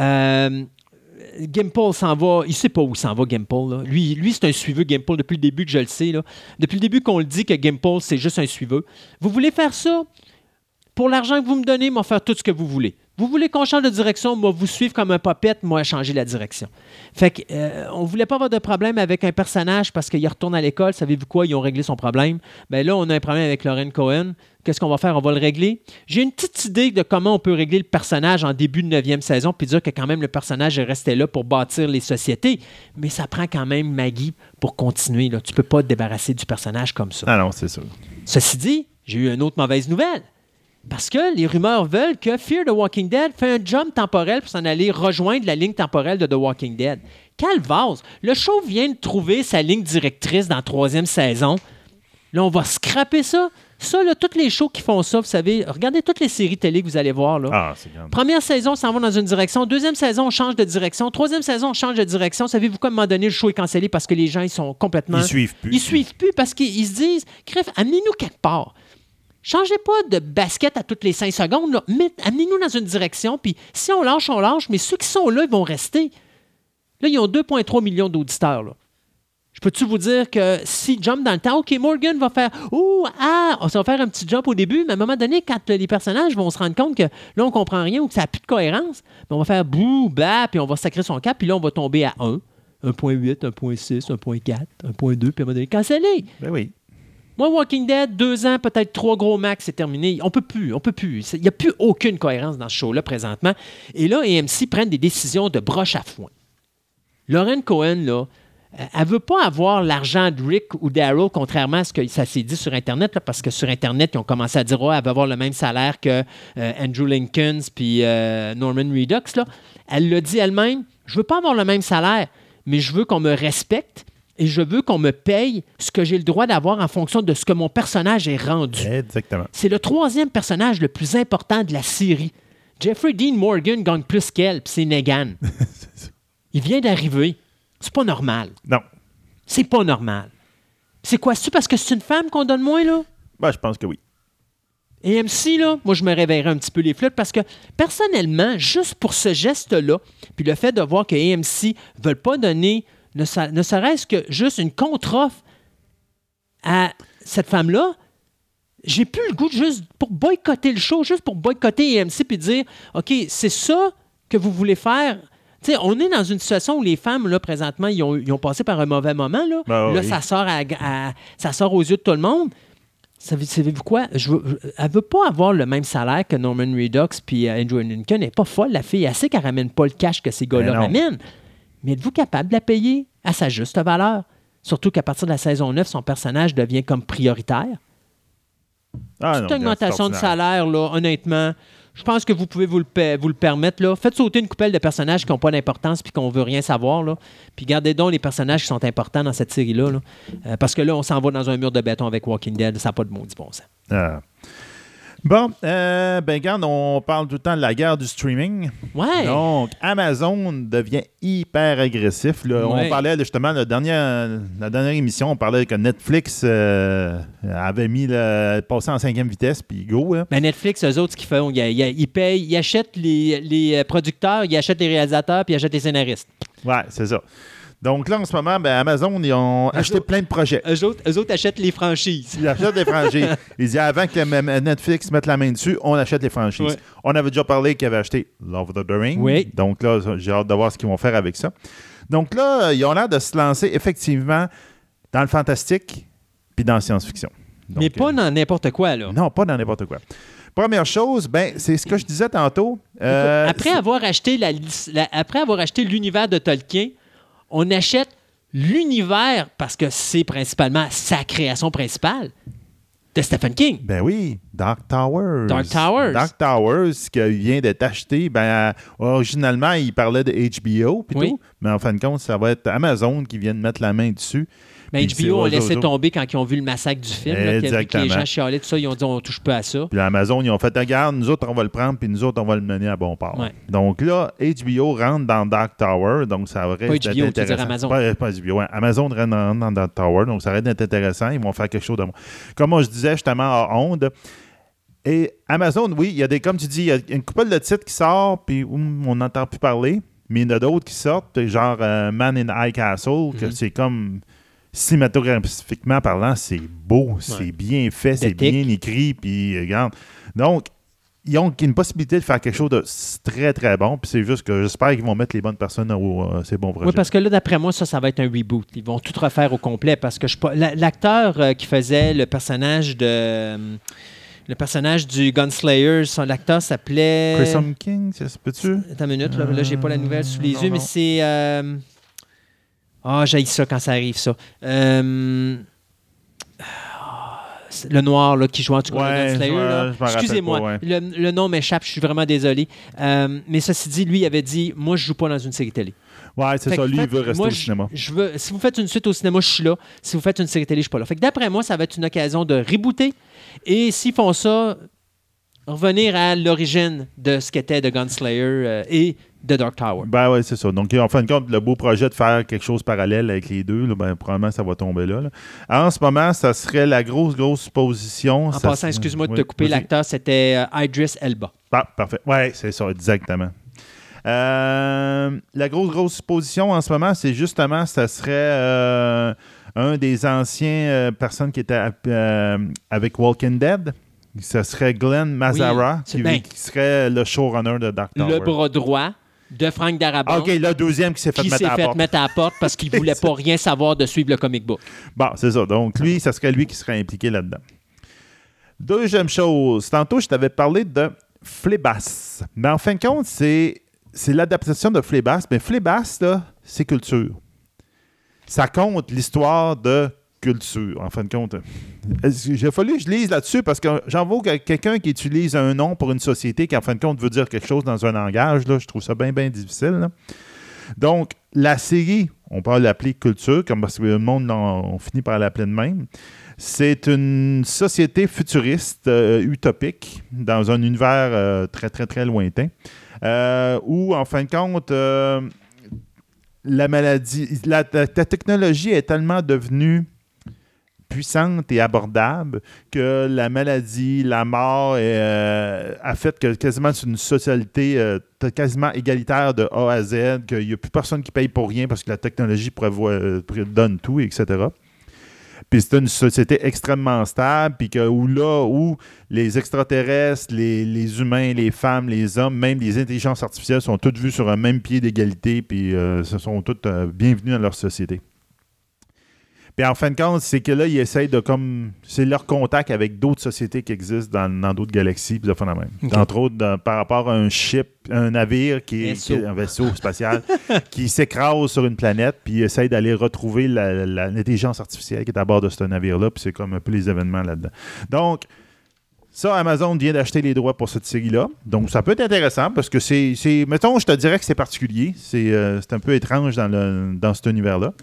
Gimple s'en va, il sait pas où s'en va Gimple. Là. Lui, c'est un suiveux Gimple depuis le début que je le sais. Là. Depuis le début qu'on le dit que Gimple, c'est juste un suiveux. Vous voulez faire ça? Pour l'argent que vous me donnez, moi, faire tout ce que vous voulez. Vous voulez qu'on change de direction, moi, vous suivre comme un puppet, moi, changer la direction. Fait que, on voulait pas avoir de problème avec un personnage parce qu'il retourne à l'école. Savez-vous quoi? Ils ont réglé son problème. Ben là, on a un problème avec Lauren Cohen. Qu'est-ce qu'on va faire? On va le régler. J'ai une petite idée de comment on peut régler le personnage en début de 9e saison puis dire que quand même le personnage est resté là pour bâtir les sociétés. Mais ça prend quand même Maggie pour continuer. Là. Tu peux pas te débarrasser du personnage comme ça. Ah non, c'est sûr. Ceci dit, j'ai eu une autre mauvaise nouvelle. Parce que les rumeurs veulent que Fear the Walking Dead fait un jump temporel pour s'en aller rejoindre la ligne temporelle de The Walking Dead. Calvase, le show vient de trouver sa ligne directrice dans la 3e saison. Là, on va scraper ça. Ça, là, tous les shows qui font ça, vous savez, regardez toutes les séries télé que vous allez voir. Là. Ah, c'est grand. Première saison, on s'en va dans une direction. 2e saison, on change de direction. 3e saison, on change de direction. Savez-vous quoi, à un moment donné, le show est cancellé parce que les gens, ils sont complètement... Ils suivent plus. Ils suivent plus parce qu'ils se disent, crève, amenez-nous quelque part. Changez pas de basket à toutes les 5 secondes. Là. Amenez-nous dans une direction, puis si on lâche, mais ceux qui sont là, ils vont rester. Là, ils ont 2,3 millions d'auditeurs. Là. Je peux-tu vous dire que s'ils jump dans le temps, OK, Morgan va faire ça va faire un petit jump au début, mais à un moment donné, quand les personnages vont se rendre compte que là, on comprend rien ou que ça n'a plus de cohérence, on va faire bouh, bah, puis on va sacrer son cap, puis là, on va tomber à 1, 1.8, 1.6, 1.4, 1.2, puis à un moment donné, cancellé. Ben oui. Moi, Walking Dead, 2 ans, peut-être 3 gros max, c'est terminé. On peut plus. Il n'y a plus aucune cohérence dans ce show-là présentement. Et là, AMC prennent des décisions de broche à foin. Lauren Cohen, là, elle veut pas avoir l'argent de Rick ou Daryl, contrairement à ce que ça s'est dit sur Internet, là, parce que sur Internet, ils ont commencé à dire elle va avoir le même salaire que Andrew Lincoln puis Norman Reedus. Là. Elle l'a dit elle-même, je veux pas avoir le même salaire, mais je veux qu'on me respecte. Et je veux qu'on me paye ce que j'ai le droit d'avoir en fonction de ce que mon personnage est rendu. Exactement. C'est le 3e personnage le plus important de la série. Jeffrey Dean Morgan gagne plus qu'elle, puis c'est Negan. Il vient d'arriver. C'est pas normal. Non. C'est pas normal. C'est quoi? C'est parce que c'est une femme qu'on donne moins, là? Ben, je pense que oui. AMC, là, moi, je me réveillerais un petit peu les flûtes parce que, personnellement, juste pour ce geste-là, puis le fait de voir que AMC ne veulent pas donner... ne serait-ce que juste une contre-offre à cette femme-là, j'ai plus le goût juste pour boycotter le show, juste pour boycotter AMC puis dire OK, c'est ça que vous voulez faire. T'sais, on est dans une situation où les femmes, là, présentement, ils ont passé par un mauvais moment. Là, ben, là oui. ça sort aux yeux de tout le monde. Savez-vous quoi? Elle ne veut pas avoir le même salaire que Norman Reedus puis Andrew Lincoln. Elle n'est pas folle, la fille. Elle sait qu'elle ne ramène pas le cash que ces gars-là ramènent. Mais êtes-vous capable de la payer à sa juste valeur? Surtout qu'à partir de la saison 9, son personnage devient comme prioritaire. Cette augmentation de salaire, là, honnêtement, je pense que vous pouvez vous le permettre. Là. Faites sauter une coupelle de personnages qui n'ont pas d'importance puis qu'on ne veut rien savoir. Là. Puis gardez donc les personnages qui sont importants dans cette série-là. Là. Parce que là, on s'en va dans un mur de béton avec Walking Dead. Ça n'a pas de maudit bon sens. Bon, regarde, on parle tout le temps de la guerre du streaming. Ouais. Donc, Amazon devient hyper agressif. Là. Ouais. On parlait justement, la dernière émission, on parlait que Netflix avait passé en 5e vitesse, puis go. Hein. Ben Netflix, eux autres, ce qu'ils font, ils payent, ils achètent les producteurs, ils achètent les réalisateurs, puis ils achètent les scénaristes. Ouais, c'est ça. Donc là, en ce moment, Amazon, ils ont acheté plein de projets. Eux autres achètent les franchises. Ils achètent des franchises. Ils disent avant que Netflix mette la main dessus, on achète les franchises. Ouais. On avait déjà parlé qu'ils avaient acheté Love of the Ring. Oui. Donc là, j'ai hâte de voir ce qu'ils vont faire avec ça. Donc là, ils ont l'air de se lancer effectivement dans le fantastique puis dans la science-fiction. Donc, Mais pas dans n'importe quoi, là. non, pas dans n'importe quoi. Première chose, c'est ce que je disais tantôt. Après avoir acheté après avoir acheté l'univers de Tolkien, on achète l'univers, parce que c'est principalement sa création principale, de Stephen King. Ben oui, Dark Towers. Dark Towers. Dark Towers, qui vient d'être acheté, originalement, il parlait de HBO puis Oui. tout, mais en fin de compte, ça va être Amazon qui vient de mettre la main dessus. Mais Puis HBO a c'est laissé eux tomber quand ils ont vu le massacre du film. Là, que les Exactement. gens chialaient, tout ça, ils ont dit on touche pas à ça. Puis Amazon, ils ont fait, regarde, nous autres, on va le prendre, puis nous autres, on va le mener à bon port. Ouais. Donc là, HBO rentre dans Dark Tower, donc ça va Pas être HBO, tu veux intéressant. dire Amazon. Pas HBO, ouais. Amazon rentre dans Dark Tower, donc ça va être intéressant. Ils vont faire quelque chose de bon. Comme moi, je disais justement à Onde, et Amazon, oui, il y a des, comme tu dis, il y a une couple de titres qui sortent, puis on n'entend plus parler, mais il y en a d'autres qui sortent, genre Man in High Castle, que c'est comme... Cinématographiquement parlant, c'est beau, c'est bien fait, c'est bien écrit, puis regarde. Donc, ils ont une possibilité de faire quelque chose de très, très bon, puis c'est juste que j'espère qu'ils vont mettre les bonnes personnes ces bons projets. Oui, parce que là, d'après moi, ça va être un reboot. Ils vont tout refaire au complet, parce que l'acteur qui faisait le personnage du Gunslayer, l'acteur s'appelait... Crimson King, ça se peut-tu? Attends une minute, là j'ai pas la nouvelle sous les non, yeux, non. mais c'est... j'haïs ça quand ça arrive, ça. Le noir là, qui joue en tout cas Ouais, Slayer. Là. je m'en rappelle Excusez-moi, pas, ouais. le nom m'échappe, je suis vraiment désolé. Mais ceci dit, lui, il avait dit moi, je joue pas dans une série télé. Ouais, c'est Fait ça. que, Lui, il veut rester moi, au cinéma. Si vous faites une suite au cinéma, je suis là. Si vous faites une série télé, je suis pas là. Fait que d'après moi, ça va être une occasion de rebooter. Et s'ils font ça, revenir à l'origine de ce qu'était The Gunslayer et de Dark Tower. Ben oui, c'est ça. Donc, en fin de compte, le beau projet de faire quelque chose parallèle avec les deux, là, probablement, ça va tomber là. En ce moment, ça serait la grosse position. En passant, excuse-moi de te couper, l'acteur, c'était Idris Elba. Ah, parfait. Oui, c'est ça, exactement. La grosse position en ce moment, c'est justement, ça serait un des anciens personnes qui étaient avec Walking Dead. Ce serait Glenn Mazzara, qui serait le showrunner de Dark Tower. Le bras droit de Frank Darabont. OK, le deuxième qui s'est fait mettre à la porte parce qu'il ne voulait pas rien savoir de suivre le comic book. Bon, c'est ça. Donc, lui, ça serait lui qui serait impliqué là-dedans. Deuxième chose, tantôt, je t'avais parlé de Fleabas. Mais en fin de compte, c'est l'adaptation de Fleabas. Mais Fleabas, là, c'est culture. Ça compte l'histoire de culture, en fin de compte. Il a fallu que je lise là-dessus parce que j'en vois quelqu'un qui utilise un nom pour une société qui, en fin de compte, veut dire quelque chose dans un langage. Là, je trouve ça bien difficile. Là. Donc, la série, on peut l'appeler culture, comme parce que le monde, on finit par l'appeler de même. C'est une société futuriste, utopique, dans un univers très, très, très lointain, où, en fin de compte, la maladie, la technologie est tellement devenue puissante et abordable que la maladie, la mort a fait que quasiment c'est une société quasiment égalitaire de A à Z, qu'il n'y a plus personne qui paye pour rien parce que la technologie donne tout, etc. Puis c'est une société extrêmement stable, puis où les extraterrestres, les humains, les femmes, les hommes, même les intelligences artificielles sont toutes vues sur un même pied d'égalité, puis se sont toutes bienvenues dans leur société. Puis en fin de compte, c'est que là, ils essayent de c'est leur contact avec d'autres sociétés qui existent dans d'autres galaxies, puis ça fait la même. Okay. Entre autres, par rapport à un navire qui est un vaisseau spatial, qui s'écrase sur une planète, puis ils essayent d'aller retrouver l'intelligence artificielle qui est à bord de ce navire-là, puis c'est comme un peu les événements là-dedans. Donc, ça, Amazon vient d'acheter les droits pour cette série-là. Donc, ça peut être intéressant parce que mettons, je te dirais que c'est particulier. C'est un peu étrange dans cet univers-là.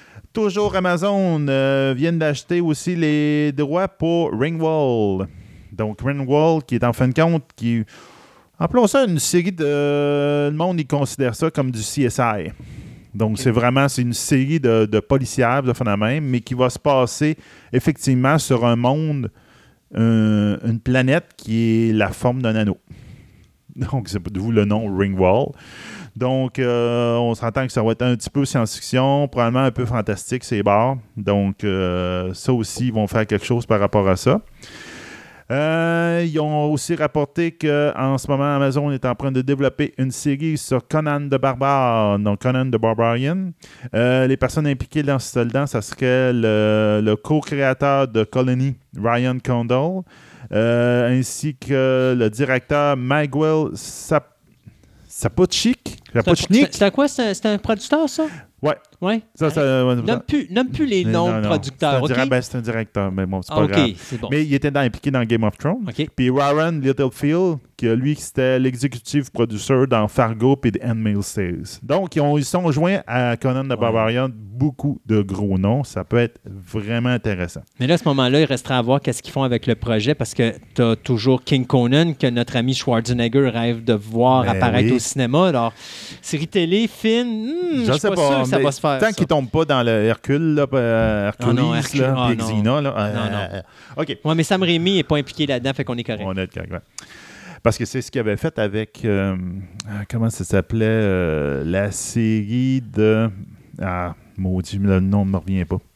Toujours Amazon viennent d'acheter aussi les droits pour Ringwall. Donc, Ringwald, qui est en fin de compte, appelons ça une série de... Le monde, il considère ça comme du CSI. Donc, c'est une série de policières, de phénomènes, mais qui va se passer effectivement sur un monde, une planète qui est la forme d'un anneau. Donc, c'est d'où le nom Ringwald. Donc, on s'entend que ça va être un petit peu science-fiction, probablement un peu fantastique, ces bords. Donc, ça aussi, ils vont faire quelque chose par rapport à ça. Ils ont aussi rapporté qu'en ce moment, Amazon est en train de développer une série sur Conan the Barbare, donc Conan the Barbarian. Les personnes impliquées dans ça serait le co-créateur de Colony, Ryan Condal, ainsi que le directeur Miguel Sapochnik. C'était quoi? C'était un producteur, ça? Ouais. Ouais. Nomme plus les noms de producteurs. C'est un directeur, mais bon, c'est pas grave. C'est bon. Mais il était impliqué dans Game of Thrones. Okay. Puis Warren Littlefield, lui, c'était l'exécutif producer dans Fargo et The Handmaid's Tale. Donc, ils sont joints à Conan the Barbarian, beaucoup de gros noms. Ça peut être vraiment intéressant. Mais là, à ce moment-là, il restera à voir qu'est-ce qu'ils font avec le projet parce que tu as toujours King Conan que notre ami Schwarzenegger rêve de voir apparaître au cinéma. Alors, série télé, film, je suis pas sûr que ça va se faire. Tant qu'il ne tombe pas dans le Hercule, Hercules, puis Xena. Non. OK. Ouais, mais Sam Raimi n'est pas impliqué là-dedans, fait qu'on est correct. On est correct, ouais. Parce que c'est ce qu'il avait fait avec, comment ça s'appelait, la série de... Ah, maudit, le nom ne me revient pas.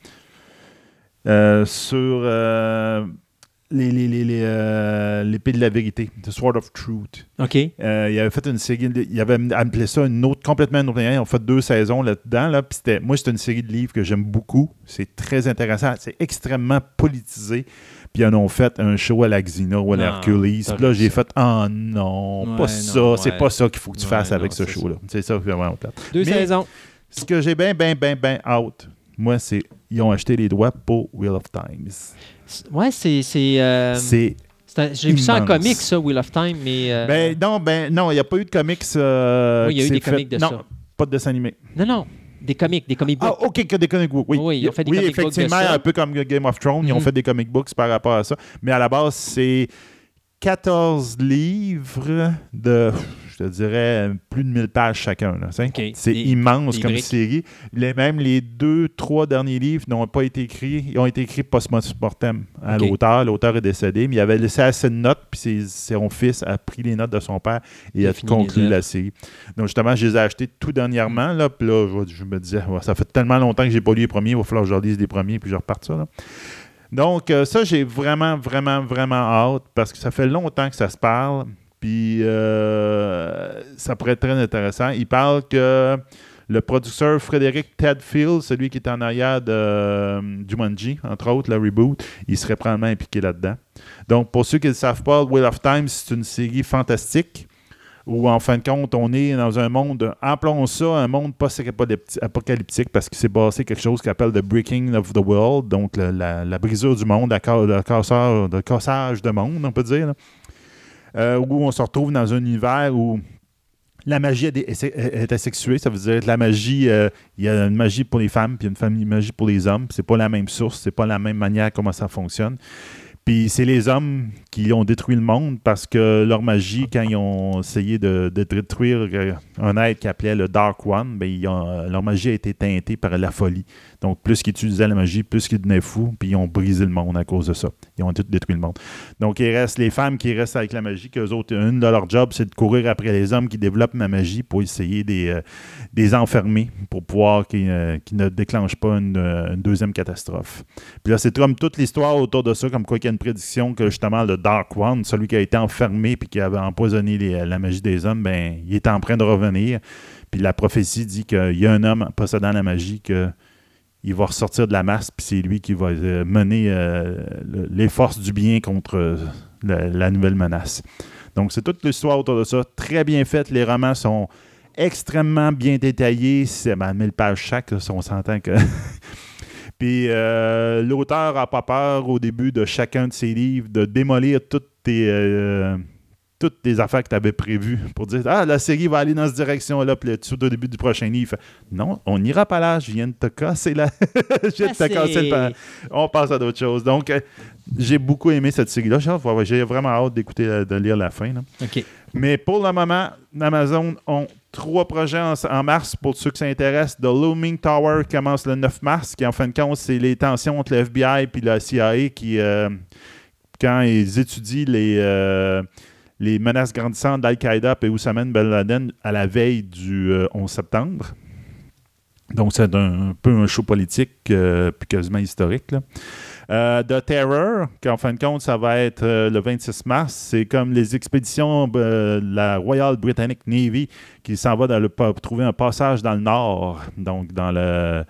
Sur l'épée de la vérité, The Sword of Truth. OK. Il avait fait une série, il avait appelé ça complètement une autre manière. Ils ont fait 2 saisons là-dedans. Là, moi, c'est une série de livres que j'aime beaucoup. C'est très intéressant. C'est extrêmement politisé. Puis ils en ont fait un show à la Xena ou à l'Hercules. Puis là, j'ai fait « Ah non, pas ça. C'est pas ça qu'il faut que tu fasses avec ce show-là. » C'est ça qui est vraiment plate. 2 saisons. Ce que j'ai bien out, moi, c'est ils ont acheté les droits pour Wheel of Time. Ouais, c'est j'ai vu ça en comics, ça, Wheel of Time, mais... non, il n'y a pas eu de comics. Oui, il y a eu des comics de ça. Non, pas de dessin animé. Non. Des comics books. Ah, OK, que des comic books, oui. Oui, ils ont fait des comic books effectivement, de ça. un peu comme Game of Thrones, ils ont fait des comic books par rapport à ça. Mais à la base, c'est 14 livres de, je te dirais, plus de 1000 pages chacun. Là, okay. C'est immense comme série. Même les 2-3 derniers livres n'ont pas été écrits. Ils ont été écrits post-mortem à l'auteur. L'auteur est décédé, mais il avait laissé assez de notes, puis son fils a pris les notes de son père et a conclu la série. Donc, justement, je les ai achetés tout dernièrement. Là, puis là, je me disais, ça fait tellement longtemps que je n'ai pas lu les premiers, il va falloir que je relise les premiers, puis je reparte ça. Là. Donc, ça, j'ai vraiment, vraiment, vraiment hâte parce que ça fait longtemps que ça se parle. Puis, ça pourrait être très intéressant. Il parle que le producteur Frédéric Ted Field, celui qui est en arrière de Jumanji, entre autres, le reboot, il serait probablement impliqué là-dedans. Donc, pour ceux qui ne le savent pas, Wheel of Time, c'est une série fantastique où, en fin de compte, on est dans un monde, appelons ça un monde post-apocalyptique parce qu'il s'est passé quelque chose qu'on appelle « the breaking of the world », donc la brisure du monde, le cassage de monde, on peut dire, où on se retrouve dans un univers où la magie est asexuée, ça veut dire que la magie, il y a une magie pour les femmes, puis une magie pour les hommes, c'est pas la même source, c'est pas la même manière comment ça fonctionne. Puis c'est les hommes qui ont détruit le monde parce que leur magie, quand ils ont essayé de détruire un être qu'ils appelaient le Dark One, leur magie a été teintée par la folie. Donc, plus qu'ils utilisaient la magie, plus qu'ils devenaient fous, puis ils ont brisé le monde à cause de ça. Ils ont tout détruit le monde. Donc, il reste les femmes qui restent avec la magie, qu'eux autres, une de leurs jobs, c'est de courir après les hommes qui développent la magie pour essayer des enfermer, pour pouvoir qu'ils ne déclenchent pas une deuxième catastrophe. Puis là, c'est comme toute l'histoire autour de ça, comme quoi il y a une prédiction que justement le Dark One, celui qui a été enfermé puis qui avait empoisonné la magie des hommes, il est en train de revenir. Puis la prophétie dit qu'il y a un homme possédant la magie il va ressortir de la masse, puis c'est lui qui va mener les forces du bien contre la nouvelle menace. Donc, c'est toute l'histoire autour de ça. Très bien faite. Les romans sont extrêmement bien détaillés. C'est 1000 pages chaque, là, on s'entend que... Puis l'auteur n'a pas peur au début de chacun de ses livres de démolir toutes tes toutes les affaires que tu avais prévues pour dire « Ah, la série va aller dans cette direction-là. » Puis tout au début du prochain livre, non, on n'ira pas là. Je viens de te casser là. On passe à d'autres choses. Donc, j'ai beaucoup aimé cette série-là. J'ai vraiment hâte d'écouter, de lire la fin. Là. OK. Mais pour le moment, Amazon ont 3 projets en mars pour ceux qui s'intéressent. The Looming Tower commence le 9 mars, qui en fin de compte, c'est les tensions entre le FBI et la CIA qui, quand ils étudient les menaces grandissantes d'Al-Qaïda et Oussama Ben Laden à la veille du 11 septembre. Donc, c'est un peu un show politique puis quasiment historique, là. The Terror, qu'en fin de compte, ça va être le 26 mars. C'est comme les expéditions de la Royal Britannic Navy qui s'en va pour trouver un passage dans le nord, donc à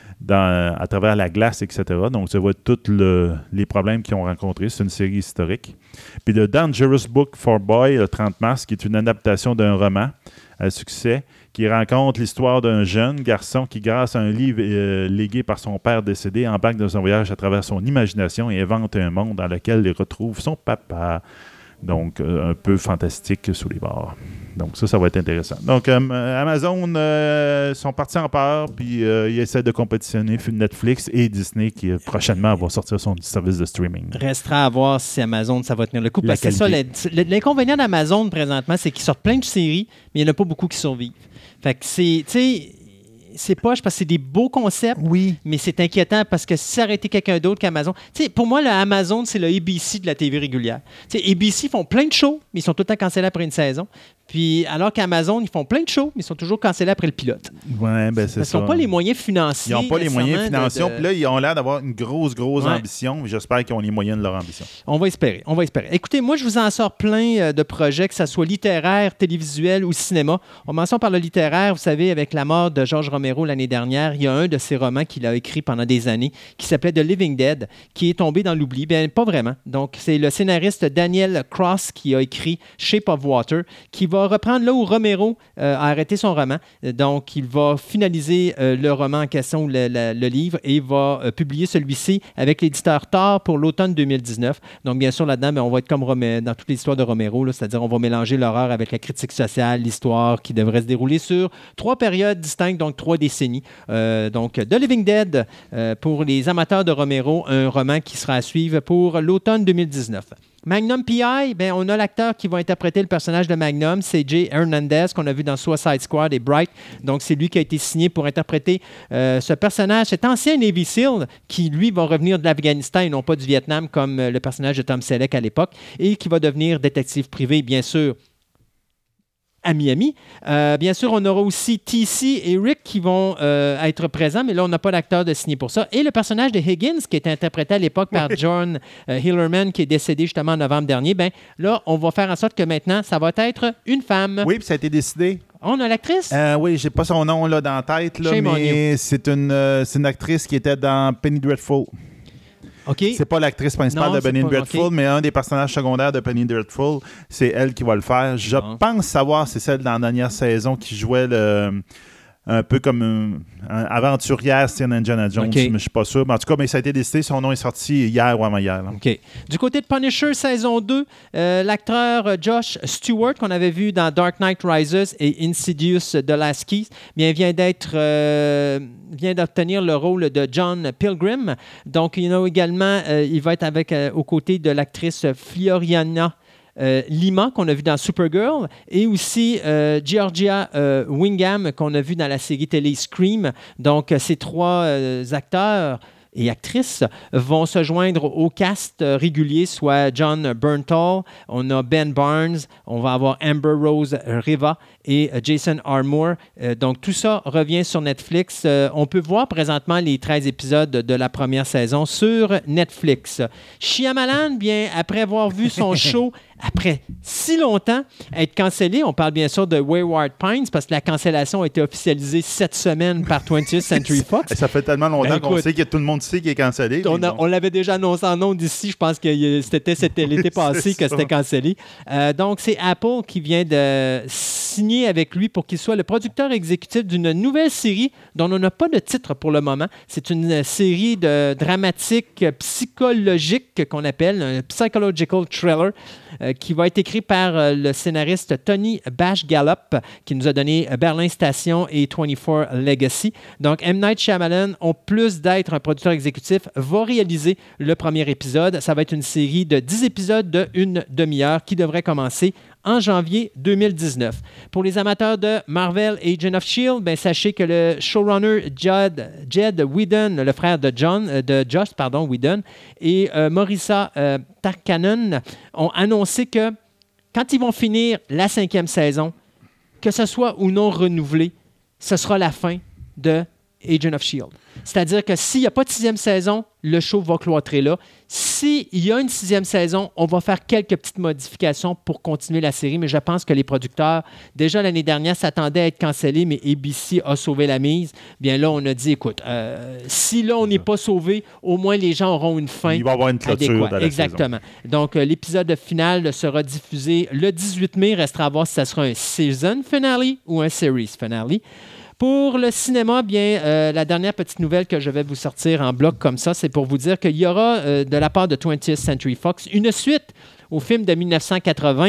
travers la glace, etc. Donc, ça va être tous les problèmes qu'ils ont rencontrés. C'est une série historique. Puis The Dangerous Book for Boy, le 30 mars, qui est une adaptation d'un roman à succès, qui raconte l'histoire d'un jeune garçon qui, grâce à un livre légué par son père décédé, embarque dans un voyage à travers son imagination et invente un monde dans lequel il retrouve son papa. Donc, un peu fantastique sous les bords. Donc, ça va être intéressant. Donc, Amazon sont partis en peur, puis ils essaient de compétitionner Netflix et Disney, qui prochainement va sortir son service de streaming. Restera à voir si Amazon, ça va tenir le coup. Parce que c'est ça, l'inconvénient d'Amazon présentement, c'est qu'ils sortent plein de séries, mais il n'y en a pas beaucoup qui survivent. Fait que c'est poche parce que c'est des beaux concepts, oui, mais c'est inquiétant parce que si ça aurait été quelqu'un d'autre qu'Amazon... Pour moi, le Amazon, c'est le ABC de la TV régulière. ABC font plein de shows, mais ils sont tout le temps cancellés après une saison. Puis, alors qu'Amazon, ils font plein de shows, mais ils sont toujours cancellés après le pilote. Ouais, ben c'est parce qu'ils n'ont pas les moyens financiers. Ils n'ont pas les moyens financiers. Puis là, ils ont l'air d'avoir une grosse ambition. J'espère qu'ils ont les moyens de leur ambition. On va espérer. Écoutez, moi, je vous en sors plein de projets, que ce soit littéraire, télévisuel ou cinéma. On commence par le littéraire. Vous savez, avec la mort de George Romero l'année dernière, il y a un de ses romans qu'il a écrit pendant des années qui s'appelait The Living Dead, qui est tombé dans l'oubli. Bien, pas vraiment. Donc, c'est le scénariste Daniel Cross qui a écrit Shape of Water, qui va reprendre là où Romero a arrêté son roman. Donc, il va finaliser le roman en question, le livre, et va publier celui-ci avec l'éditeur Tor pour l'automne 2019. Donc, bien sûr, là-dedans, on va être comme dans toute l'histoire de Romero, là, c'est-à-dire on va mélanger l'horreur avec la critique sociale, l'histoire qui devrait se dérouler sur 3 périodes distinctes, donc 3 décennies. Donc, The Living Dead, pour les amateurs de Romero, un roman qui sera à suivre pour l'automne 2019. Magnum P.I., ben, on a l'acteur qui va interpréter le personnage de Magnum, c'est Jay Hernandez, qu'on a vu dans Suicide Squad et Bright. Donc, c'est lui qui a été signé pour interpréter ce personnage, cet ancien Navy SEAL, qui, lui, va revenir de l'Afghanistan et non pas du Vietnam, comme le personnage de Tom Selleck à l'époque, et qui va devenir détective privé, bien sûr, à Miami. Bien sûr, on aura aussi TC et Rick qui vont être présents, mais là, on n'a pas d'acteur de signé pour ça. Et le personnage de Higgins, qui était interprété à l'époque par John Hillerman, qui est décédé justement en novembre dernier, bien là, on va faire en sorte que maintenant, ça va être une femme. Oui, puis ça a été décidé. On a l'actrice? Oui, j'ai pas son nom là, dans la tête, là, mais c'est une actrice qui était dans Penny Dreadful. Okay. C'est pas l'actrice principale de Penny Dreadful, mais un des personnages secondaires de Penny Dreadful, c'est elle qui va le faire. Je pense savoir, c'est celle dans la dernière saison qui jouait un peu comme une aventurière style Indiana Jones, mais je ne suis pas sûr. Mais en tout cas, ça a été décidé. Son nom est sorti hier ou avant-hier. OK. Du côté de Punisher, saison 2, l'acteur Josh Stewart, qu'on avait vu dans Dark Knight Rises et Insidious The Last Kiss, vient d'obtenir le rôle de John Pilgrim. Donc, il y a également, il va être aux côtés de l'actrice Floriana Lima, qu'on a vu dans Supergirl, et aussi Georgia Wingham, qu'on a vu dans la série télé Scream. Donc, ces 3 acteurs et actrices vont se joindre au cast régulier, soit John Bernthal, on a Ben Barnes, on va avoir Amber Rose Riva et Jason Armour. Donc, tout ça revient sur Netflix. On peut voir présentement les 13 épisodes de la première saison sur Netflix. Shyamalan, bien, après avoir vu son show après si longtemps être cancellé, on parle bien sûr de Wayward Pines parce que la cancellation a été officialisée cette semaine par 20th Century Fox. Ça fait tellement longtemps qu'on sait que tout le monde sait qu'il est cancellé. On l'avait déjà annoncé en ondes ici, je pense que c'était l'été passé que c'était cancellé. Donc, c'est Apple qui vient de signer signé avec lui pour qu'il soit le producteur exécutif d'une nouvelle série dont on n'a pas de titre pour le moment. C'est une série de dramatique psychologique qu'on appelle un psychological thriller qui va être écrit par le scénariste Tony Bash-Gallop qui nous a donné Berlin Station et 24 Legacy. Donc, M. Night Shyamalan, en plus d'être un producteur exécutif, va réaliser le premier épisode. Ça va être une série de 10 épisodes de une demi-heure qui devrait commencer en janvier 2019. Pour les amateurs de Marvel Agent of S.H.I.E.L.D., ben, sachez que le showrunner Jed Whedon, le frère de Joss Whedon, et Marissa Tarkanen ont annoncé que quand ils vont finir la 5e saison, que ce soit ou non renouvelé, ce sera la fin de Agent of S.H.I.E.L.D. C'est-à-dire que s'il n'y a pas de 6e saison, le show va cloîtrer là. S'il y a une 6e saison, on va faire quelques petites modifications pour continuer la série, mais je pense que les producteurs, déjà l'année dernière, s'attendaient à être cancellés, mais ABC a sauvé la mise. Bien là, on a dit, écoute, si là, on n'est pas sauvé, au moins les gens auront une fin. Il va y avoir une clôture dans la Exactement. saison. Donc, l'épisode final sera diffusé le 18 mai. Restera à voir si ça sera un season finale ou un series finale. Pour le cinéma, bien, la dernière petite nouvelle que je vais vous sortir en bloc comme ça, c'est pour vous dire qu'il y aura, de la part de 20th Century Fox, une suite au film de 1980,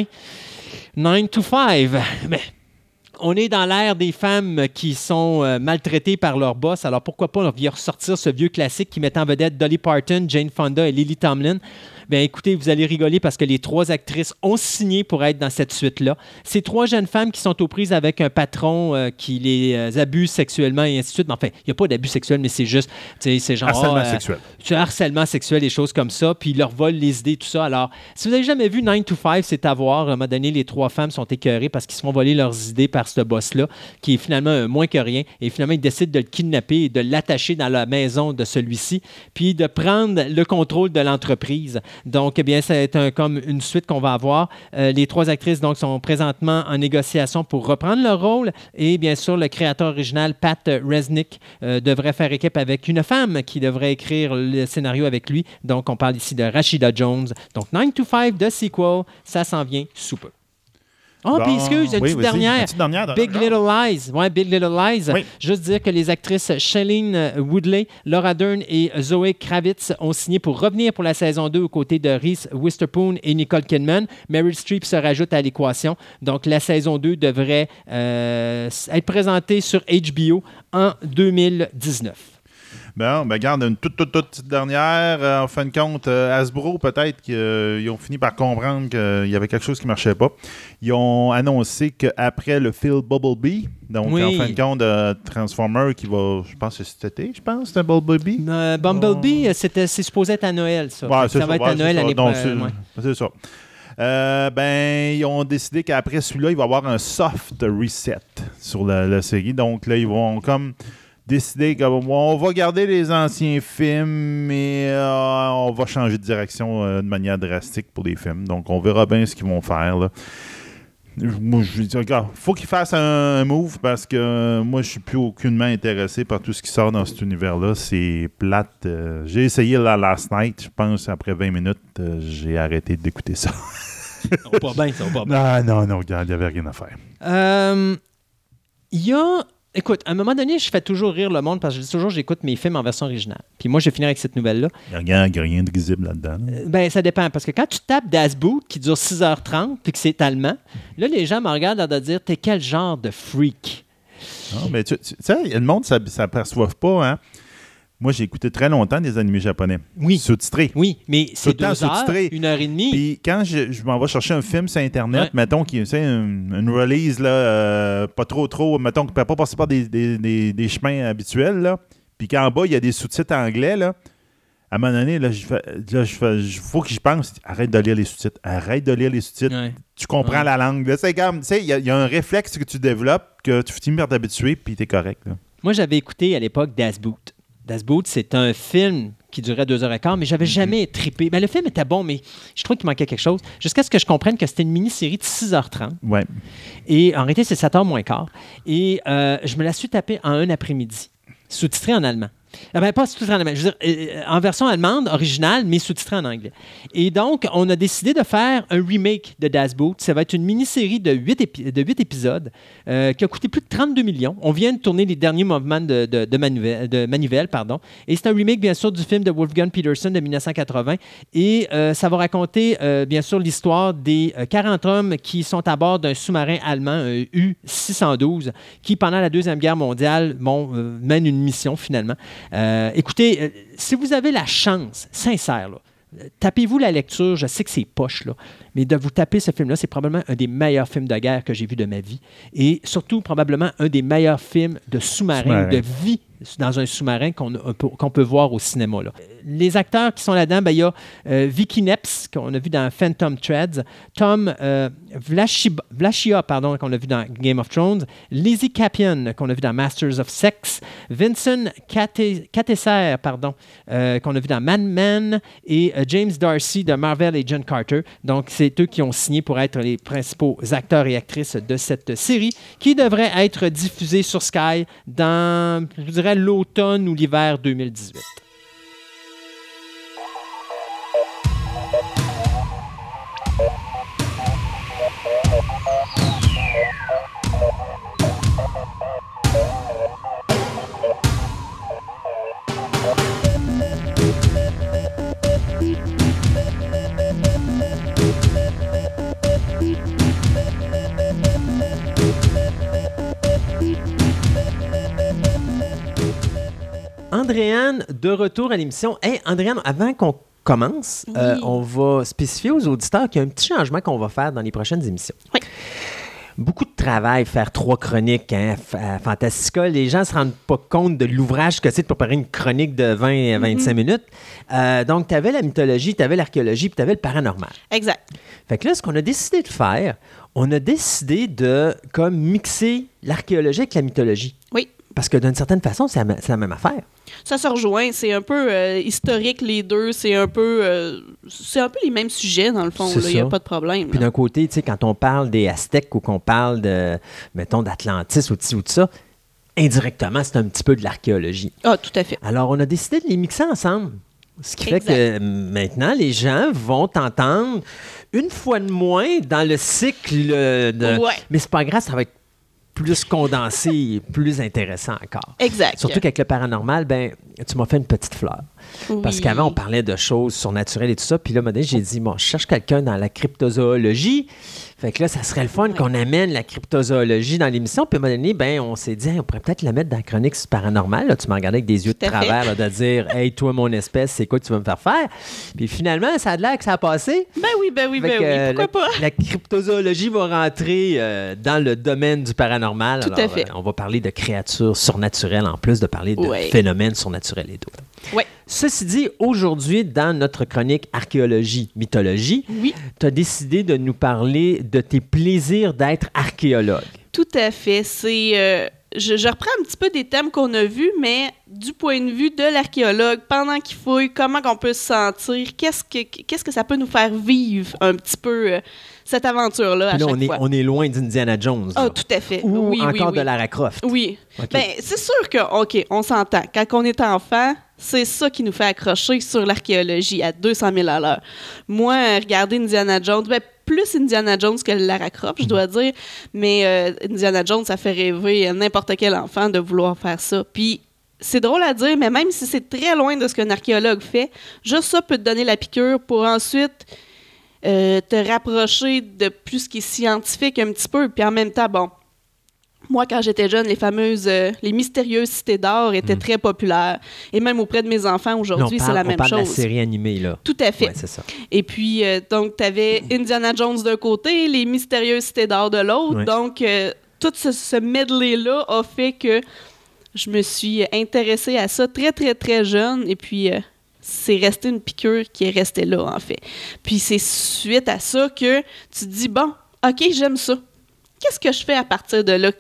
9 to 5. Mais on est dans l'ère des femmes qui sont maltraitées par leur boss, alors pourquoi pas ressortir ce vieux classique qui met en vedette Dolly Parton, Jane Fonda et Lily Tomlin. Bien, écoutez, vous allez rigoler parce que les 3 actrices ont signé pour être dans cette suite-là. Ces 3 jeunes femmes qui sont aux prises avec un patron qui les abuse sexuellement et ainsi de suite. Mais enfin, il n'y a pas d'abus sexuel, mais c'est juste, c'est genre... Harcèlement sexuel. C'est harcèlement sexuel, des choses comme ça, puis ils leur volent les idées, tout ça. Alors, si vous n'avez jamais vu 9 to 5, c'est à voir. À un moment donné, les 3 femmes sont écœurées parce qu'ils se font voler leurs idées par ce boss-là, qui est finalement moins que rien. Et finalement, ils décident de le kidnapper et de l'attacher dans la maison de celui-ci, puis de prendre le contrôle de l'entreprise. Donc, eh bien, c'est comme une suite qu'on va avoir. Les 3 actrices donc, sont présentement en négociation pour reprendre leur rôle. Et bien sûr, le créateur original, Pat Resnick, devrait faire équipe avec une femme qui devrait écrire le scénario avec lui. Donc, on parle ici de Rashida Jones. Donc, 9 to 5 de sequel, ça s'en vient sous peu. Oh, puis excuse, une petite dernière. Big Little Lies. Ouais, Big Little Lies. Oui. Juste dire que les actrices Shailene Woodley, Laura Dern et Zoe Kravitz ont signé pour revenir pour la saison 2 aux côtés de Reese Witherspoon et Nicole Kidman. Meryl Streep se rajoute à l'équation. Donc, la saison 2 devrait être présentée sur HBO en 2019. Bon, ben garde une toute petite dernière. En fin de compte, Hasbro, peut-être qu'ils ont fini par comprendre qu'il y avait quelque chose qui ne marchait pas. Ils ont annoncé qu'après le film Bumblebee, donc en fin de compte, Transformer qui va, je pense que c'est cet été, c'était Bumblebee. Bumblebee, c'est supposé être à Noël, ça. Ouais, ça va être à Noël l'année prochaine. C'est ça. Ben, ils ont décidé qu'après celui-là, il va y avoir un soft reset sur la série. Donc là, ils vont comme décider qu'on va garder les anciens films, mais on va changer de direction de manière drastique pour les films. Donc, on verra bien ce qu'ils vont faire, là. Moi, je dis, regarde, faut qu'ils fassent un move parce que moi, je suis plus aucunement intéressé par tout ce qui sort dans cet univers-là. C'est plate. J'ai essayé la last night. Je pense, après 20 minutes, j'ai arrêté d'écouter ça. Ça va pas bien. Non, regarde, il n'y avait rien à faire. Il y a... Écoute, à un moment donné, je fais toujours rire le monde parce que je dis toujours j'écoute mes films en version originale. Puis moi, je vais finir avec cette nouvelle-là. Il n'y a rien de risible là-dedans. Ben, ça dépend. Parce que quand tu tapes Das Boot, qui dure 6h30, puis que c'est allemand, là, les gens me regardent à dire « T'es quel genre de freak? » Non, mais tu sais, le monde ne s'aperçoit pas, hein? Moi, j'ai écouté très longtemps des animés japonais. Oui. Sous-titrés. Oui, mais c'est 2 heures, 1h30. Puis quand je m'en vais chercher un film sur Internet, mettons qu'il y a une release, là, pas trop, mettons qu'il ne peut pas passer par des chemins habituels, là, puis qu'en bas, il y a des sous-titres anglais, là, à un moment donné, faut que j'y pense. Arrête de lire les sous-titres. Ouais. Tu comprends la langue. Là, c'est comme, tu sais, il y a un réflexe que tu développes, que tu finis par t'habituer, puis t'es correct. Là. Moi, j'avais écouté à l'époque Das Boot. Das Boot, c'est un film qui durait 2h15, mais j'avais jamais trippé. Ben, le film était bon, mais je trouvais qu'il manquait quelque chose. Jusqu'à ce que je comprenne que c'était une mini-série de 6h30. Ouais. Et en réalité, c'est 7h moins quart. Et je me la suis tapée en un après-midi, sous-titrée en allemand. Pas sous-titré en allemand. Je veux dire, en version allemande, originale, mais sous-titré en anglais. Et donc, on a décidé de faire un remake de Das Boot. Ça va être une mini-série de 8 épisodes qui a coûté plus de 32 millions. On vient de tourner les derniers mouvements de Manivelle. Et c'est un remake, bien sûr, du film de Wolfgang Petersen de 1980. Et ça va raconter, bien sûr, l'histoire des 40 hommes qui sont à bord d'un sous-marin allemand, un U-612, qui, pendant la Deuxième Guerre mondiale, mène une mission, finalement. Écoutez, si vous avez la chance, sincère, là, tapez-vous la lecture, je sais que c'est poche, là, mais de vous taper ce film-là, c'est probablement un des meilleurs films de guerre que j'ai vu de ma vie. Et surtout, probablement, un des meilleurs films de sous-marin, de vie dans un sous-marin qu'on peut voir au cinéma. Là. Les acteurs qui sont là-dedans, il y a Vicky Nepps, qu'on a vu dans Phantom Threads, Tom Vlachia, qu'on a vu dans Game of Thrones, Lizzie Cappion, qu'on a vu dans Masters of Sex, Vincent Cateser, qu'on a vu dans Mad Men, et James Darcy de Marvel et John Carter. Donc, c'est eux qui ont signé pour être les principaux acteurs et actrices de cette série qui devrait être diffusée sur Sky dans, je dirais, l'automne ou l'hiver 2018. Andréane, de retour à l'émission. Hey, Andréane, avant qu'on commence, on va spécifier aux auditeurs qu'il y a un petit changement qu'on va faire dans les prochaines émissions. Oui. Beaucoup de travail, faire 3 chroniques à Fantastica. Les gens ne se rendent pas compte de l'ouvrage que c'est de préparer une chronique de 20 à 25 minutes. Donc, tu avais la mythologie, tu avais l'archéologie, puis tu avais le paranormal. Exact. Fait que là, ce qu'on a décidé de faire, on a décidé de comme mixer l'archéologie avec la mythologie. Oui. Parce que d'une certaine façon, c'est la même affaire. Ça se rejoint. C'est un peu historique, les deux. C'est un peu les mêmes sujets, dans le fond. Il n'y a pas de problème. Puis d'un côté, tu sais, quand on parle des Aztèques ou qu'on parle de, mettons, d'Atlantis ou de ça, indirectement, c'est un petit peu de l'archéologie. Ah, tout à fait. Alors, on a décidé de les mixer ensemble. Ce qui fait que maintenant, les gens vont t'entendre une fois de moins dans le cycle de... Ouais. Mais c'est pas grave, ça va être plus condensé et plus intéressant encore. Exact. Surtout qu'avec le paranormal, tu m'as fait une petite fleur. Oui. Parce qu'avant, on parlait de choses surnaturelles et tout ça. Puis là, j'ai dit, je cherche quelqu'un dans la cryptozoologie. Fait que là, ça serait le fun qu'on amène la cryptozoologie dans l'émission. Puis à un moment donné, on s'est dit, on pourrait peut-être la mettre dans la chronique paranormale. Là, tu m'as regardé avec des yeux de travers, là, de dire, hey, toi, mon espèce, c'est quoi que tu vas me faire faire? Puis finalement, ça a l'air que ça a passé. Ben oui. Pourquoi pas? La cryptozoologie va rentrer dans le domaine du paranormal. Tout à fait. On va parler de créatures surnaturelles en plus de parler de phénomènes surnaturels et d'autres. Oui. Ceci dit, aujourd'hui, dans notre chronique archéologie-mythologie, tu as décidé de nous parler de tes plaisirs d'être archéologue. Tout à fait. C'est... Je reprends un petit peu des thèmes qu'on a vus, mais du point de vue de l'archéologue, pendant qu'il fouille, comment on peut se sentir, qu'est-ce que ça peut nous faire vivre un petit peu cette aventure-là à chaque fois. On est loin d'Indiana Jones. Ah, tout à fait. Ou encore de Lara Croft. Oui. Okay. C'est sûr que, on s'entend. Quand on est enfant, c'est ça qui nous fait accrocher sur l'archéologie à 200 000 à l'heure. Moi, regarder Indiana Jones, plus Indiana Jones que Lara Croft, je dois dire, mais Indiana Jones, ça fait rêver n'importe quel enfant de vouloir faire ça. Puis, c'est drôle à dire, mais même si c'est très loin de ce qu'un archéologue fait, juste ça peut te donner la piqûre pour ensuite te rapprocher de plus ce qui est scientifique un petit peu. Puis en même temps, moi, quand j'étais jeune, les mystérieuses cités d'or étaient très populaires. Et même auprès de mes enfants, aujourd'hui, c'est la même chose. On parle de la série animée, là. Tout à fait. Ouais, c'est ça. Et puis, donc, tu avais Indiana Jones d'un côté, les mystérieuses cités d'or de l'autre. Ouais. Donc, tout ce medley-là a fait que je me suis intéressée à ça très, très, très jeune. Et puis... c'est resté une piqûre qui est restée là, en fait. Puis c'est suite à ça que tu te dis, OK, j'aime ça. Qu'est-ce que je fais à partir de là?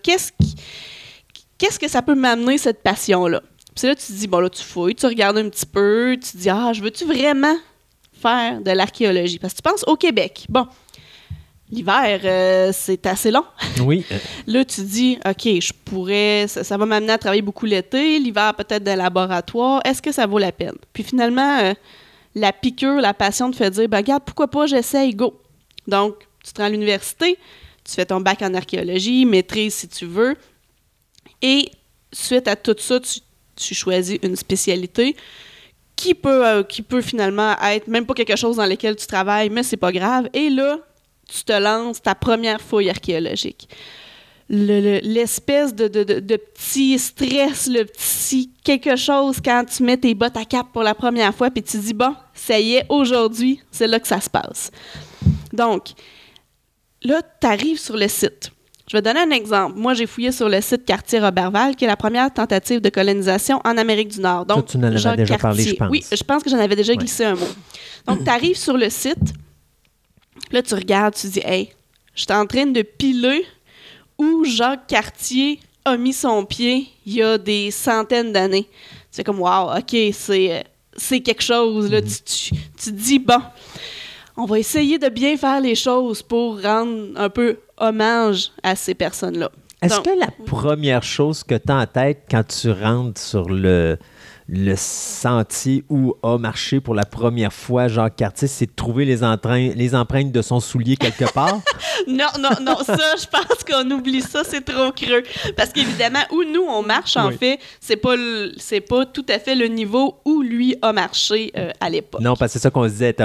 Qu'est-ce que ça peut m'amener, cette passion-là? Puis là, tu te dis, là, tu fouilles, tu regardes un petit peu, tu te dis, je veux-tu vraiment faire de l'archéologie? Parce que tu penses au Québec. l'hiver, c'est assez long. Oui. Là, tu dis, OK, je pourrais, ça va m'amener à travailler beaucoup l'été, l'hiver peut-être dans le laboratoire, est-ce que ça vaut la peine? Puis finalement, la piqûre, la passion te fait dire, ben regarde, pourquoi pas, j'essaye, go. Donc, tu te rends à l'université, tu fais ton bac en archéologie, maîtrise si tu veux, et suite à tout ça, tu choisis une spécialité qui peut finalement être même pas quelque chose dans lequel tu travailles, mais c'est pas grave. Et là, tu te lances ta première fouille archéologique. L'espèce de petit stress, le petit quelque chose quand tu mets tes bottes à cap pour la première fois, puis tu dis, bon, ça y est, aujourd'hui, c'est là que ça se passe. Donc, là, tu arrives sur le site. Je vais donner un exemple. Moi, j'ai fouillé sur le site Cartier Roberval, qui est la première tentative de colonisation en Amérique du Nord. Donc, toi, tu en avais déjà parlé, je pense. Oui, je pense que j'en avais déjà glissé un mot. Donc, tu arrives sur le site, là, tu regardes, tu dis, hey, je suis en train de piler où Jacques Cartier a mis son pied il y a des centaines d'années. Tu fais comme, wow, OK, c'est quelque chose. Là. Tu te dis, bon, on va essayer de bien faire les choses pour rendre un peu hommage à ces personnes-là. Est-ce Donc, que la première chose que tu as en tête quand tu rentres sur le sentier où a marché pour la première fois Jacques Cartier, c'est de trouver les empreintes de son soulier quelque part? Non, ça, je pense qu'on oublie ça, c'est trop creux. Parce qu'évidemment, où nous, on marche, en fait, c'est pas tout à fait le niveau où lui a marché à l'époque. Non, parce que c'est ça qu'on se disait,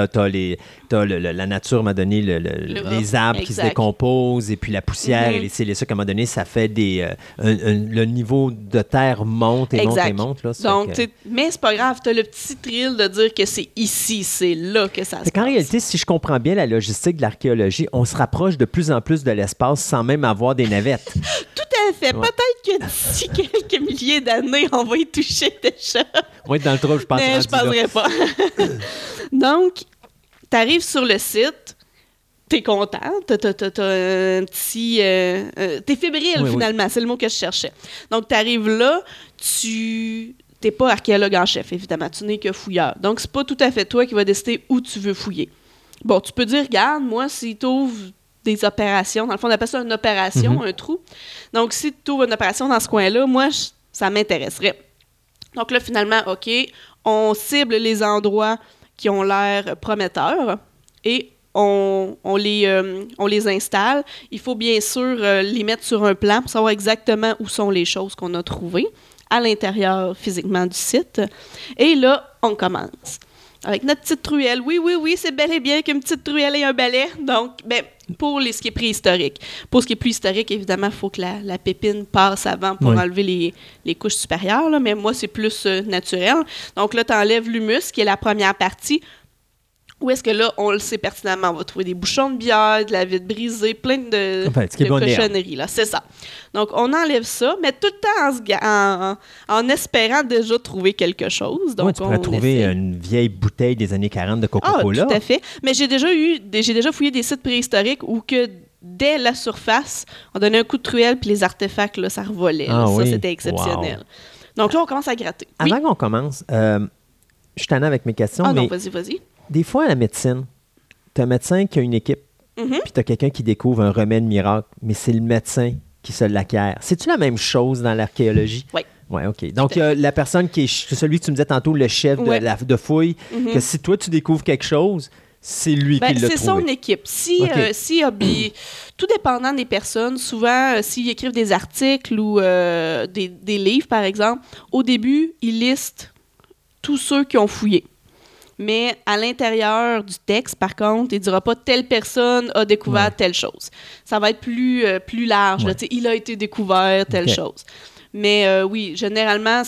la nature m'a donné les arbres qui se décomposent et puis la poussière et les ci et les ça, qu'à un moment donné, ça fait le niveau de terre monte et monte et monte. Là, donc, mais c'est pas grave, t'as le petit thrill de dire que c'est ici, c'est là que ça se passe. En réalité, si je comprends bien la logistique de l'archéologie, on se rapproche de plus en plus de l'espace sans même avoir des navettes. Tout à fait. Ouais. Peut-être que d'ici quelques milliers d'années, on va y toucher déjà. On va être dans le trou, je pense. Mais je penserais pas. Donc, t'arrives sur le site, t'es content, t'as un petit... t'es fébrile, finalement, c'est le mot que je cherchais. Donc, t'arrives là, t'es pas archéologue en chef, évidemment, tu n'es que fouilleur. Donc, c'est pas tout à fait toi qui vas décider où tu veux fouiller. Bon, tu peux dire, regarde, moi, si tu ouvres des opérations, dans le fond, on appelle ça une opération, un trou. Donc, si tu ouvres une opération dans ce coin-là, moi, ça m'intéresserait. Donc là, finalement, OK, on cible les endroits qui ont l'air prometteurs et on les installe. Il faut bien sûr les mettre sur un plan pour savoir exactement où sont les choses qu'on a trouvées à l'intérieur physiquement du site. Et là, on commence. Avec notre petite truelle. Oui, c'est bel et bien qu'une petite truelle et un balai. Donc, pour ce qui est préhistorique. Pour ce qui est plus historique, évidemment, il faut que la pépine passe avant pour enlever les couches supérieures. Là, mais moi, c'est plus naturel. Donc là, tu enlèves l'humus, qui est la première partie. Où est-ce que là, on le sait pertinemment, on va trouver des bouchons de bière, de la vitre brisée, plein de cochonneries. Là, c'est ça. Donc, on enlève ça, mais tout le temps en espérant déjà trouver quelque chose. Donc, tu pourrais trouver une vieille bouteille des années 40 de Coca-Cola. Ah, tout à fait. Mais j'ai déjà fouillé des sites préhistoriques où que dès la surface, on donnait un coup de truelle puis les artefacts, là, ça revolait. Ça, c'était exceptionnel. Wow. Donc là, on commence à gratter. Avant qu'on commence, je suis tannée avec mes questions. Ah non, vas-y. Des fois, à la médecine, tu as un médecin qui a une équipe, puis tu as quelqu'un qui découvre un remède miracle, mais c'est le médecin qui se l'acquiert. C'est-tu la même chose dans l'archéologie? Oui. Oui, OK. Donc, la personne qui est celui que tu me disais tantôt, le chef de fouille, que si toi, tu découvres quelque chose, c'est lui qui l'a trouvé. C'est son équipe. Tout dépendant des personnes, souvent, s'ils écrivent des articles ou des livres, par exemple, au début, ils listent tous ceux qui ont fouillé. Mais à l'intérieur du texte, par contre, il ne dira pas « telle personne a découvert telle chose ». Ça va être plus large. Là, il a été découvert telle chose. Mais oui, généralement,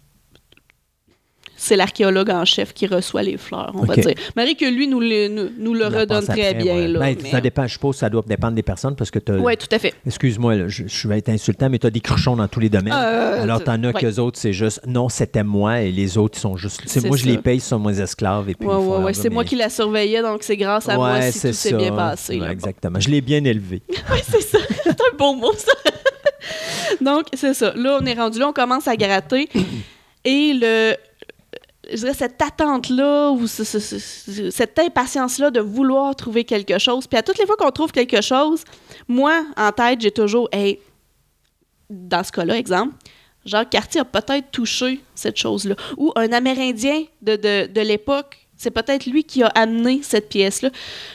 c'est l'archéologue en chef qui reçoit les fleurs, on va dire. Malgré que lui nous le redonne très bien. Là, mais... Ça dépend, je suppose que ça doit dépendre des personnes parce que tu as... Oui, tout à fait. Excuse-moi, là, je vais être insultant, mais tu as des cruchons dans tous les domaines. Alors, tu en as qu'eux autres, c'est juste, non, c'était moi, et les autres, ils sont juste... Moi, je les paye, ce sont mes esclaves. Oui, c'est moi qui la surveillais, donc c'est grâce à moi si tout s'est bien passé. Ouais, exactement. Je l'ai bien élevé. Oui, c'est ça. C'est un bon mot, ça. Donc, c'est ça. Là, on est rendu là, on commence à gratter. Et je dirais, cette attente-là ou cette impatience-là de vouloir trouver quelque chose. Puis à toutes les fois qu'on trouve quelque chose, moi, en tête, j'ai toujours, hey, dans ce cas-là, exemple, Jacques Cartier a peut-être touché cette chose-là. Ou un Amérindien de l'époque, c'est peut-être lui qui a amené cette pièce-là.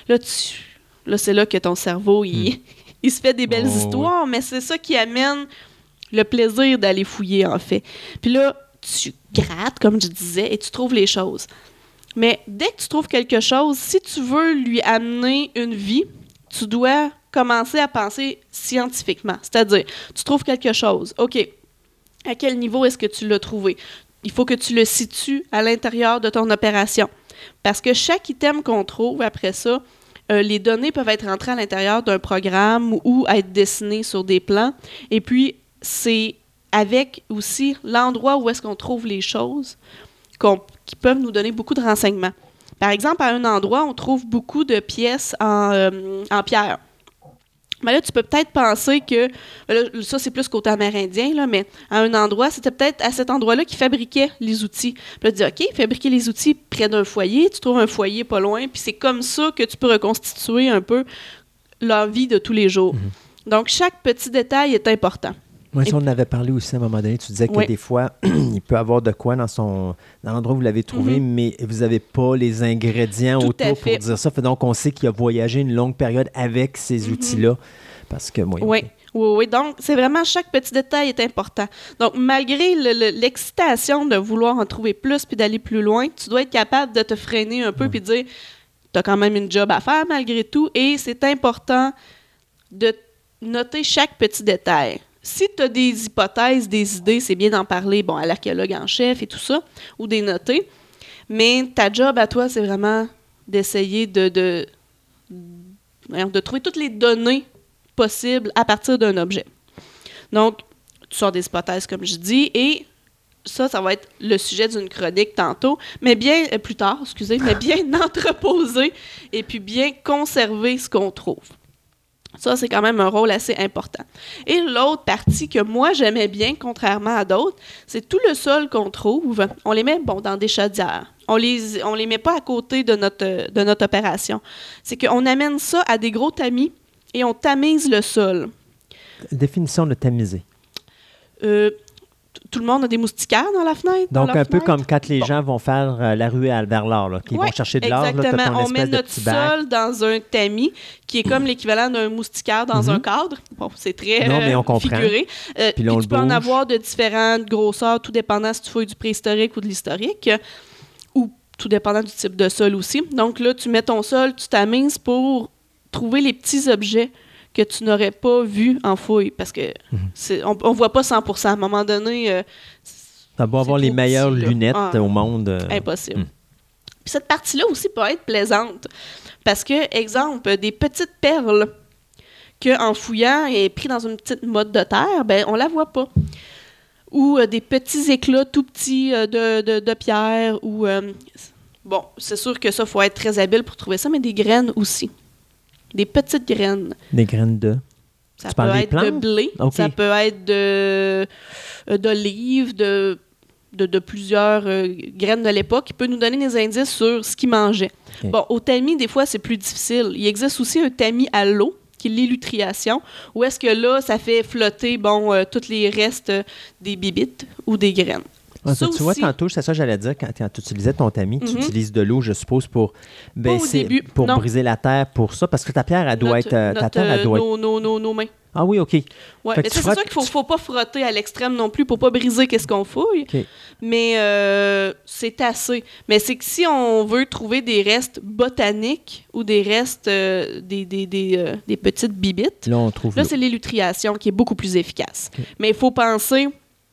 Là, c'est là que ton cerveau, il se fait des belles histoires, mais c'est ça qui amène le plaisir d'aller fouiller, en fait. Puis là, tu grattes, comme je disais, et tu trouves les choses. Mais dès que tu trouves quelque chose, si tu veux lui amener une vie, tu dois commencer à penser scientifiquement. C'est-à-dire, tu trouves quelque chose. OK, à quel niveau est-ce que tu l'as trouvé? Il faut que tu le situes à l'intérieur de ton opération. Parce que chaque item qu'on trouve après ça, les données peuvent être rentrées à l'intérieur d'un programme ou être dessinées sur des plans. Et puis, c'est avec aussi l'endroit où est-ce qu'on trouve les choses qui peuvent nous donner beaucoup de renseignements. Par exemple, à un endroit, on trouve beaucoup de pièces en pierre. Mais là, tu peux peut-être penser que, là, ça c'est plus côté amérindien, là, mais à un endroit, c'était peut-être à cet endroit-là qu'ils fabriquaient les outils. Puis là, tu dis, OK, fabriquer les outils près d'un foyer, tu trouves un foyer pas loin, puis c'est comme ça que tu peux reconstituer un peu leur vie de tous les jours. Donc, chaque petit détail est important. Oui, ça, on en avait parlé aussi à un moment donné. Tu disais que des fois, il peut y avoir de quoi dans l'endroit où vous l'avez trouvé, mais vous n'avez pas les ingrédients Tout autour pour dire ça. Donc, on sait qu'il a voyagé une longue période avec ces outils-là. Parce que, Oui. Donc, c'est vraiment chaque petit détail est important. Donc, malgré l'excitation de vouloir en trouver plus puis d'aller plus loin, tu dois être capable de te freiner un peu puis de dire, tu as quand même une job à faire malgré tout et c'est important de noter chaque petit détail. Si tu as des hypothèses, des idées, c'est bien d'en parler à l'archéologue en chef et tout ça, ou des noter. Mais ta job à toi, c'est vraiment d'essayer de trouver toutes les données possibles à partir d'un objet. Donc, tu sors des hypothèses, comme je dis, et ça va être le sujet d'une chronique tantôt, mais bien entreposer et puis bien conserver ce qu'on trouve. Ça, c'est quand même un rôle assez important. Et l'autre partie que moi, j'aimais bien, contrairement à d'autres, c'est tout le sol qu'on trouve. On les met dans des chaudières. On les met pas à côté de notre opération. C'est qu'on amène ça à des gros tamis et on tamise le sol. Définition de tamiser. Tout le monde a des moustiquaires dans la fenêtre. Donc, un peu comme quand les gens vont faire la ruée vers l'or, qui vont chercher de l'or. Exactement. On met notre sol dans un tamis, qui est comme l'équivalent d'un moustiquaire dans un cadre. Bon, c'est très figuré. Puis tu peux en avoir de différentes grosseurs, tout dépendant si tu fouilles du préhistorique ou de l'historique, ou tout dépendant du type de sol aussi. Donc là, tu mets ton sol, tu tamises pour trouver les petits objets que tu n'aurais pas vu en fouille, parce que on voit pas 100%. À un moment donné, ça va avoir les meilleures lunettes au monde. Impossible. Puis cette partie-là aussi peut être plaisante, parce que, exemple, des petites perles qu'en fouillant est pris dans une petite motte de terre, on la voit pas. Ou des petits éclats tout petits de pierre, ou... c'est sûr que ça, il faut être très habile pour trouver ça, mais des graines aussi. Des petites graines. Des graines de? Ça peut être de blé, ça peut être d'olive, de plusieurs graines de l'époque, qui peut nous donner des indices sur ce qu'ils mangeaient. Okay. Bon, au tamis, des fois, c'est plus difficile. Il existe aussi un tamis à l'eau, qui est l'élutréation, où est-ce que là, ça fait flotter tous les restes des bibites ou des graines. Tu vois, tantôt, c'est ça que j'allais dire, quand tu utilisais ton tamis, tu utilises de l'eau, je suppose, pour baisser, pour briser la terre, pour ça, parce que ta pierre, elle doit être... ta terre, elle doit être... Nos mains. Ah oui, OK. Ouais, mais c'est sûr qu'il ne faut pas frotter à l'extrême non plus pour ne pas briser qu'est-ce qu'on fouille. Okay. Mais c'est assez. Mais c'est que si on veut trouver des restes botaniques ou des restes des petites bibites, là, c'est l'élutréation qui est beaucoup plus efficace. Okay. Mais il faut penser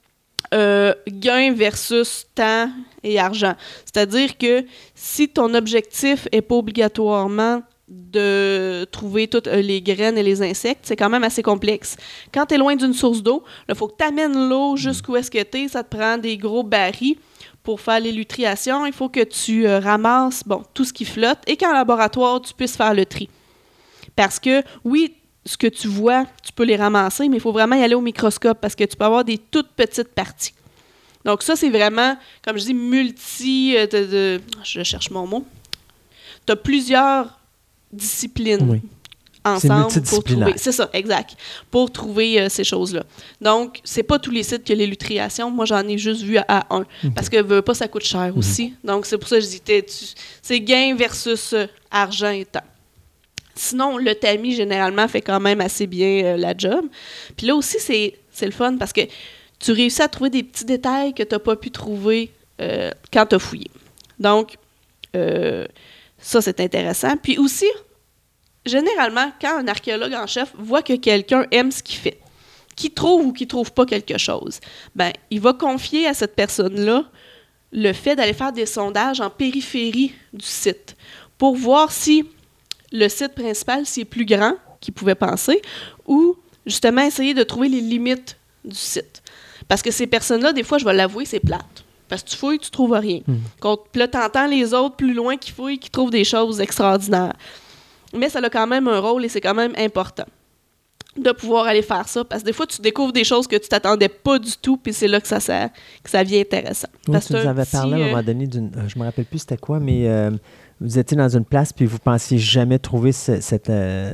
gain versus temps et argent. C'est-à-dire que si ton objectif n'est pas obligatoirement de trouver toutes les graines et les insectes, c'est quand même assez complexe. Quand tu es loin d'une source d'eau, il faut que tu amènes l'eau jusqu'où est-ce que tu es. Ça te prend des gros barils pour faire l'élutréation. Il faut que tu ramasses tout ce qui flotte et qu'en laboratoire, tu puisses faire le tri. Parce que, oui, ce que tu vois, tu peux les ramasser, mais il faut vraiment y aller au microscope parce que tu peux avoir des toutes petites parties. Donc ça, c'est vraiment, comme je dis, je cherche mon mot. Tu as plusieurs disciplines Oui. ensemble C'est pour trouver. multidisciplinaire. C'est ça, exact. Pour trouver ces choses-là. Donc, c'est pas tous les sites que les lutriations. Moi, j'en ai juste vu à un. Parce que veux pas, ça coûte cher aussi. Donc, c'est pour ça que je dis, c'est gain versus argent et temps. Sinon, le tamis, généralement, fait quand même assez bien la job. Puis là aussi, c'est le fun parce que tu réussis à trouver des petits détails que tu n'as pas pu trouver quand tu as fouillé. Donc, ça, c'est intéressant. Puis aussi, généralement, quand un archéologue en chef voit que quelqu'un aime ce qu'il fait, qu'il trouve ou qu'il ne trouve pas quelque chose, ben, il va confier à cette personne-là le fait d'aller faire des sondages en périphérie du site pour voir si le site principal, s'il est plus grand qu'il pouvait penser, ou justement essayer de trouver les limites du site. Parce que ces personnes-là, des fois, je vais l'avouer, c'est plate. Parce que tu fouilles, tu trouves rien. Puis là, tu entends les autres plus loin qui fouillent, qui trouvent des choses extraordinaires. Mais ça a quand même un rôle et c'est quand même important de pouvoir aller faire ça. Parce que des fois, tu découvres des choses que tu t'attendais pas du tout, puis c'est là que ça vient intéressant. Oui, Parce tu que nous avais parlé à un moment donné d'une... je me rappelle plus c'était quoi, mais vous étiez dans une place puis vous pensiez jamais trouver cet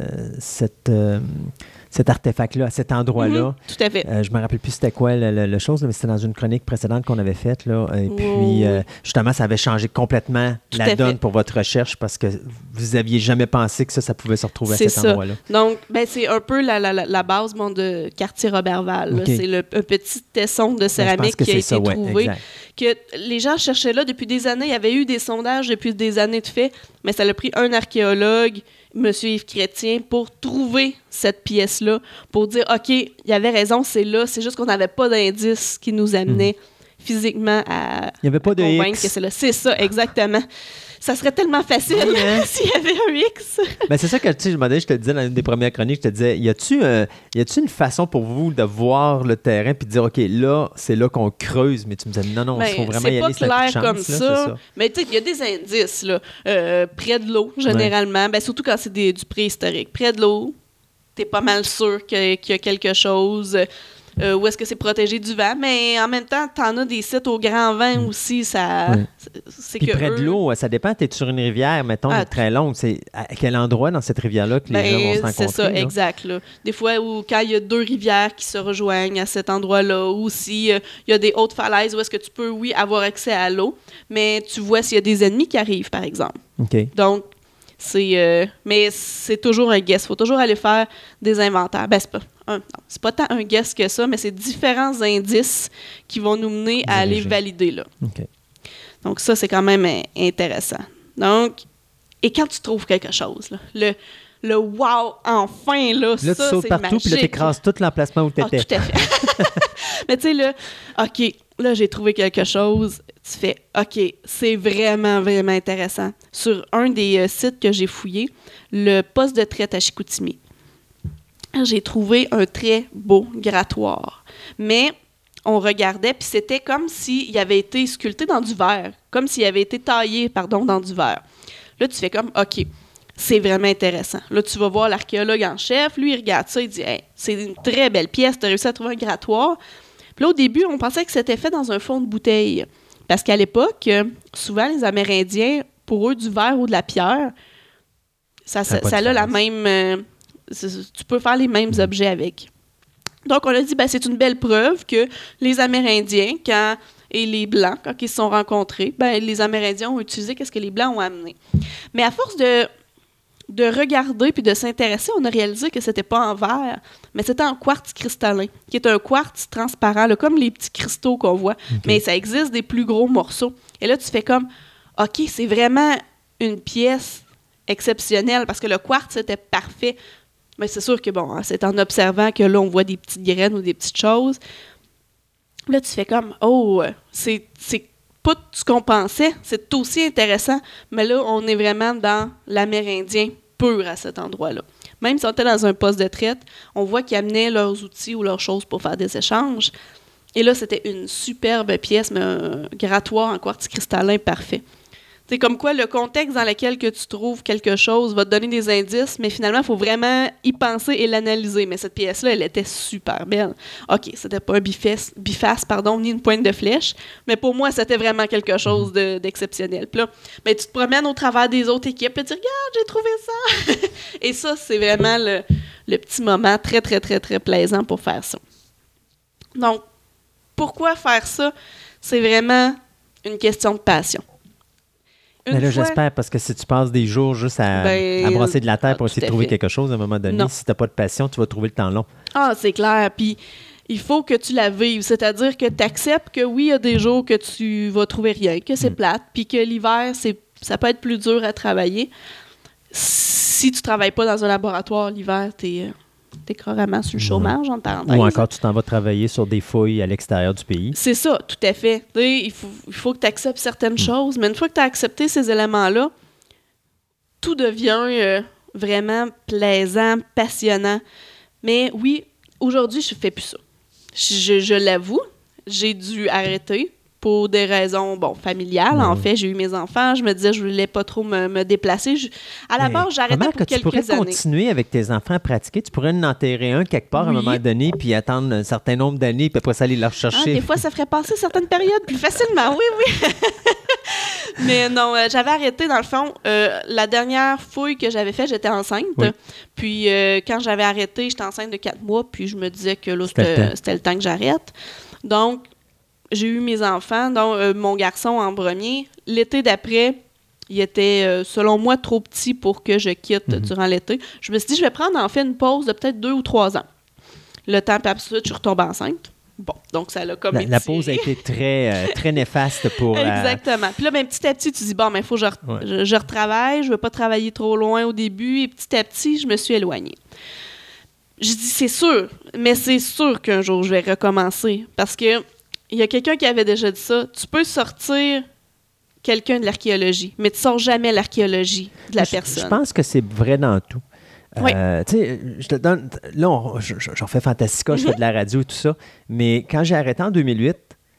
artefact-là, à cet endroit-là. Tout à fait. Je me rappelle plus c'était quoi la chose, mais c'était dans une chronique précédente qu'on avait faite. Là, et puis, justement, ça avait changé complètement Tout la à donne fait. pour votre recherche parce que vous aviez jamais pensé que ça pouvait se retrouver à C'est cet ça. endroit-là. Donc, ben, c'est un peu la base de quartier Roberval. Là. OK. C'est un petit tesson de Je céramique pense que qui a c'est été ça, ouais, trouvé. exact. Que les gens cherchaient là depuis des années. Il y avait eu des sondages depuis des années de fait, mais ça a pris un archéologue, M. Yves Chrétien, pour trouver cette pièce-là, pour dire, OK, il y avait raison, c'est là, c'est juste qu'on n'avait pas d'indice qui nous amenait physiquement à Il n'y avait pas de convaincre X. que c'est là. C'est ça, exactement. Ça serait tellement facile Oui, hein? s'il y avait un X. Ben, c'est ça que je te disais dans une des premières chroniques, je te disais, y a-tu une façon pour vous de voir le terrain puis de dire, OK, là, c'est là qu'on creuse, mais tu me disais, non, il faut vraiment y aller, c'est un coup de chance. comme là, ça. c'est ça. Mais tu sais, il y a des indices, là. Près de l'eau, généralement. Ben, surtout quand c'est du préhistorique. Près de l'eau, t'es pas mal sûr qu'il y a quelque chose. Où est-ce que c'est protégé du vent, mais en même temps, t'en as des sites au grand vent aussi, ça... Oui. C'est Puis que près de l'eau, ça dépend, tu es sur une rivière, mettons, très longue. C'est à quel endroit dans cette rivière-là que les gens vont se rencontrer? C'est ça, là? exact. Là. Des fois, quand il y a deux rivières qui se rejoignent à cet endroit-là, ou s'il y a des hautes falaises où est-ce que tu peux, oui, avoir accès à l'eau, mais tu vois s'il y a des ennemis qui arrivent, par exemple. OK. Donc, mais c'est toujours un guess. Il faut toujours aller faire des inventaires. Ben, c'est pas tant un guess que ça, mais c'est différents indices qui vont nous mener à aller valider là. OK. Donc, ça, c'est quand même intéressant. Donc, et quand tu trouves quelque chose, là, le wow, enfin, là, Là, ça, tu sautes c'est partout, magique. puis là, tu écrases tout l'emplacement où tu Ah, étais. tout à fait. Mais tu sais, là, OK, là, j'ai trouvé quelque chose. Tu fais, OK, c'est vraiment, vraiment intéressant. Sur un des sites que j'ai fouillé, le poste de traite à Chicoutimi, j'ai trouvé un très beau grattoir. Mais on regardait, puis c'était comme s'il avait été sculpté dans du verre, comme s'il avait été taillé, dans du verre. Là, tu fais comme, OK, c'est vraiment intéressant. Là, tu vas voir l'archéologue en chef, lui, il regarde ça, il dit, hey, c'est une très belle pièce, tu as réussi à trouver un grattoir. Puis là, au début, on pensait que c'était fait dans un fond de bouteille. Parce qu'à l'époque, souvent, les Amérindiens, pour eux, du verre ou de la pierre, ça a la même... tu peux faire les mêmes objets avec. Donc, on a dit, c'est une belle preuve que les Amérindiens, et les Blancs, quand ils se sont rencontrés, les Amérindiens ont utilisé ce que les Blancs ont amené. Mais à force de regarder puis de s'intéresser, on a réalisé que c'était pas en verre, mais c'était en quartz cristallin, qui est un quartz transparent, là, comme les petits cristaux qu'on voit. Okay. Mais ça existe des plus gros morceaux. Et là, tu fais comme, OK, c'est vraiment une pièce exceptionnelle parce que le quartz était parfait. Mais c'est sûr que, c'est en observant que là, on voit des petites graines ou des petites choses. Là, tu fais comme, oh, c'est pas ce qu'on pensait, c'est aussi intéressant, mais là, on est vraiment dans l'Amérindien pur à cet endroit-là. Même si on était dans un poste de traite, on voit qu'ils amenaient leurs outils ou leurs choses pour faire des échanges. Et là, c'était une superbe pièce, mais un grattoir en quartz cristallin parfait. C'est comme quoi le contexte dans lequel que tu trouves quelque chose va te donner des indices, mais finalement, il faut vraiment y penser et l'analyser. Mais cette pièce-là, elle était super belle. OK, c'était pas un biface, ni une pointe de flèche, mais pour moi, c'était vraiment quelque chose d'exceptionnel. Puis là, ben, tu te promènes au travers des autres équipes et tu dis « Regarde, j'ai trouvé ça! » Et ça, c'est vraiment le petit moment très, très, très, très plaisant pour faire ça. Donc, pourquoi faire ça? C'est vraiment une question de passion. Mais là, j'espère, parce que si tu passes des jours juste à brasser de la terre pour essayer de trouver quelque chose, à un moment donné, si tu n'as pas de passion, tu vas trouver le temps long. Ah, c'est clair. Puis, il faut que tu la vives. C'est-à-dire que tu acceptes que oui, il y a des jours que tu vas trouver rien, que c'est plate, puis que l'hiver, ça peut être plus dur à travailler. Si tu ne travailles pas dans un laboratoire, l'hiver, t'es carrément sur le chômage, en parenthèse. Ou encore, tu t'en vas travailler sur des fouilles à l'extérieur du pays. C'est ça, tout à fait. Il faut que tu acceptes certaines choses, mais une fois que tu as accepté ces éléments-là, tout devient vraiment plaisant, passionnant. Mais oui, aujourd'hui, je ne fais plus ça. Je l'avoue, j'ai dû arrêter pour des raisons familiales. En fait, j'ai eu mes enfants, je me disais je voulais pas trop me déplacer. À la base, j'arrêtais pour quelques années. Tu pourrais continuer avec tes enfants à pratiquer. Tu pourrais en enterrer un quelque part à un moment donné, puis attendre un certain nombre d'années, puis après ça, aller le rechercher. Des fois, ça ferait passer certaines périodes plus facilement. Oui. Mais non, j'avais arrêté, dans le fond. La dernière fouille que j'avais faite, j'étais enceinte. Oui. Puis quand j'avais arrêté, j'étais enceinte de 4 mois, puis je me disais que là, c'était le temps que j'arrête. Donc, j'ai eu mes enfants, dont mon garçon en premier. L'été d'après, il était, selon moi, trop petit pour que je quitte durant l'été. Je me suis dit, je vais prendre en fait une pause de peut-être 2 ou 3 ans. Le temps, puis après, je retombe enceinte. Bon, donc ça l'a comme la pause a été très, très néfaste pour... Exactement. Puis là, petit à petit, tu dis, il faut que je retravaille, je ne veux pas travailler trop loin au début, et petit à petit, je me suis éloignée. Je dis, c'est sûr, mais c'est sûr qu'un jour, je vais recommencer, parce que il y a quelqu'un qui avait déjà dit ça. Tu peux sortir quelqu'un de l'archéologie, mais tu ne sors jamais l'archéologie de la personne. Je pense que c'est vrai dans tout. Oui. Tu sais, je te donne... Là, j'en fais Fantastica, je fais de la radio et tout ça, mais quand j'ai arrêté en 2008,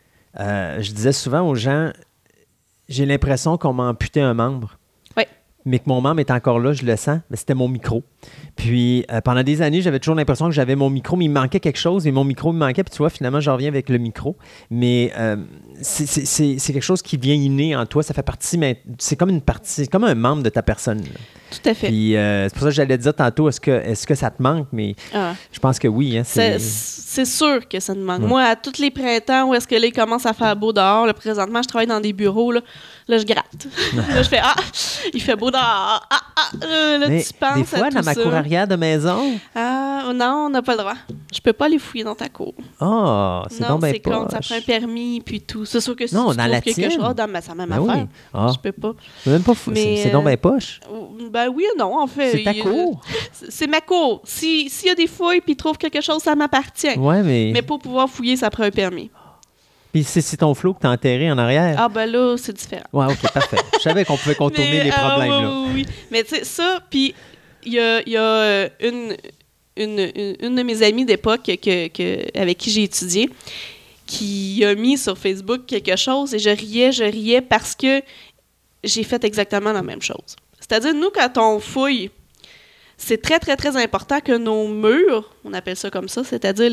je disais souvent aux gens, j'ai l'impression qu'on m'a amputé un membre. Oui. Mais que mon membre est encore là, je le sens, mais c'était mon micro. Puis, pendant des années, j'avais toujours l'impression que j'avais mon micro, mais il me manquait quelque chose, et mon micro me manquait, puis tu vois, finalement, je reviens avec le micro. Mais c'est quelque chose qui vient inné en toi, ça fait partie, mais c'est comme une partie, c'est comme un membre de ta personne. Là. Tout à fait. Puis, c'est pour ça que j'allais dire tantôt, est-ce que ça te manque? Mais je pense que oui. Hein, c'est sûr que ça me manque. Moi, à tous les printemps, où est-ce que là, il commence à faire beau dehors, là, présentement, je travaille dans des bureaux, là je gratte. Là, je fais, il fait beau dehors. Là, mais tu penses des fois, à tout dans ma cour arrière de maison. Non, on n'a pas le droit. Je peux pas aller fouiller dans ta cour. C'est donc bien poche. Non, ça prend un permis, puis tout. C'est sûr que si non, tu dans trouves la quelque tienne. chose, dans sa même affaire, je peux pas. Même pas fou. C'est donc bien poche. Ben oui ou non, en fait. C'est ta cour. C'est ma cour. S'il y a des fouilles, puis il trouve quelque chose, ça m'appartient. Ouais, mais pour pouvoir fouiller, ça prend un permis. Puis c'est ton flot que t'as enterré en arrière. Ah ben là, c'est différent. Ouais, OK, parfait. Je savais qu'on pouvait contourner les problèmes, là. Oui. Mais tu sais, ça, puis il y a une de mes amies d'époque avec qui j'ai étudié qui a mis sur Facebook quelque chose et je riais parce que j'ai fait exactement la même chose. C'est-à-dire, nous, quand on fouille, c'est très, très, très important que nos murs, on appelle ça comme ça, c'est-à-dire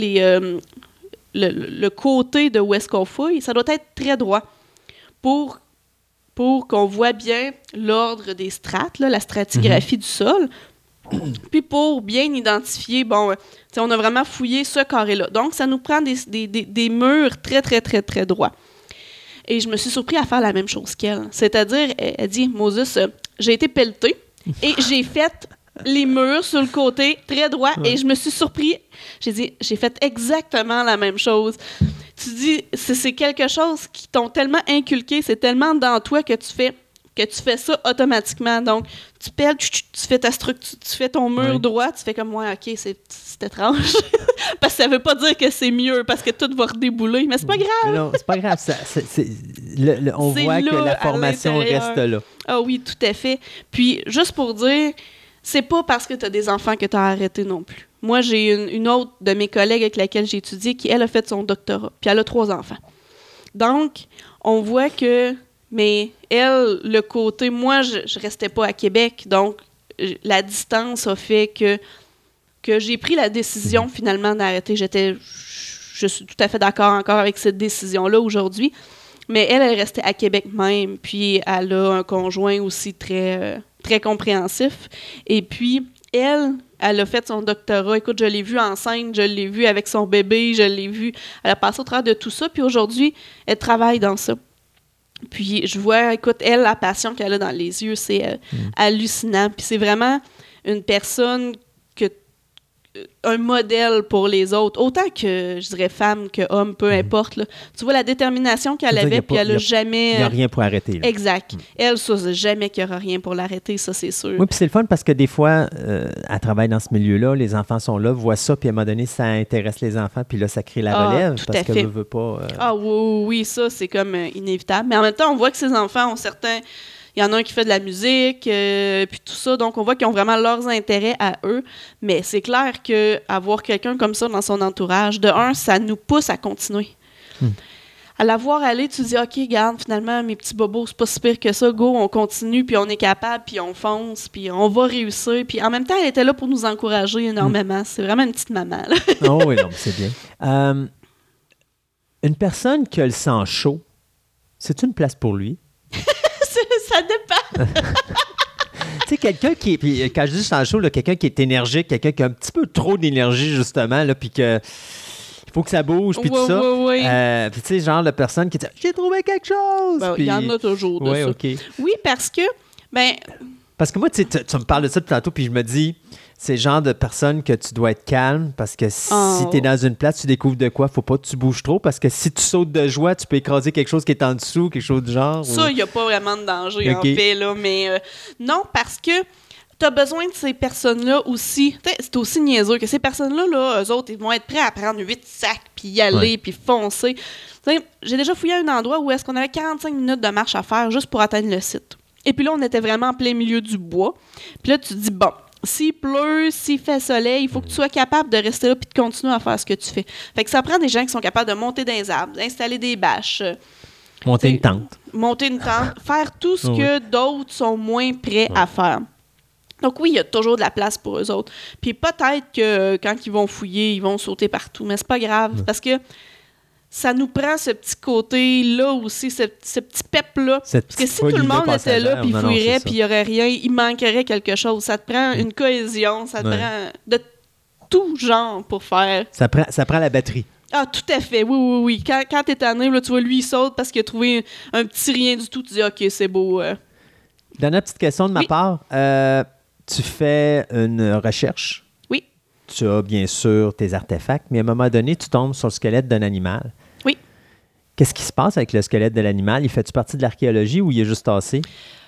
le côté de où est-ce qu'on fouille, ça doit être très droit pour qu'on voit bien l'ordre des strates, là, la stratigraphie du sol, puis pour bien identifier, on a vraiment fouillé ce carré-là. Donc, ça nous prend des murs très, très, très, très droits. Et je me suis surpris à faire la même chose qu'elle. C'est-à-dire, elle dit, Moses, j'ai été pelletée et j'ai fait les murs sur le côté très droit et je me suis surpris. J'ai dit, j'ai fait exactement la même chose. Tu dis, c'est quelque chose qui t'ont tellement inculqué, c'est tellement dans toi que tu fais ça automatiquement. Donc, tu pelles, tu fais ta structure, tu fais ton mur droit, tu fais comme moi, OK, c'est étrange. Parce que ça veut pas dire que c'est mieux, parce que tout va redébouler. Mais c'est pas grave. Non, c'est pas grave. On voit que la formation reste là. Ah oui, tout à fait. Puis, juste pour dire, c'est pas parce que tu as des enfants que tu as arrêté non plus. Moi, j'ai une autre de mes collègues avec laquelle j'ai étudié qui, elle, a fait son doctorat. Puis elle a 3 enfants. Donc, on voit que Mais elle, le côté... Moi, je restais pas à Québec, donc la distance a fait que j'ai pris la décision, finalement, d'arrêter. Je suis tout à fait d'accord encore avec cette décision-là aujourd'hui. Mais elle restait à Québec même. Puis elle a un conjoint aussi très, très compréhensif. Et puis, elle a fait son doctorat. Écoute, je l'ai vue enceinte, je l'ai vue avec son bébé, je l'ai vue. Elle a passé au travers de tout ça. Puis aujourd'hui, elle travaille dans ça. Puis je vois, écoute, elle, la passion qu'elle a dans les yeux, c'est hallucinant. Puis c'est vraiment une personne un modèle pour les autres, autant que, je dirais, femme que homme, peu importe. Là. Tu vois la détermination qu'elle avait, puis elle n'a jamais... Il n'y a rien pour arrêter. Là. Exact. Elle, ça, c'est jamais qu'il n'y aura rien pour l'arrêter, ça, c'est sûr. Oui, puis c'est le fun parce que des fois, elle travaille dans ce milieu-là, les enfants sont là, voient ça, puis à un moment donné, ça intéresse les enfants, puis là, ça crée la relève, tout parce à fait. qu'elle ne veut pas... oui, ça, c'est comme inévitable. Mais en même temps, on voit que ces enfants ont certains... Il y en a un qui fait de la musique, puis tout ça. Donc, on voit qu'ils ont vraiment leurs intérêts à eux. Mais c'est clair qu'avoir quelqu'un comme ça dans son entourage, de un, ça nous pousse à continuer. À la voir aller, tu dis, OK, regarde, finalement, mes petits bobos, c'est pas si pire que ça. Go, on continue, puis on est capable, puis on fonce, puis on va réussir. Puis en même temps, elle était là pour nous encourager énormément. C'est vraiment une petite maman. Là. Oh oui, non, c'est bien. Une personne qui a le sang chaud, c'est une place pour lui? Ça dépend. Tu sais, quelqu'un qui est... Puis quand je dis sang chaud, là, quelqu'un qui est énergique, quelqu'un qui a un petit peu trop d'énergie, justement, là, puis que... Il faut que ça bouge, puis tout ça. Oui. Puis tu sais, genre la personne qui dit « J'ai trouvé quelque chose! Ben, » Il y en a toujours de ça. OK. Oui, parce que... Parce que moi, tu me parles de ça depuis tantôt, puis je me dis, c'est le genre de personne que tu dois être calme, parce que si tu es dans une place, tu découvres de quoi, faut pas que tu bouges trop, parce que si tu sautes de joie, tu peux écraser quelque chose qui est en dessous, quelque chose du genre. Ça, il n'y a pas vraiment de danger, en fait, là, mais non, parce que tu as besoin de ces personnes-là aussi. C'est aussi niaiseux que ces personnes-là, là, eux autres, ils vont être prêts à prendre 8 sacs, puis y aller, puis foncer. J'ai déjà fouillé un endroit où est-ce qu'on avait 45 minutes de marche à faire juste pour atteindre le site. Et puis là, on était vraiment en plein milieu du bois. Puis là, tu te dis, bon, s'il pleut, s'il fait soleil, il faut que tu sois capable de rester là puis de continuer à faire ce que tu fais. Fait que ça prend des gens qui sont capables de monter dans les arbres, d'installer des bâches. Monter une tente. Monter une tente, faire tout ce que d'autres sont moins prêts à faire. Donc oui, il y a toujours de la place pour eux autres. Puis peut-être que quand ils vont fouiller, ils vont sauter partout, mais c'est pas grave parce que ça nous prend ce petit côté-là aussi, ce petit pep-là. Parce que si tout le monde était là, puis fouillerait, puis il n'y aurait rien, il manquerait quelque chose. Ça te prend une cohésion, ça te prend de tout genre pour faire. Ça prend la batterie. Ah, tout à fait, oui. Quand t'es tanné, là, tu vois, lui, il saute parce qu'il a trouvé un petit rien du tout. Tu dis, OK, c'est beau. Dernière petite question de ma part. Tu fais une recherche. Oui. Tu as bien sûr tes artefacts, mais à un moment donné, tu tombes sur le squelette d'un animal. Oui. Qu'est-ce qui se passe avec le squelette de l'animal? Il fait-tu partie de l'archéologie ou il est juste tassé?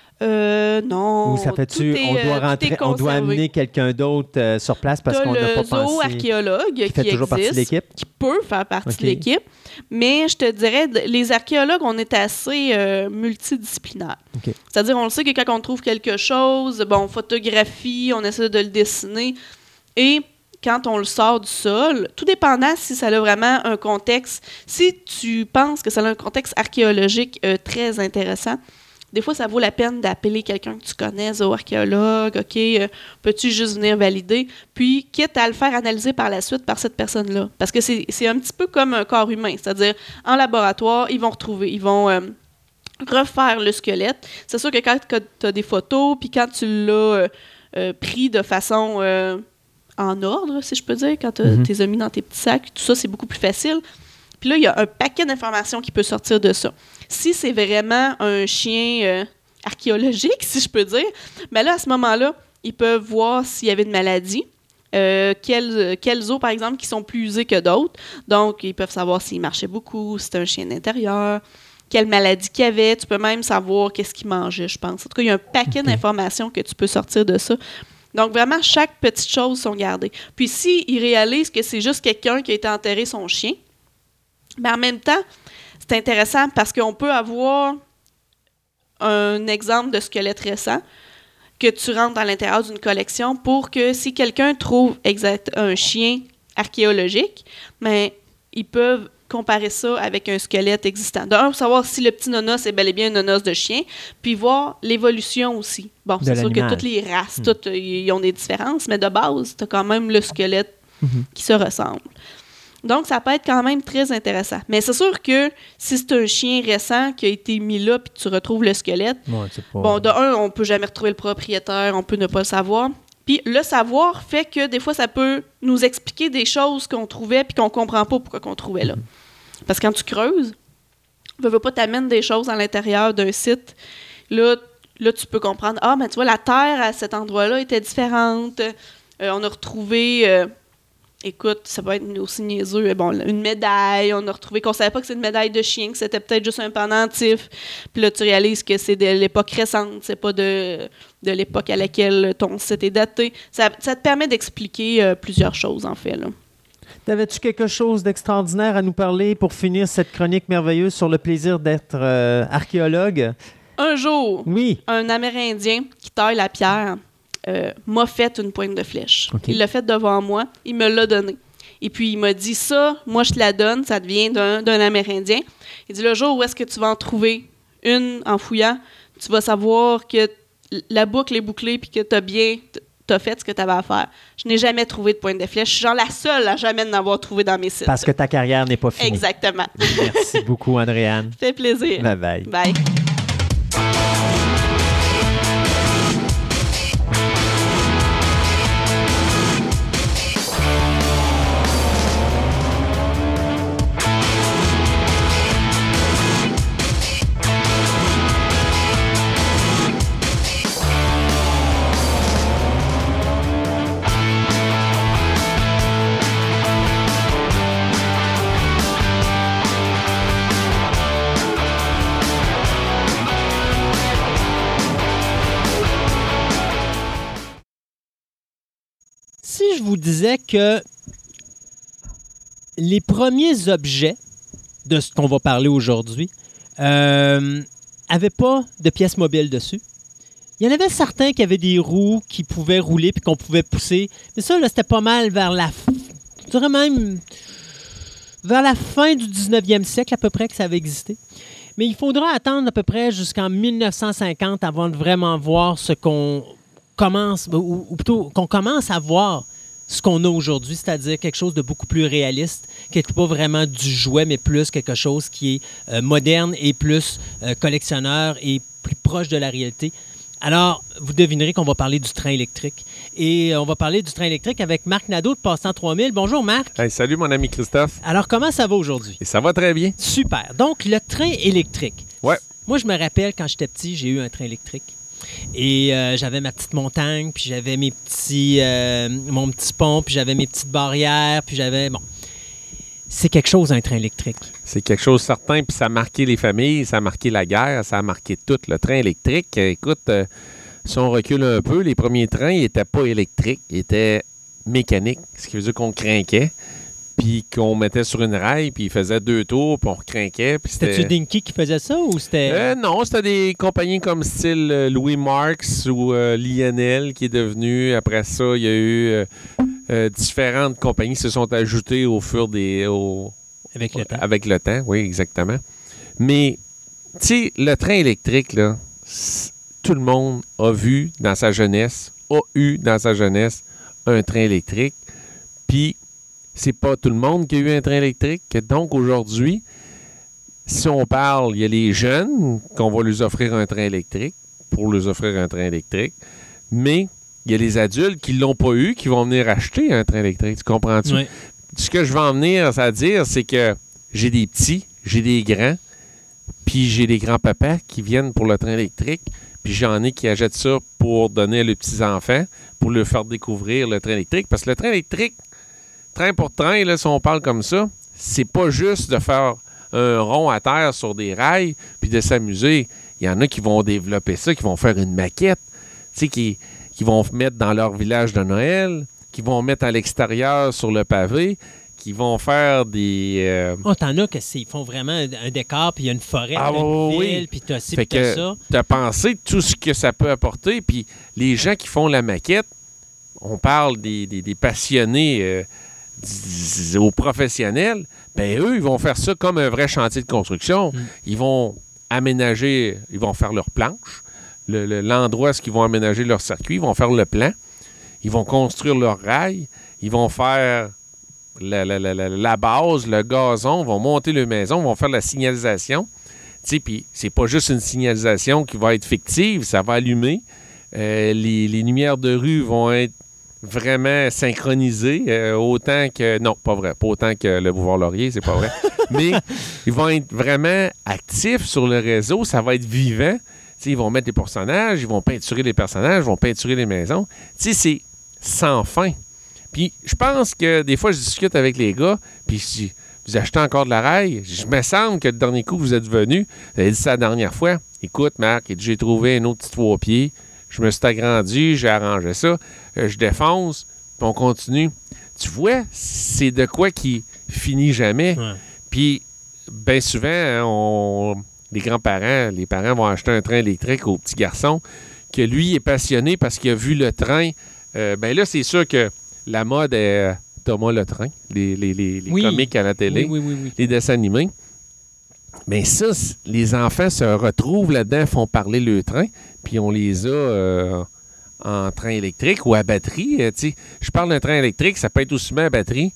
Non. Ou ça fait-tu, on doit amener quelqu'un d'autre sur place parce qu'on n'a pas pensé. Le zoo-archéologue qui fait toujours existe, partie de l'équipe. Qui peut faire partie de l'équipe. Mais je te dirais, les archéologues, on est assez multidisciplinaires. Okay. C'est-à-dire, on le sait que quand on trouve quelque chose, on photographie, on essaie de le dessiner. Et quand on le sort du sol, tout dépendant si ça a vraiment un contexte, si tu penses que ça a un contexte archéologique très intéressant, des fois, ça vaut la peine d'appeler quelqu'un que tu connais, zooarchéologue, OK, peux-tu juste venir valider? Puis, quitte à le faire analyser par la suite par cette personne-là. Parce que c'est un petit peu comme un corps humain. C'est-à-dire, en laboratoire, ils vont refaire le squelette. C'est sûr que quand tu as des photos, puis quand tu l'as pris de façon en ordre, si je peux dire, quand tu les as mis dans tes petits sacs, tout ça, c'est beaucoup plus facile. Puis là, il y a un paquet d'informations qui peut sortir de ça. Si c'est vraiment un chien archéologique, si je peux dire, mais là, à ce moment-là, ils peuvent voir s'il y avait une maladie, quels os, par exemple, qui sont plus usés que d'autres. Donc, ils peuvent savoir s'il marchait beaucoup, si c'était un chien d'intérieur, quelle maladie qu'il y avait. Tu peux même savoir qu'est-ce qu'il mangeait, je pense. En tout cas, il y a un paquet d'informations que tu peux sortir de ça. Donc, vraiment, chaque petite chose sont gardées. Puis, s'ils réalisent que c'est juste quelqu'un qui a été enterré son chien, mais en même temps, c'est intéressant parce qu'on peut avoir un exemple de squelette récent que tu rentres à l'intérieur d'une collection pour que si quelqu'un trouve un chien archéologique, mais ils peuvent comparer ça avec un squelette existant. D'un, savoir si le petit nonos est bel et bien un nonos de chien, puis voir l'évolution aussi. Bon, c'est sûr que toutes les races, toutes, ils ont des différences, mais de base, tu as quand même le squelette qui se ressemble. Donc, ça peut être quand même très intéressant. Mais c'est sûr que si c'est un chien récent qui a été mis là puis tu retrouves le squelette, bon, de un, on peut jamais retrouver le propriétaire, on peut ne pas le savoir. Puis le savoir fait que des fois, ça peut nous expliquer des choses qu'on trouvait puis qu'on comprend pas pourquoi qu'on trouvait là. Parce que quand tu creuses, veux pas t'amènes des choses à l'intérieur d'un site, là, tu peux comprendre, ah, ben tu vois, la terre à cet endroit-là était différente. On a retrouvé... écoute, ça peut être aussi niaiseux. Bon, une médaille, on a retrouvé qu'on savait pas que c'est une médaille de chien, que c'était peut-être juste un pendentif. Puis là, tu réalises que c'est de l'époque récente, c'est pas de l'époque à laquelle ton site est daté. Ça te permet d'expliquer plusieurs choses, en fait, là. T'avais-tu quelque chose d'extraordinaire à nous parler pour finir cette chronique merveilleuse sur le plaisir d'être archéologue? Un jour, oui. Un Amérindien qui taille la pierre m'a fait une pointe de flèche. Okay. Il l'a fait devant moi, il me l'a donné. Et puis, il m'a dit, ça, moi, je te la donne, ça devient d'un Amérindien. Il dit, le jour où est-ce que tu vas en trouver une en fouillant, tu vas savoir que la boucle est bouclée puis que t'as fait ce que tu avais à faire. Je n'ai jamais trouvé de pointe de flèche. Je suis genre la seule à jamais en avoir trouvé dans mes sites. Parce que ta carrière n'est pas finie. Exactement. Merci beaucoup, Andréane. Ça fait plaisir. Bye-bye. Bye. Si je vous disais que les premiers objets de ce qu'on va parler aujourd'hui n'avaient pas de pièces mobiles dessus, il y en avait certains qui avaient des roues qui pouvaient rouler puis qu'on pouvait pousser. Mais ça, là, c'était pas mal vers la fin du 19e siècle à peu près que ça avait existé. Mais il faudra attendre à peu près jusqu'en 1950 avant de vraiment voir ce qu'on commence, ou plutôt qu'on commence à voir ce qu'on a aujourd'hui, c'est-à-dire quelque chose de beaucoup plus réaliste, qui n'est pas vraiment du jouet, mais plus quelque chose qui est moderne et plus collectionneur et plus proche de la réalité. Alors, vous devinerez qu'on va parler du train électrique. Et on va parler du train électrique avec Marc Nadeau de Passe-Temps 3000. Bonjour, Marc. Hey, salut, mon ami Christophe. Alors, comment ça va aujourd'hui? Et ça va très bien. Super. Donc, le train électrique. Ouais. Moi, je me rappelle, quand j'étais petit, j'ai eu un train électrique. Et j'avais ma petite montagne, puis j'avais mon petit pont, puis j'avais mes petites barrières, puis j'avais... Bon, c'est quelque chose, un train électrique. C'est quelque chose de certain, puis ça a marqué les familles, ça a marqué la guerre, ça a marqué tout. Le train électrique, écoute, si on recule un peu, les premiers trains, ils n'étaient pas électriques, ils étaient mécaniques, ce qui veut dire qu'on crinquait, puis qu'on mettait sur une rail, puis il faisait 2 tours, puis on recrinquait. C'était-tu Dinky qui faisait ça, ou c'était... Non, c'était des compagnies comme style Louis Marx ou Lionel qui est devenu. Après ça, il y a eu différentes compagnies qui se sont ajoutées au fur des... Avec le temps. Avec le temps, oui, exactement. Mais, tu sais, le train électrique, là, tout le monde a eu dans sa jeunesse un train électrique, puis c'est pas tout le monde qui a eu un train électrique. Donc, aujourd'hui, si on parle, il y a les jeunes qu'on va leur offrir un train électrique, mais il y a les adultes qui ne l'ont pas eu, qui vont venir acheter un train électrique. Tu comprends-tu? Oui. Ce que je vais en venir à dire, c'est que j'ai des petits, j'ai des grands, puis j'ai des grands-papas qui viennent pour le train électrique, puis j'en ai qui achètent ça pour donner à leurs petits-enfants, pour leur faire découvrir le train électrique. Parce que le train électrique, train pour train, là, si on parle comme ça, c'est pas juste de faire un rond à terre sur des rails puis de s'amuser. Il y en a qui vont développer ça, qui vont faire une maquette, tu sais, qui vont mettre dans leur village de Noël, qui vont mettre à l'extérieur sur le pavé, qui vont faire des... t'en as ils font vraiment un décor, puis il y a une forêt, une ville, puis t'as ci, puis t'as ça. T'as pensé tout ce que ça peut apporter, puis les gens qui font la maquette, on parle des passionnés aux professionnels, ben eux, ils vont faire ça comme un vrai chantier de construction. Ils vont aménager, ils vont faire leur planche, l'endroit où ils vont aménager leur circuit, ils vont faire le plan, ils vont construire leur rail, ils vont faire la base, le gazon, vont monter leur maison, vont faire la signalisation. Tu sais, puis c'est pas juste une signalisation qui va être fictive, ça va allumer. Les lumières de rue vont être vraiment synchronisées, autant que... Non, pas vrai, pas autant que le Boulevard Laurier, c'est pas vrai. Mais ils vont être vraiment actifs sur le réseau, ça va être vivant. Tu sais, ils vont mettre des personnages, ils vont peinturer les personnages, ils vont peinturer les maisons. Tu sais, c'est sans fin. Puis je pense que des fois, je discute avec les gars, puis je dis, vous achetez encore de la rail? Je me semble que le dernier coup que vous êtes venu, vous avez dit ça la dernière fois. Écoute, Marc, j'ai trouvé un autre petit 3 pieds. Je me suis agrandi, j'ai arrangé ça. Je défonce, puis on continue. Tu vois, c'est de quoi qui finit jamais. Ouais. Puis, bien souvent, hein, les grands-parents, les parents vont acheter un train électrique au petit garçon que lui est passionné parce qu'il a vu le train. Bien là, c'est sûr que la mode est Thomas le train, les Oui. comiques à la télé, Oui. les dessins animés. Bien ça, les enfants se retrouvent là-dedans, font parler le train, puis on les a en train électrique ou à batterie. Tu sais, je parle d'un train électrique, ça peut être aussi bien à batterie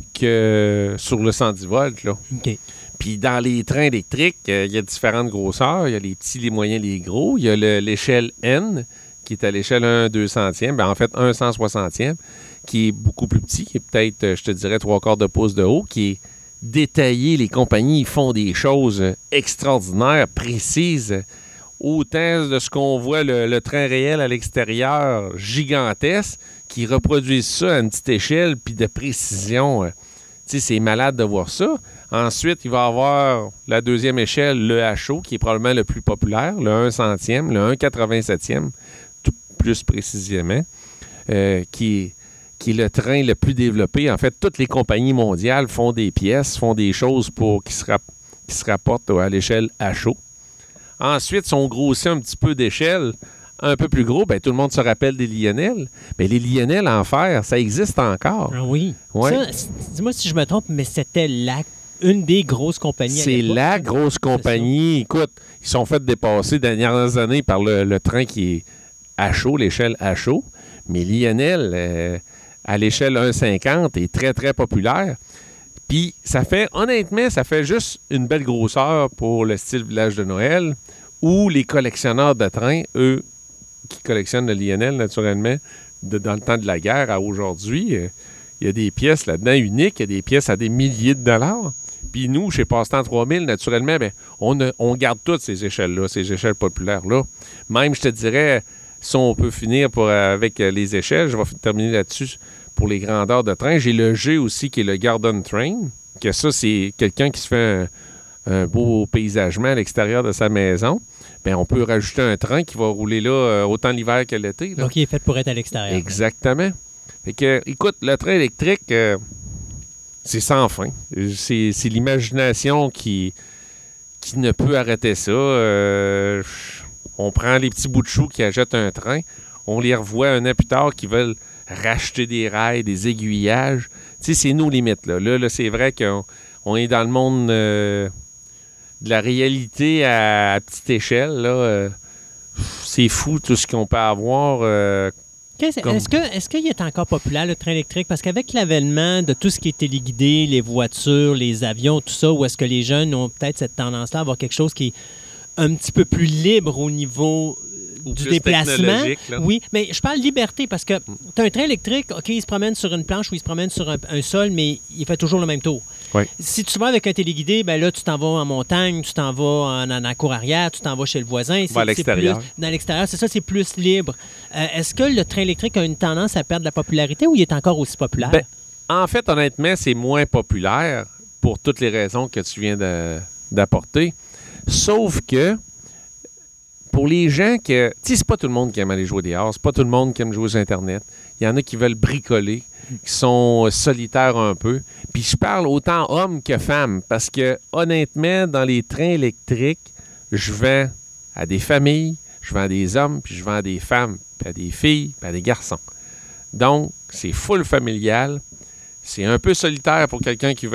que sur le 110 volts, là. OK. Puis dans les trains électriques, il y a différentes grosseurs. Il y a les petits, les moyens, les gros. Il y a l'échelle N, qui est à l'échelle 1/200e. Ben, en fait, 1/160e, qui est beaucoup plus petit, qui est peut-être, je te dirais, 3/4 de pouce de haut, qui est détaillé. Les compagnies font des choses extraordinaires, précises. Autant de ce qu'on voit, le train réel à l'extérieur, gigantesque, qui reproduisent ça à une petite échelle, puis de précision. Tu sais, c'est malade de voir ça. Ensuite, il va y avoir la deuxième échelle, le HO, qui est probablement le plus populaire, le 1/100e, le 1/87e, tout plus précisément, qui est le train le plus développé. En fait, toutes les compagnies mondiales font des pièces, font des choses pour qui se rapportent à l'échelle HO. Ensuite, si on grossit un petit peu d'échelle, un peu plus gros, bien, tout le monde se rappelle des Lionel. Bien, les Lionel en fer, ça existe encore. Ah oui. Ouais. Ça, dis-moi si je me trompe, mais c'était une des grosses compagnies à C'est l'époque. la grosse compagnie. Écoute, ils sont fait dépasser dans les dernières années par le train qui est HO, l'échelle HO. Mais Lionel, à l'échelle 1/50, est très, très populaire. Puis, honnêtement, ça fait juste une belle grosseur pour le style village de Noël, où les collectionneurs de trains, eux, qui collectionnent le Lionel, naturellement, dans le temps de la guerre à aujourd'hui, il y a des pièces là-dedans uniques, il y a des pièces à des milliers de dollars. Puis nous, chez Passe-Temps 3000, naturellement, bien, on garde toutes ces échelles-là, ces échelles populaires-là. Même, je te dirais, si on peut finir avec les échelles, je vais terminer là-dessus pour les grandeurs de train. J'ai le G aussi, qui est le Garden Train, que ça, c'est quelqu'un qui se fait un beau paysagement à l'extérieur de sa maison. Bien, on peut rajouter un train qui va rouler là autant l'hiver que l'été. Là. Donc, il est fait pour être à l'extérieur. Exactement. Fait que, écoute, le train électrique, c'est sans fin. C'est l'imagination qui ne peut arrêter ça. On prend les petits bouts de chou qui achètent un train, on les revoit un an plus tard qui veulent racheter des rails, des aiguillages. Tu sais, c'est nos limites. Là, c'est vrai qu'on est dans le monde de la réalité à petite échelle. Là, c'est fou tout ce qu'on peut avoir. Est-ce qu'il est encore populaire, le train électrique? Parce qu'avec l'avènement de tout ce qui est téléguidé, les voitures, les avions, tout ça, où est-ce que les jeunes ont peut-être cette tendance-là à avoir quelque chose qui est un petit peu plus libre au niveau du déplacement. Oui, mais je parle liberté parce que tu as un train électrique, OK, il se promène sur une planche ou il se promène sur un sol, mais il fait toujours le même tour. Oui. Si tu vas avec un téléguidé, ben là, tu t'en vas en montagne, tu t'en vas en la cour arrière, tu t'en vas chez le voisin. À l'extérieur. Dans l'extérieur, c'est ça, c'est plus libre. Est-ce que le train électrique a une tendance à perdre de la popularité ou il est encore aussi populaire? Ben, en fait, honnêtement, c'est moins populaire pour toutes les raisons que tu viens d'apporter. Sauf que pour les gens que... Tu sais, c'est pas tout le monde qui aime aller jouer dehors, c'est pas tout le monde qui aime jouer sur Internet. Il y en a qui veulent bricoler, qui sont solitaires un peu. Puis je parle autant hommes que femmes, parce que honnêtement, dans les trains électriques, je vends à des familles, je vends à des hommes, puis je vends à des femmes, puis à des filles, puis à des garçons. Donc, c'est full familial. C'est un peu solitaire pour quelqu'un qui veut être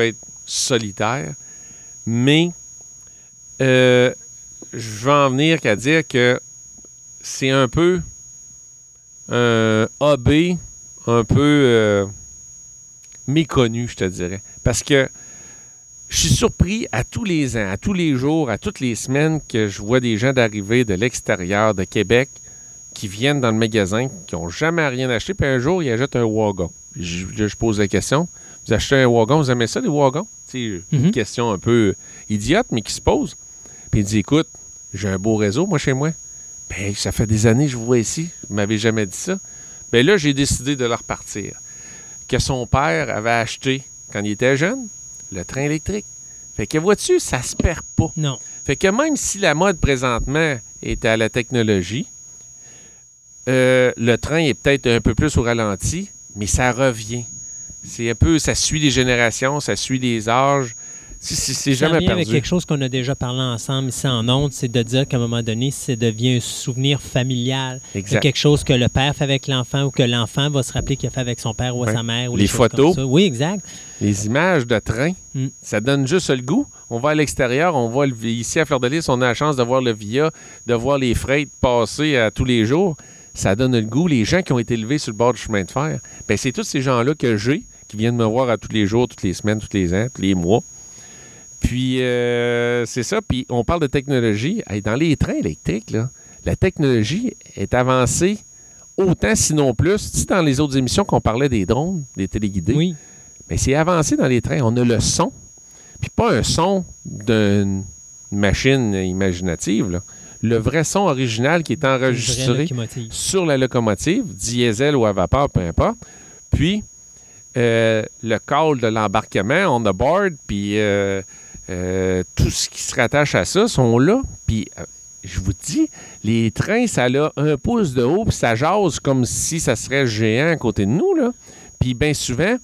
solitaire. Mais je vais en venir qu'à dire que c'est un peu un hobby un peu méconnu, je te dirais. Parce que je suis surpris à tous les ans, à tous les jours, à toutes les semaines que je vois des gens d'arriver de l'extérieur, de Québec, qui viennent dans le magasin, qui n'ont jamais rien acheté, puis un jour, ils achètent un wagon. Je pose la question, vous achetez un wagon, vous aimez ça, les wagons? Une question un peu idiote, mais qui se pose. Puis il dit, écoute, j'ai un beau réseau, moi, chez moi. Ben, ça fait des années que je vous vois ici. Vous ne m'avez jamais dit ça. Ben là, j'ai décidé de le repartir. Que son père avait acheté, quand il était jeune, le train électrique. Fait que, vois-tu, ça se perd pas. Non. Fait que même si la mode, présentement, est à la technologie, le train est peut-être un peu plus au ralenti, mais ça revient. C'est un peu, ça suit les générations, ça suit les âges. C'est jamais perdu. Avec quelque chose qu'on a déjà parlé ensemble ici en ondes, c'est de dire qu'à un moment donné, ça devient un souvenir familial. Exact. C'est quelque chose que le père fait avec l'enfant ou que l'enfant va se rappeler qu'il a fait avec son père ou sa mère. Ou les photos. Comme ça. Oui, exact. Les images de train, ça donne juste le goût. On va à l'extérieur, on voit ici à Fleur-de-Lys, on a la chance de voir le VIA, de voir les freights passer à tous les jours. Ça donne le goût. Les gens qui ont été élevés sur le bord du chemin de fer, bien, c'est tous ces gens-là que j'ai, qui viennent me voir à tous les jours, toutes les semaines, tous les ans, tous les mois. Puis, c'est ça. Puis, on parle de technologie. Hey, dans les trains électriques, là, la technologie est avancée autant, sinon plus. Tu sais, dans les autres émissions qu'on parlait des drones, des téléguidés, Oui. mais c'est avancé dans les trains. On a le son, puis pas un son d'une machine imaginative, là. Le vrai son original qui est enregistré sur la locomotive, diesel ou à vapeur, peu importe. Puis, le call de l'embarquement, on the board, puis tout ce qui se rattache à ça sont là. Puis, je vous dis, les trains, ça a 1 pouce de haut, puis ça jase comme si ça serait géant à côté de nous, là. Puis, bien souvent,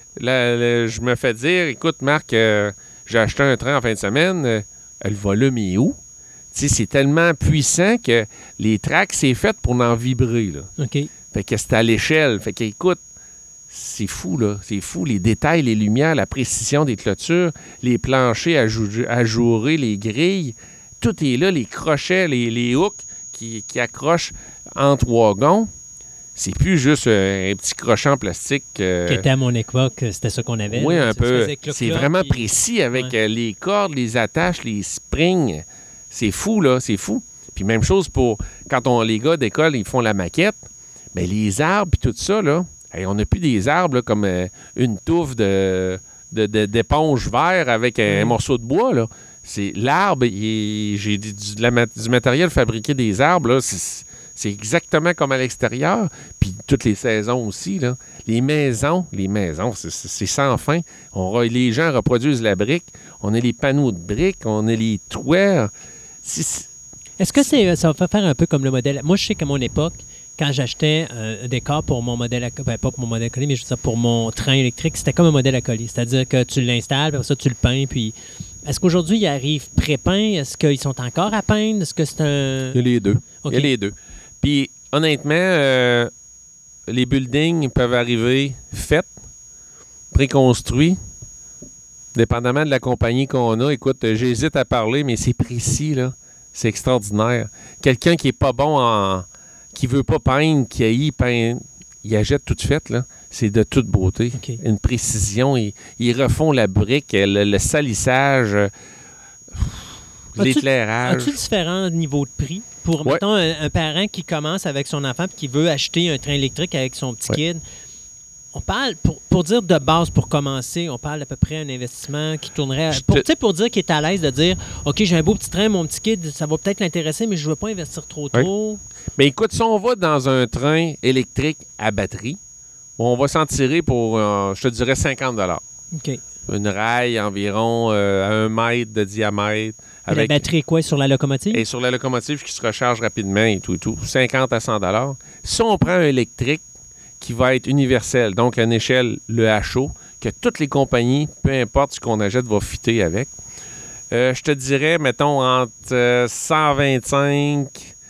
je me fais dire, écoute, Marc, j'ai acheté un train en fin de semaine, le volume est où? Tu sais, c'est tellement puissant que les tracks, c'est fait pour en vibrer, là. OK. Fait que c'est à l'échelle. Fait qu'écoute, c'est fou, là. C'est fou. Les détails, les lumières, la précision des clôtures, les planchers ajourés, les grilles, tout est là. Les crochets, les hooks qui accrochent entre wagons. C'est plus juste un petit crochet en plastique. Qui était à mon époque, c'était ça qu'on avait. Oui, là. un peu. C'est vraiment puis... précis avec les cordes, les attaches, les springs. C'est fou, là. C'est fou. Puis même chose pour quand les gars d'école, ils font la maquette. Bien, les arbres puis tout ça, là, on n'a plus des arbres là, comme une touffe d'éponge vert avec un morceau de bois, là. C'est l'arbre, j'ai du matériel fabriqué des arbres, là, c'est exactement comme à l'extérieur. Puis toutes les saisons aussi, là. Les maisons, c'est sans fin. Les gens reproduisent la brique. On a les panneaux de briques, on a les toits. Est-ce que ça va faire un peu comme le modèle? Moi, je sais qu'à mon époque, quand j'achetais un décor pour mon modèle, pas pour mon modèle à coller, mais je veux dire pour mon train électrique, c'était comme un modèle à coller. C'est-à-dire que tu l'installes, puis après ça, tu le peins, puis... Est-ce qu'aujourd'hui, il arrive pré-peint? Est-ce qu'ils sont encore à peindre? Est-ce que c'est un... Il y a les deux. Okay. Il y a les deux. Puis, honnêtement, les buildings peuvent arriver faits, préconstruits, dépendamment de la compagnie qu'on a. Écoute, j'hésite à parler, mais c'est précis, là. C'est extraordinaire. Quelqu'un qui est pas bon qui veut pas peindre, qui haït peindre, il achète tout fait, là. C'est de toute beauté. Okay. Une précision. Ils refont la brique, le salissage, l'éclairage. As-tu différents niveaux de prix pour, mettons, un parent qui commence avec son enfant et qui veut acheter un train électrique avec son petit kid? On parle, pour dire de base, pour commencer, on parle à peu près d'un investissement qui tournerait... Pour dire qu'il est à l'aise de dire, OK, j'ai un beau petit train, mon petit kid, ça va peut-être l'intéresser, mais je ne veux pas investir trop tôt. Mais écoute, si on va dans un train électrique à batterie, on va s'en tirer pour, je te dirais, 50 $. OK. Une rail environ à 1 mètre de diamètre. Et la batterie est quoi, sur la locomotive? Et sur la locomotive qui se recharge rapidement et tout. 50 à 100 $. Si on prend un électrique qui va être universel, donc à une échelle, le HO, que toutes les compagnies, peu importe ce qu'on achète, va fitter avec, je te dirais, mettons, entre 125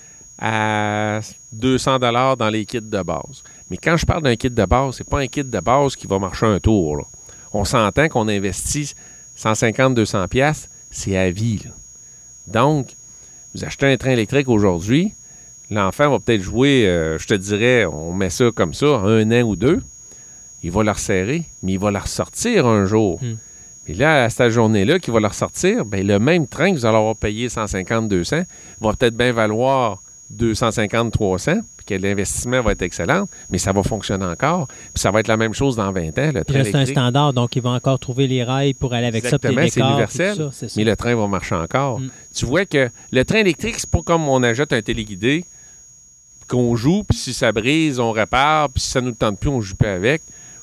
à 200 $ dans les kits de base. Mais quand je parle d'un kit de base, c'est pas un kit de base qui va marcher un tour, là. On s'entend qu'on investit 150-200 piastres, c'est à vie. Là. Donc, vous achetez un train électrique aujourd'hui, l'enfant va peut-être jouer, je te dirais, on met ça comme ça, 1 an ou 2, il va le resserrer, mais il va le ressortir un jour. Et là, à cette journée-là qu'il va le ressortir, bien, le même train que vous allez avoir payé 150-200 va peut-être bien valoir 250-300, puis que l'investissement va être excellent, mais ça va fonctionner encore. Puis ça va être la même chose dans 20 ans. Le Puis train là, c'est un électrique. standard, donc ils vont encore trouver les rails pour aller avec ça, puis les Exactement, décors, c'est puis universel, tout ça, c'est ça. mais le train va marcher encore. Tu vois que le train électrique, c'est pas comme on achète un téléguidé, qu'on joue, puis si ça brise, on répare, puis si ça nous tente plus, on joue plus avec.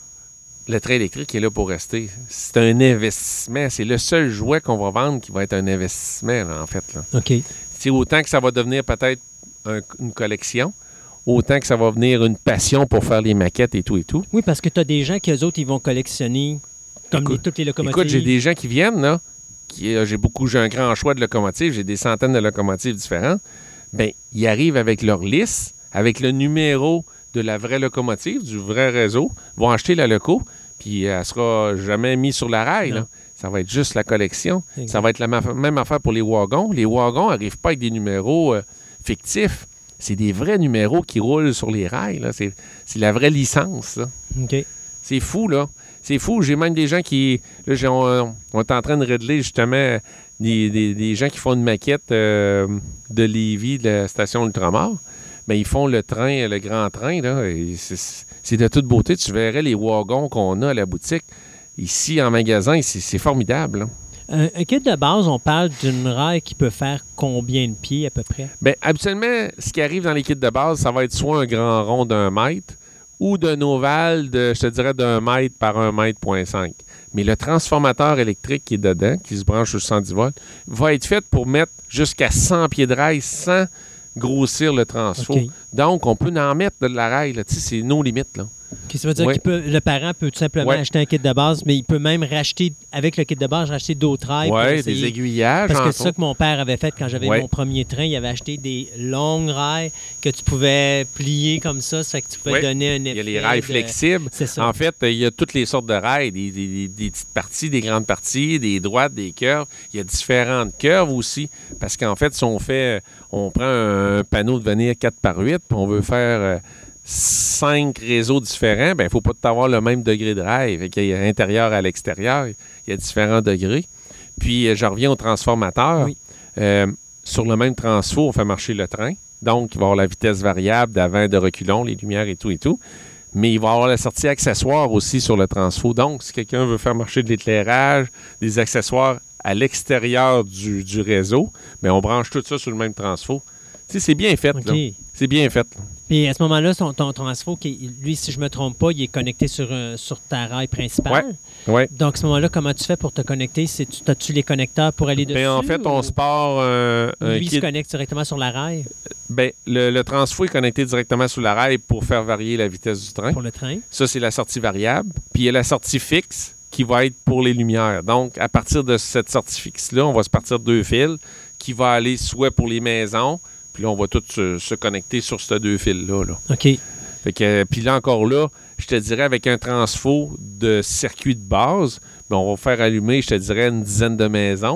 Le train électrique est là pour rester. C'est un investissement. C'est le seul jouet qu'on va vendre qui va être un investissement, là, en fait. Là. OK. C'est autant que ça va devenir peut-être une collection, autant que ça va venir une passion pour faire les maquettes et tout et tout. Oui, parce que tu as des gens qui, eux autres, ils vont collectionner comme toutes les locomotives. Écoute, j'ai des gens qui viennent, là, j'ai un grand choix de locomotives, j'ai des centaines de locomotives différentes. Bien, ils arrivent avec leur liste, avec le numéro de la vraie locomotive, du vrai réseau, vont acheter la loco, puis elle ne sera jamais mise sur la rail. Là. Ça va être juste la collection. Exact. Ça va être la même affaire pour les wagons. Les wagons n'arrivent pas avec des numéros fictifs. C'est des vrais numéros qui roulent sur les rails. Là. C'est la vraie licence. Là. OK. C'est fou, là. C'est fou. J'ai même des gens qui... Là, on est en train de régler, justement, des gens qui font une maquette de Lévis, de la station Ultramar. Bien, ils font le train, le grand train, là. Et c'est de toute beauté. Tu verrais les wagons qu'on a à la boutique. Ici, en magasin, c'est formidable, là. Un kit de base, on parle d'une rail qui peut faire combien de pieds à peu près? Bien, habituellement, ce qui arrive dans les kits de base, ça va être soit un grand rond d'1 mètre ou d'un ovale de, je te dirais, d'1 mètre par 1,5 mètre. Mais le transformateur électrique qui est dedans, qui se branche sur 110 volts, va être fait pour mettre jusqu'à 100 pieds de rail sans grossir le transfo. OK. Donc, on peut en mettre de la rail. Là. Tu sais, c'est nos limites, là. Okay, ça veut dire Oui. le parent peut tout simplement Oui. acheter un kit de base, mais il peut même racheter, avec le kit de base, racheter d'autres rails. pour Oui, essayer. des aiguillages. Parce que entre c'est ça que mon père avait fait quand j'avais Ouais. mon premier train. Il avait acheté des longues rails que tu pouvais plier comme ça. Ça fait que tu pouvais Ouais. donner un effet. Il y a les rails de- flexibles. C'est ça. En fait, il y a toutes les sortes de rails, des petites parties, des grandes parties, des droites, des curves. Il y a différentes curves aussi. Parce qu'en fait, si on prend un panneau de venir 4x8, puis on veut faire 5 réseaux différents, bien, il ne faut pas avoir le même degré de rail. Fait qu'il y a l'intérieur à l'extérieur, il y a différents degrés. Puis, je reviens au transformateur. Oui. Sur le même transfo, on fait marcher le train. Donc, il va y avoir la vitesse variable d'avant, de reculons, les lumières et tout et tout. Mais il va y avoir la sortie accessoire aussi sur le transfo. Donc, si quelqu'un veut faire marcher de l'éclairage, des accessoires à l'extérieur du réseau, bien, on branche tout ça sur le même transfo. Tu sais, c'est bien fait, OK. là. C'est bien fait. Là. Puis à ce moment-là, ton transfo, lui, si je ne me trompe pas, il est connecté sur ta rail principale. Ouais. Donc, à ce moment-là, comment tu fais pour te connecter? As-tu les connecteurs pour aller dessus? Bien, en fait, on ou se part un lui, il kit. se connecte directement sur la rail Bien, le transfo est connecté directement sur la rail pour faire varier la vitesse du train. pour le train. Ça, c'est la sortie variable. Puis il y a la sortie fixe qui va être pour les lumières. Donc, à partir de cette sortie fixe-là, on va se partir de 2 fils qui va aller soit pour les maisons, puis là, on va tous se connecter sur ces 2 fils-là. Là. OK. Fait que, puis là, encore là, je te dirais, avec un transfo de circuit de base, bien, on va faire allumer, je te dirais, une dizaine de maisons.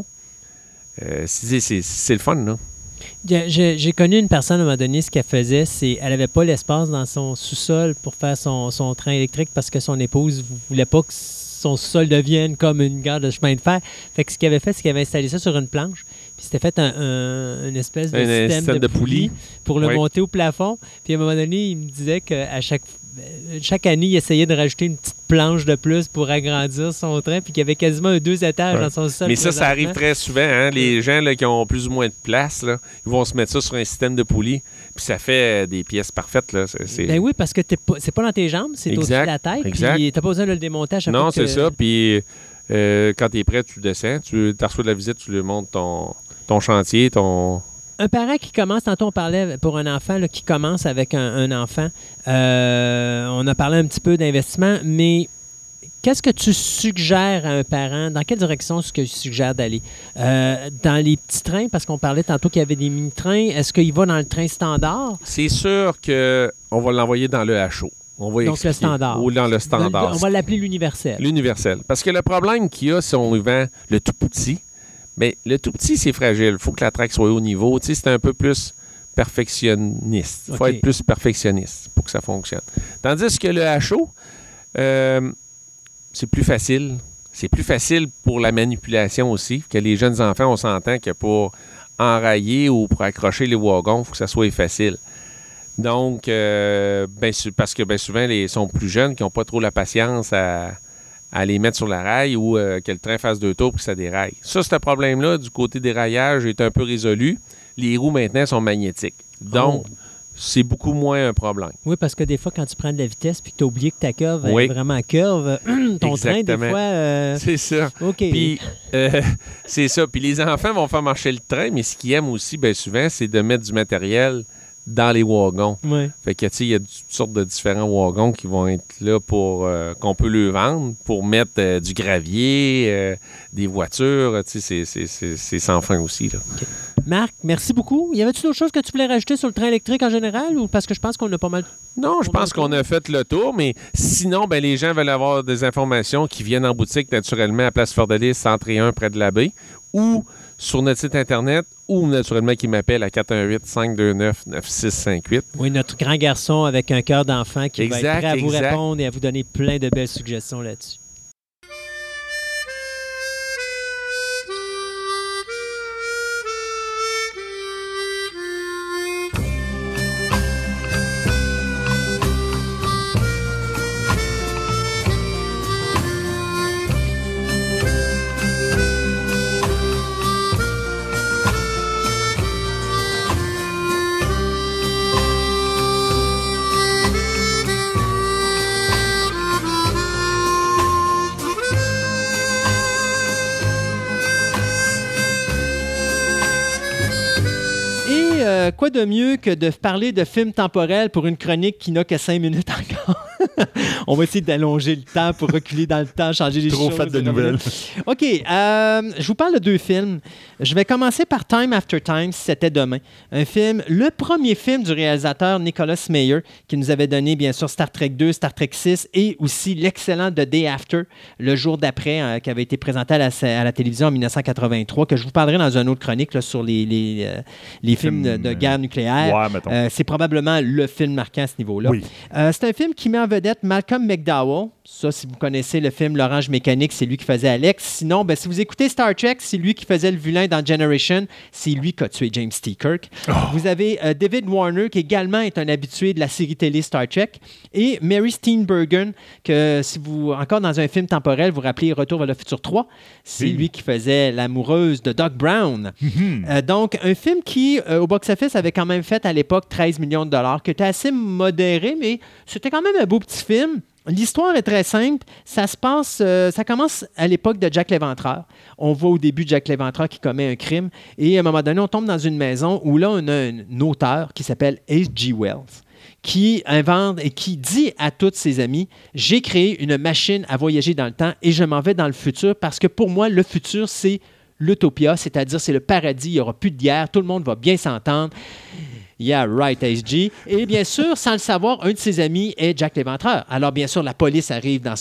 C'est le fun, là. J'ai connu une personne à un moment donné, ce qu'elle faisait, c'est elle n'avait pas l'espace dans son sous-sol pour faire son train électrique parce que son épouse ne voulait pas que son sous-sol devienne comme une gare de chemin de fer. Fait que ce qu'il avait fait, c'est qu'il avait installé ça sur une planche. Puis c'était fait une espèce de système de poulie pour le Oui. monter au plafond. Puis à un moment donné, il me disait qu'à chaque année, il essayait de rajouter une petite planche de plus pour agrandir son train, puis qu'il y avait quasiment 2 étages Ouais. dans son sol. Mais ça arrive très souvent. Hein? Les gens là, qui ont plus ou moins de place, là, ils vont se mettre ça sur un système de poulie, puis ça fait des pièces parfaites. Là. Ben oui, parce que c'est pas dans tes jambes, c'est au-dessus de la tête. Exact. Puis t'as pas besoin de le démonter à chaque Non, fois. c'est ça. Puis quand tu es prêt, tu descends. Tu reçois de la visite, tu lui montres ton chantier, ton... Un parent qui commence, tantôt on parlait pour un enfant là, qui commence avec un enfant, on a parlé un petit peu d'investissement, mais qu'est-ce que tu suggères à un parent? Dans quelle direction est-ce que tu suggères d'aller? Dans les petits trains, parce qu'on parlait tantôt qu'il y avait des mini-trains, est-ce qu'il va dans le train standard? C'est sûr qu'on va l'envoyer dans le HO. On va Donc, expliquer. le standard. Ou dans le standard. On va l'appeler l'universel. L'universel. Parce que le problème qu'il y a si on vend le tout petit, bien, le tout petit, c'est fragile. Il faut que la traque soit au niveau. Tu sais, c'est un peu plus perfectionniste. Il faut OK. être plus perfectionniste pour que ça fonctionne. Tandis que le HO, c'est plus facile. C'est plus facile pour la manipulation aussi. Que les jeunes enfants, on s'entend que pour enrailler ou pour accrocher les wagons, il faut que ça soit facile. Donc, parce que souvent, ils sont plus jeunes, qui n'ont pas trop la patience à les mettre sur la rail ou que le train fasse 2 tours pour que ça déraille. Ça, ce problème-là, du côté déraillage, est un peu résolu. Les roues, maintenant, sont magnétiques. Donc, c'est beaucoup moins un problème. Oui, parce que des fois, quand tu prends de la vitesse puis que tu as oublié que ta curve Oui. est vraiment curve, ton train, des Exactement. fois... C'est ça. OK. Puis, c'est ça. Puis les enfants vont faire marcher le train, mais ce qu'ils aiment aussi, bien souvent, c'est de mettre du matériel dans les wagons. Ouais. Fait que, tu sais, il y a toutes sortes de différents wagons qui vont être là pour qu'on peut le vendre, pour mettre du gravier, des voitures. Tu sais, c'est sans fin aussi, là. Marc, merci beaucoup. Y avait-tu d'autres choses que tu voulais rajouter sur le train électrique en général ou parce que je pense qu'on a pas mal... Non, je pense qu'on a fait le tour, mais sinon, ben, les gens veulent avoir des informations qui viennent en boutique naturellement à Place Fleur-de-Lys, Centre 1 près de la baie, ou sur notre site Internet, ou naturellement qui m'appelle à 418-529-9658. Oui, notre grand garçon avec un cœur d'enfant qui va être Exact, prêt à vous exact. répondre et à vous donner plein de belles suggestions là-dessus. Quoi de mieux que de parler de films temporels pour une chronique qui n'a que 5 minutes encore? On va essayer d'allonger le temps pour reculer dans le temps, changer les Trop choses. fait de nouvelles. OK. Je vous parle de 2 films. Je vais commencer par Time After Time, si c'était demain. Un film, le premier film du réalisateur Nicholas Meyer, qui nous avait donné, bien sûr, Star Trek 2, Star Trek 6 et aussi l'excellent The Day After, le jour d'après, qui avait été présenté à la télévision en 1983, que je vous parlerai dans une autre chronique là, sur les films de guerre nucléaire. Ouais, mettons. C'est probablement le film marquant à ce niveau-là. Oui. C'est un film qui met en vedette Malcolm McDowell. Ça, si vous connaissez le film L'Orange Mécanique, c'est lui qui faisait Alex. Sinon, ben, si vous écoutez Star Trek, c'est lui qui faisait le vilain dans Generation. C'est lui qui a tué James T. Kirk. Vous avez David Warner, qui également est un habitué de la série télé Star Trek. Et Mary Steenburgen, que si vous, encore dans un film temporel, vous rappelez Retour vers le futur 3, c'est lui qui faisait l'amoureuse de Doc Brown. Donc, un film qui, au box-office, avait quand même fait à l'époque 13 millions de dollars, qui était assez modéré, mais c'était quand même un beau petit film. L'histoire est très simple. Ça se passe, ça commence à l'époque de Jack l'Éventreur. On voit au début Jack l'Éventreur qui commet un crime et à un moment donné, on tombe dans une maison où là, on a un auteur qui s'appelle H.G. Wells qui invente et qui dit à tous ses amis « J'ai créé une machine à voyager dans le temps et je m'en vais dans le futur parce que pour moi, le futur, c'est l'utopia, c'est-à-dire c'est le paradis, il n'y aura plus de guerre, tout le monde va bien s'entendre. » Yeah, right, SG. Et bien sûr, sans le savoir, un de ses amis est Jack l'Éventreur. Alors, bien sûr, la police arrive dans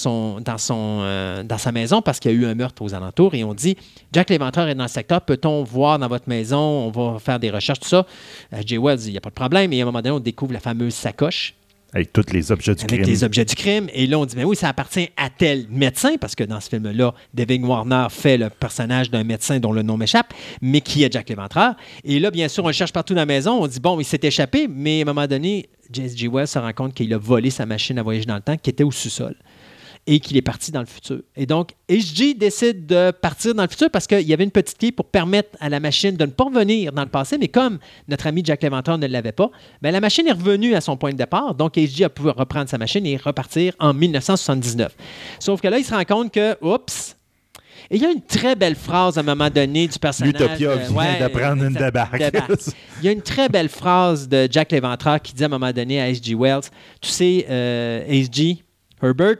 sa maison parce qu'il y a eu un meurtre aux alentours et on dit Jack l'Éventreur est dans le secteur, peut-on voir dans votre maison? On va faire des recherches, tout ça. J. Wells dit il n'y a pas de problème. Et à un moment donné, on découvre la fameuse sacoche. Avec tous les objets du crime. Avec les objets du crime. Et là, on dit, ben oui, ça appartient à tel médecin, parce que dans ce film-là, David Warner fait le personnage d'un médecin dont le nom m'échappe, mais qui est Jack l'Éventreur. Et là, bien sûr, on le cherche partout dans la maison. On dit, bon, il s'est échappé, mais à un moment donné, J.G. Wells se rend compte qu'il a volé sa machine à voyager dans le temps, qui était au sous-sol, et qu'il est parti dans le futur. Et donc, H.G. décide de partir dans le futur parce qu'il y avait une petite clé pour permettre à la machine de ne pas revenir dans le passé, mais comme notre ami Jack l'Éventreur ne l'avait pas, bien, la machine est revenue à son point de départ, donc H.G. a pu reprendre sa machine et repartir en 1979. Sauf que là, il se rend compte que, oups, et il y a une très belle phrase à un moment donné du personnage. L'utopia vient de prendre une débarque. Il y a une très belle phrase de Jack l'Éventreur qui dit à un moment donné à H.G. Wells, tu sais, H.G., Herbert,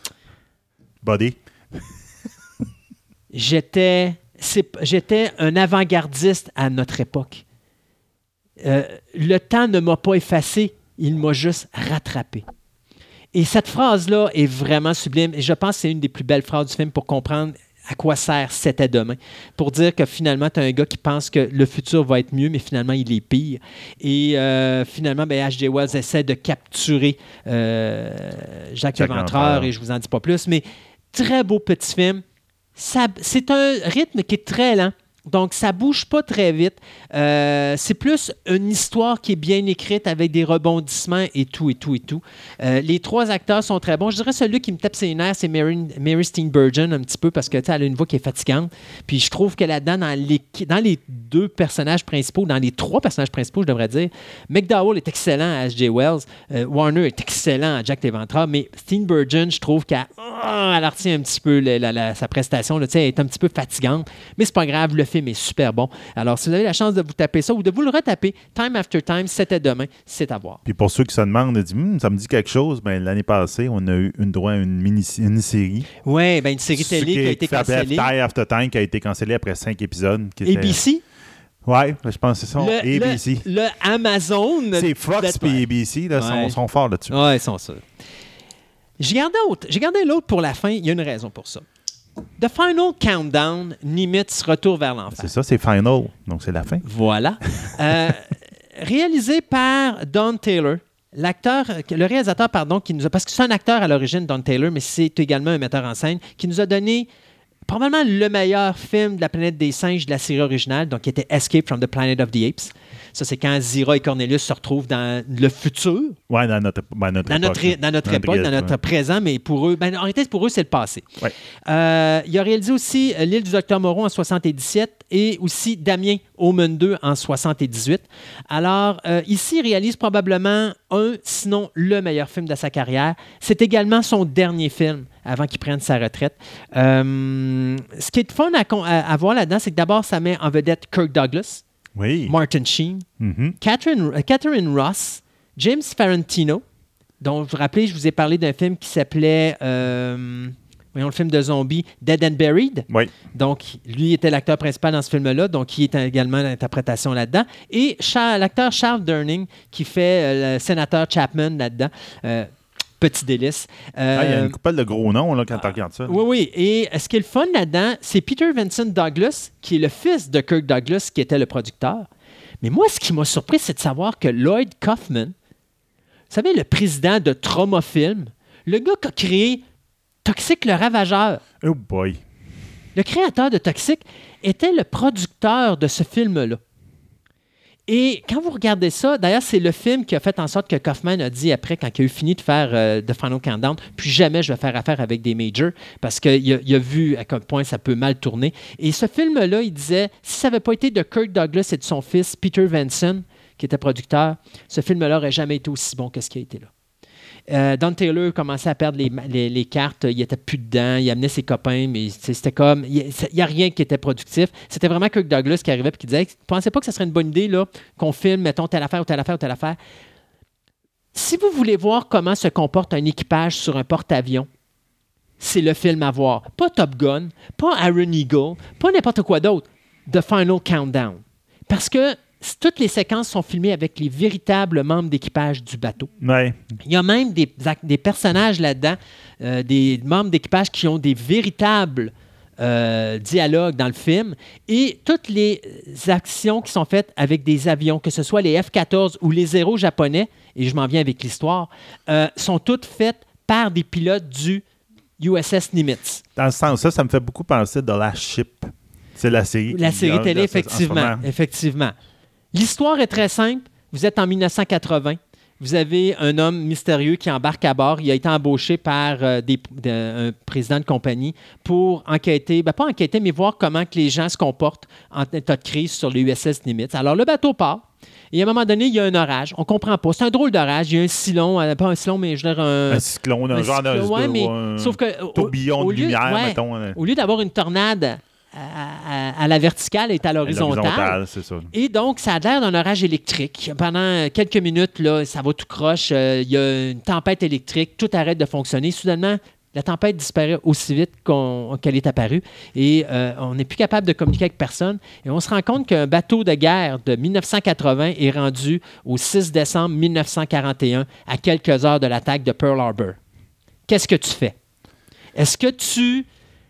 Buddy. J'étais un avant-gardiste à notre époque. Le temps ne m'a pas effacé, il m'a juste rattrapé. Et cette phrase-là est vraiment sublime. Et je pense que c'est une des plus belles phrases du film pour comprendre à quoi sert C'était demain. Pour dire que finalement, tu as un gars qui pense que le futur va être mieux, mais finalement, il est pire. Et finalement, H.G. Wells essaie de capturer Jacques Léventreur, et je vous en dis pas plus. Mais très beau petit film. C'est un rythme qui est très lent. Donc, ça bouge pas très vite. C'est plus une histoire qui est bien écrite avec des rebondissements et tout. Les 3 acteurs sont très bons. Je dirais celui qui me tape ses nerfs, c'est Mary Steenburgen un petit peu parce que elle a une voix qui est fatigante. Puis je trouve que là-dedans, dans les 2 personnages principaux, dans les 3 personnages principaux, je devrais dire, McDowell est excellent à H.G. Wells, Warner est excellent à Jack Léventreur, mais Steenburgen, je trouve qu'elle retient un petit peu sa prestation. Là, elle est un petit peu fatigante, mais c'est pas grave, le film est super bon. Alors, si vous avez la chance de vous taper ça ou de vous le retaper, Time After Time, C'était demain, c'est à voir. Puis pour ceux qui se demandent, ça me dit quelque chose, l'année passée, on a eu droit à une mini-série. Oui, une série télé qui a été cancellée. Time After Time qui a été cancellée après 5 épisodes. ABC? Oui, je pense que c'est ça. ABC. Le Amazon. C'est Fox et ABC, là, sont forts là-dessus. Oui, ils sont sûrs. J'ai gardé l'autre pour la fin. Il y a une raison pour ça. The Final Countdown, Nimitz, Retour vers l'enfer. C'est ça, c'est Final. Donc, c'est la fin. Voilà. Réalisé par Don Taylor. Le réalisateur, qui nous a... Parce que c'est un acteur à l'origine, Don Taylor, mais c'est également un metteur en scène, qui nous a donné probablement le meilleur film de la planète des singes de la série originale, donc qui était Escape from the Planet of the Apes. Ça, c'est quand Zira et Cornelius se retrouvent dans le futur. Oui, dans notre époque, dans notre présent, mais pour eux, en réalité, pour eux, c'est le passé. Ouais. Il a réalisé aussi L'île du Docteur Moreau en 1977 et aussi Damien Omen 2 en 1978. Alors, ici, il réalise probablement sinon le meilleur film de sa carrière. C'est également son dernier film avant qu'il prenne sa retraite. Ce qui est fun à voir là-dedans, c'est que d'abord, ça met en vedette Kirk Douglas, Martin Sheen, Catherine Ross, James Farentino, dont vous vous rappelez, je vous ai parlé d'un film qui s'appelait, le film de zombies, Dead and Buried. Oui. Donc, lui était l'acteur principal dans ce film-là, donc il est également l'interprétation là-dedans. Et l'acteur Charles Durning, qui fait le sénateur Chapman là-dedans. Petit délice. Il y a une couple de gros noms là, quand tu regardes ça. Oui. Et ce qui est le fun là-dedans, c'est Peter Vincent Douglas, qui est le fils de Kirk Douglas, qui était le producteur. Mais moi, ce qui m'a surpris, c'est de savoir que Lloyd Kaufman, vous savez, le président de Trauma Film, le gars qui a créé Toxic le Ravageur. Oh boy! Le créateur de Toxic était le producteur de ce film-là. Et quand vous regardez ça, d'ailleurs, c'est le film qui a fait en sorte que Kaufman a dit après, quand il a eu fini de faire The Final Countdown, puis jamais je vais faire affaire avec des majors, parce qu'il a vu à quel point ça peut mal tourner. Et ce film-là, il disait, si ça n'avait pas été de Kirk Douglas et de son fils, Peter Vincent, qui était producteur, ce film-là n'aurait jamais été aussi bon que ce qui a été là. Don Taylor commençait à perdre les cartes, il n'était plus dedans, il amenait ses copains, mais c'était comme, il n'y a rien qui était productif. C'était vraiment Kirk Douglas qui arrivait et qui disait, ne pensez pas que ce serait une bonne idée là, qu'on filme, mettons, telle affaire ou telle affaire ou telle affaire. Si vous voulez voir comment se comporte un équipage sur un porte-avions, c'est le film à voir. Pas Top Gun, pas Iron Eagle, pas n'importe quoi d'autre. The Final Countdown. Parce que toutes les séquences sont filmées avec les véritables membres d'équipage du bateau. Ouais. Il y a même des personnages là-dedans, des membres d'équipage qui ont des véritables dialogues dans le film. Et toutes les actions qui sont faites avec des avions, que ce soit les F-14 ou les Zéro japonais, et je m'en viens avec l'histoire, sont toutes faites par des pilotes du USS Nimitz. Dans ce sens-là, ça me fait beaucoup penser de Last Ship. C'est la série. La série télé, effectivement. L'histoire est très simple. Vous êtes en 1980. Vous avez un homme mystérieux qui embarque à bord. Il a été embauché par un président de compagnie pour enquêter, pas enquêter, mais voir comment que les gens se comportent en état de crise sur le USS Nimitz. Alors, le bateau part. Et à un moment donné, il y a un orage. On ne comprend pas. C'est un drôle d'orage. Il y a un sylon, pas un sylon, mais je veux dire un cyclone, un genre de sauf que, tourbillon de lumière, mettons. Au lieu d'avoir une tornade à la verticale est à l'horizontale. C'est ça. Et donc, ça a l'air d'un orage électrique. Pendant quelques minutes, là, ça va tout croche. Il y a une tempête électrique. Tout arrête de fonctionner. Soudainement, la tempête disparaît aussi vite qu'elle est apparue. Et on n'est plus capable de communiquer avec personne. Et on se rend compte qu'un bateau de guerre de 1980 est rendu au 6 décembre 1941, à quelques heures de l'attaque de Pearl Harbor. qu'est-ce que tu fais? Est-ce que tu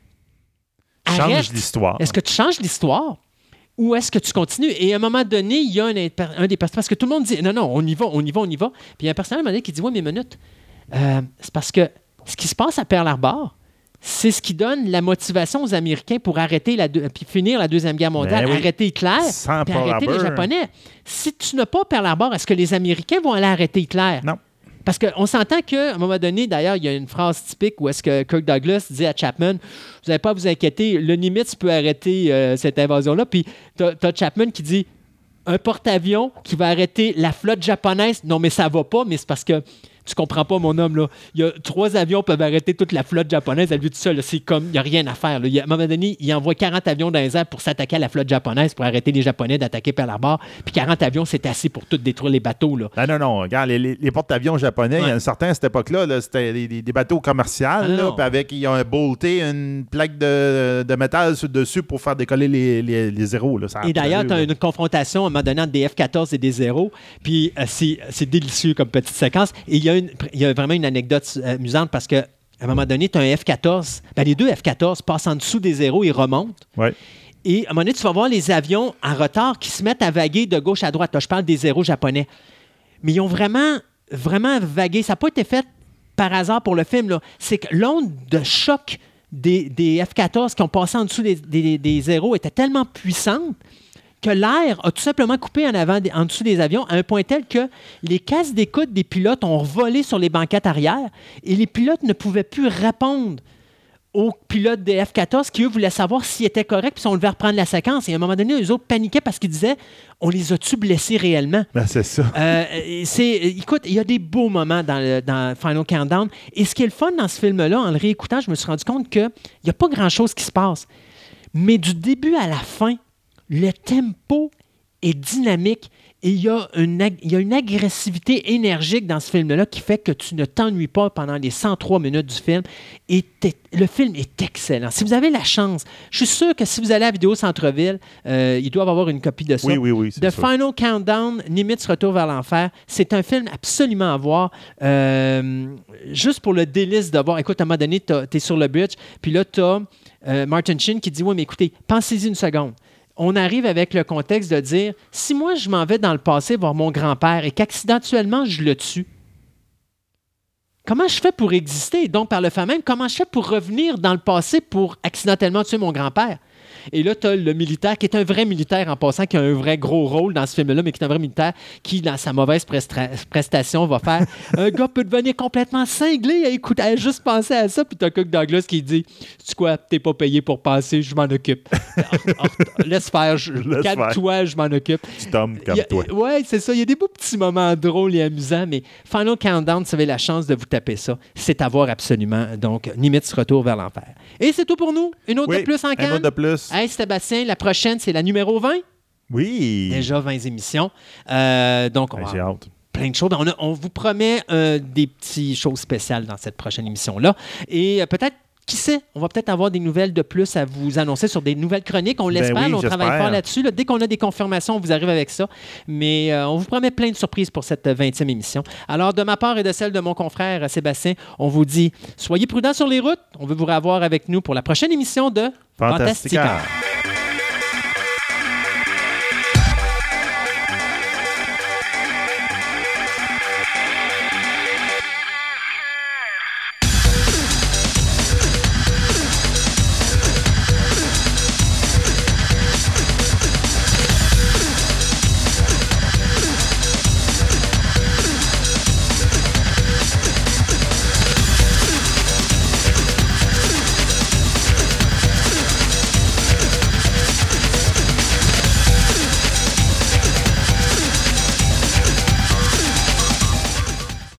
arrêtes? L'histoire. Est-ce que tu changes l'histoire? Ou est-ce que tu continues? Et à un moment donné, il y a un des personnages, parce que tout le monde dit, non, on y va. Puis il y a un personnage à un moment donné qui dit, oui, mais minute, c'est parce que ce qui se passe à Pearl Harbor, c'est ce qui donne la motivation aux Américains pour arrêter puis finir la Deuxième Guerre mondiale, arrêter Hitler, sans puis Pearl arrêter les Harbor. Japonais. Si tu n'as pas Pearl Harbor, est-ce que les Américains vont aller arrêter Hitler? Non. Parce qu'on s'entend qu'à un moment donné, d'ailleurs, il y a une phrase typique où est-ce que Kirk Douglas dit à Chapman, vous n'avez pas à vous inquiéter, le Nimitz peut arrêter cette invasion-là. Puis t'as Chapman qui dit, un porte-avions qui va arrêter la flotte japonaise. Non, mais ça va pas, mais c'est parce que tu comprends pas, mon homme, là. Il y a 3 avions qui peuvent arrêter toute la flotte japonaise à lui tout seul. C'est comme, il n'y a rien à faire. Là. À un moment donné, il envoie 40 avions dans les airs pour s'attaquer à la flotte japonaise, pour arrêter les Japonais d'attaquer Pearl Harbor. Puis 40 avions, c'est assez pour tout détruire les bateaux. Là. Ah non, regarde, les porte-avions japonais, il y en a certains à cette époque-là, là, c'était des bateaux commerciaux, ils ont bolté une plaque de métal dessus pour faire décoller les zéros. Là. Et d'ailleurs, tu as une confrontation à un moment donné entre des F-14 et des zéros. Puis c'est délicieux comme petite séquence. Et il y a vraiment une anecdote amusante parce qu'à un moment donné, tu as un F-14. Les 2 F-14 passent en dessous des zéros, ils remontent. Ouais. Et à un moment donné, tu vas voir les avions en retard qui se mettent à vaguer de gauche à droite. Là, je parle des zéros japonais. Mais ils ont vraiment vagué. Ça n'a pas été fait par hasard pour le film. Là. C'est que l'onde de choc des F-14 qui ont passé en dessous des zéros était tellement puissante que l'air a tout simplement coupé en dessous des avions à un point tel que les cases d'écoute des pilotes ont volé sur les banquettes arrière et les pilotes ne pouvaient plus répondre aux pilotes des F-14 qui, eux, voulaient savoir s'ils étaient corrects puis si on devait reprendre la séquence. Et à un moment donné, eux autres paniquaient parce qu'ils disaient « On les a-tu blessés réellement? » C'est ça. Écoute, il y a des beaux moments dans Final Countdown. Et ce qui est le fun dans ce film-là, en le réécoutant, je me suis rendu compte qu'il n'y a pas grand-chose qui se passe. Mais du début à la fin, le tempo est dynamique et il y a une agressivité énergique dans ce film-là qui fait que tu ne t'ennuies pas pendant les 103 minutes du film. Et le film est excellent. Si vous avez la chance, je suis sûr que si vous allez à Vidéo Centre-Ville, ils doivent avoir une copie de ça. Oui. The Final Countdown, Nimitz Retour vers l'enfer. C'est un film absolument à voir. Juste pour le délice de voir. Écoute, à un moment donné, tu es sur le bridge, puis là, tu as Martin Sheen qui dit « Oui, mais écoutez, pensez-y une seconde. » On arrive avec le contexte de dire, si moi, je m'en vais dans le passé voir mon grand-père et qu'accidentellement, je le tue, comment je fais pour exister? Donc, par le fait même, comment je fais pour revenir dans le passé pour accidentellement tuer mon grand-père? Et là, tu as le militaire, qui est un vrai militaire en passant, qui a un vrai gros rôle dans ce film-là, mais qui est un vrai militaire qui, dans sa mauvaise prestation, va faire un gars peut devenir complètement cinglé à juste penser à ça. Puis tu as Kirk Douglas qui dit c'est quoi, t'es pas payé pour passer, je m'en occupe. Laisse faire, calme-toi, je m'en occupe. Tu tombes comme toi. Oui, c'est ça. Il y a des beaux petits moments drôles et amusants, mais Final Countdown, si vous avez la chance de vous taper ça, c'est à voir absolument. Donc, Nimitz Retour vers l'enfer. Et c'est tout pour nous. Une autre de plus en canne. Une autre de plus. Hey, Sébastien, la prochaine, c'est la numéro 20. Oui. Déjà 20 émissions. Donc, J'ai hâte. Plein de choses. On vous promet des petites choses spéciales dans cette prochaine émission-là. Et peut-être, qui sait, on va peut-être avoir des nouvelles de plus à vous annoncer sur des nouvelles chroniques. On l'espère, on travaille fort là-dessus. Là. Dès qu'on a des confirmations, on vous arrive avec ça. Mais on vous promet plein de surprises pour cette 20e émission. Alors, de ma part et de celle de mon confrère Sébastien, on vous dit, soyez prudents sur les routes. On veut vous revoir avec nous pour la prochaine émission de Fantastica.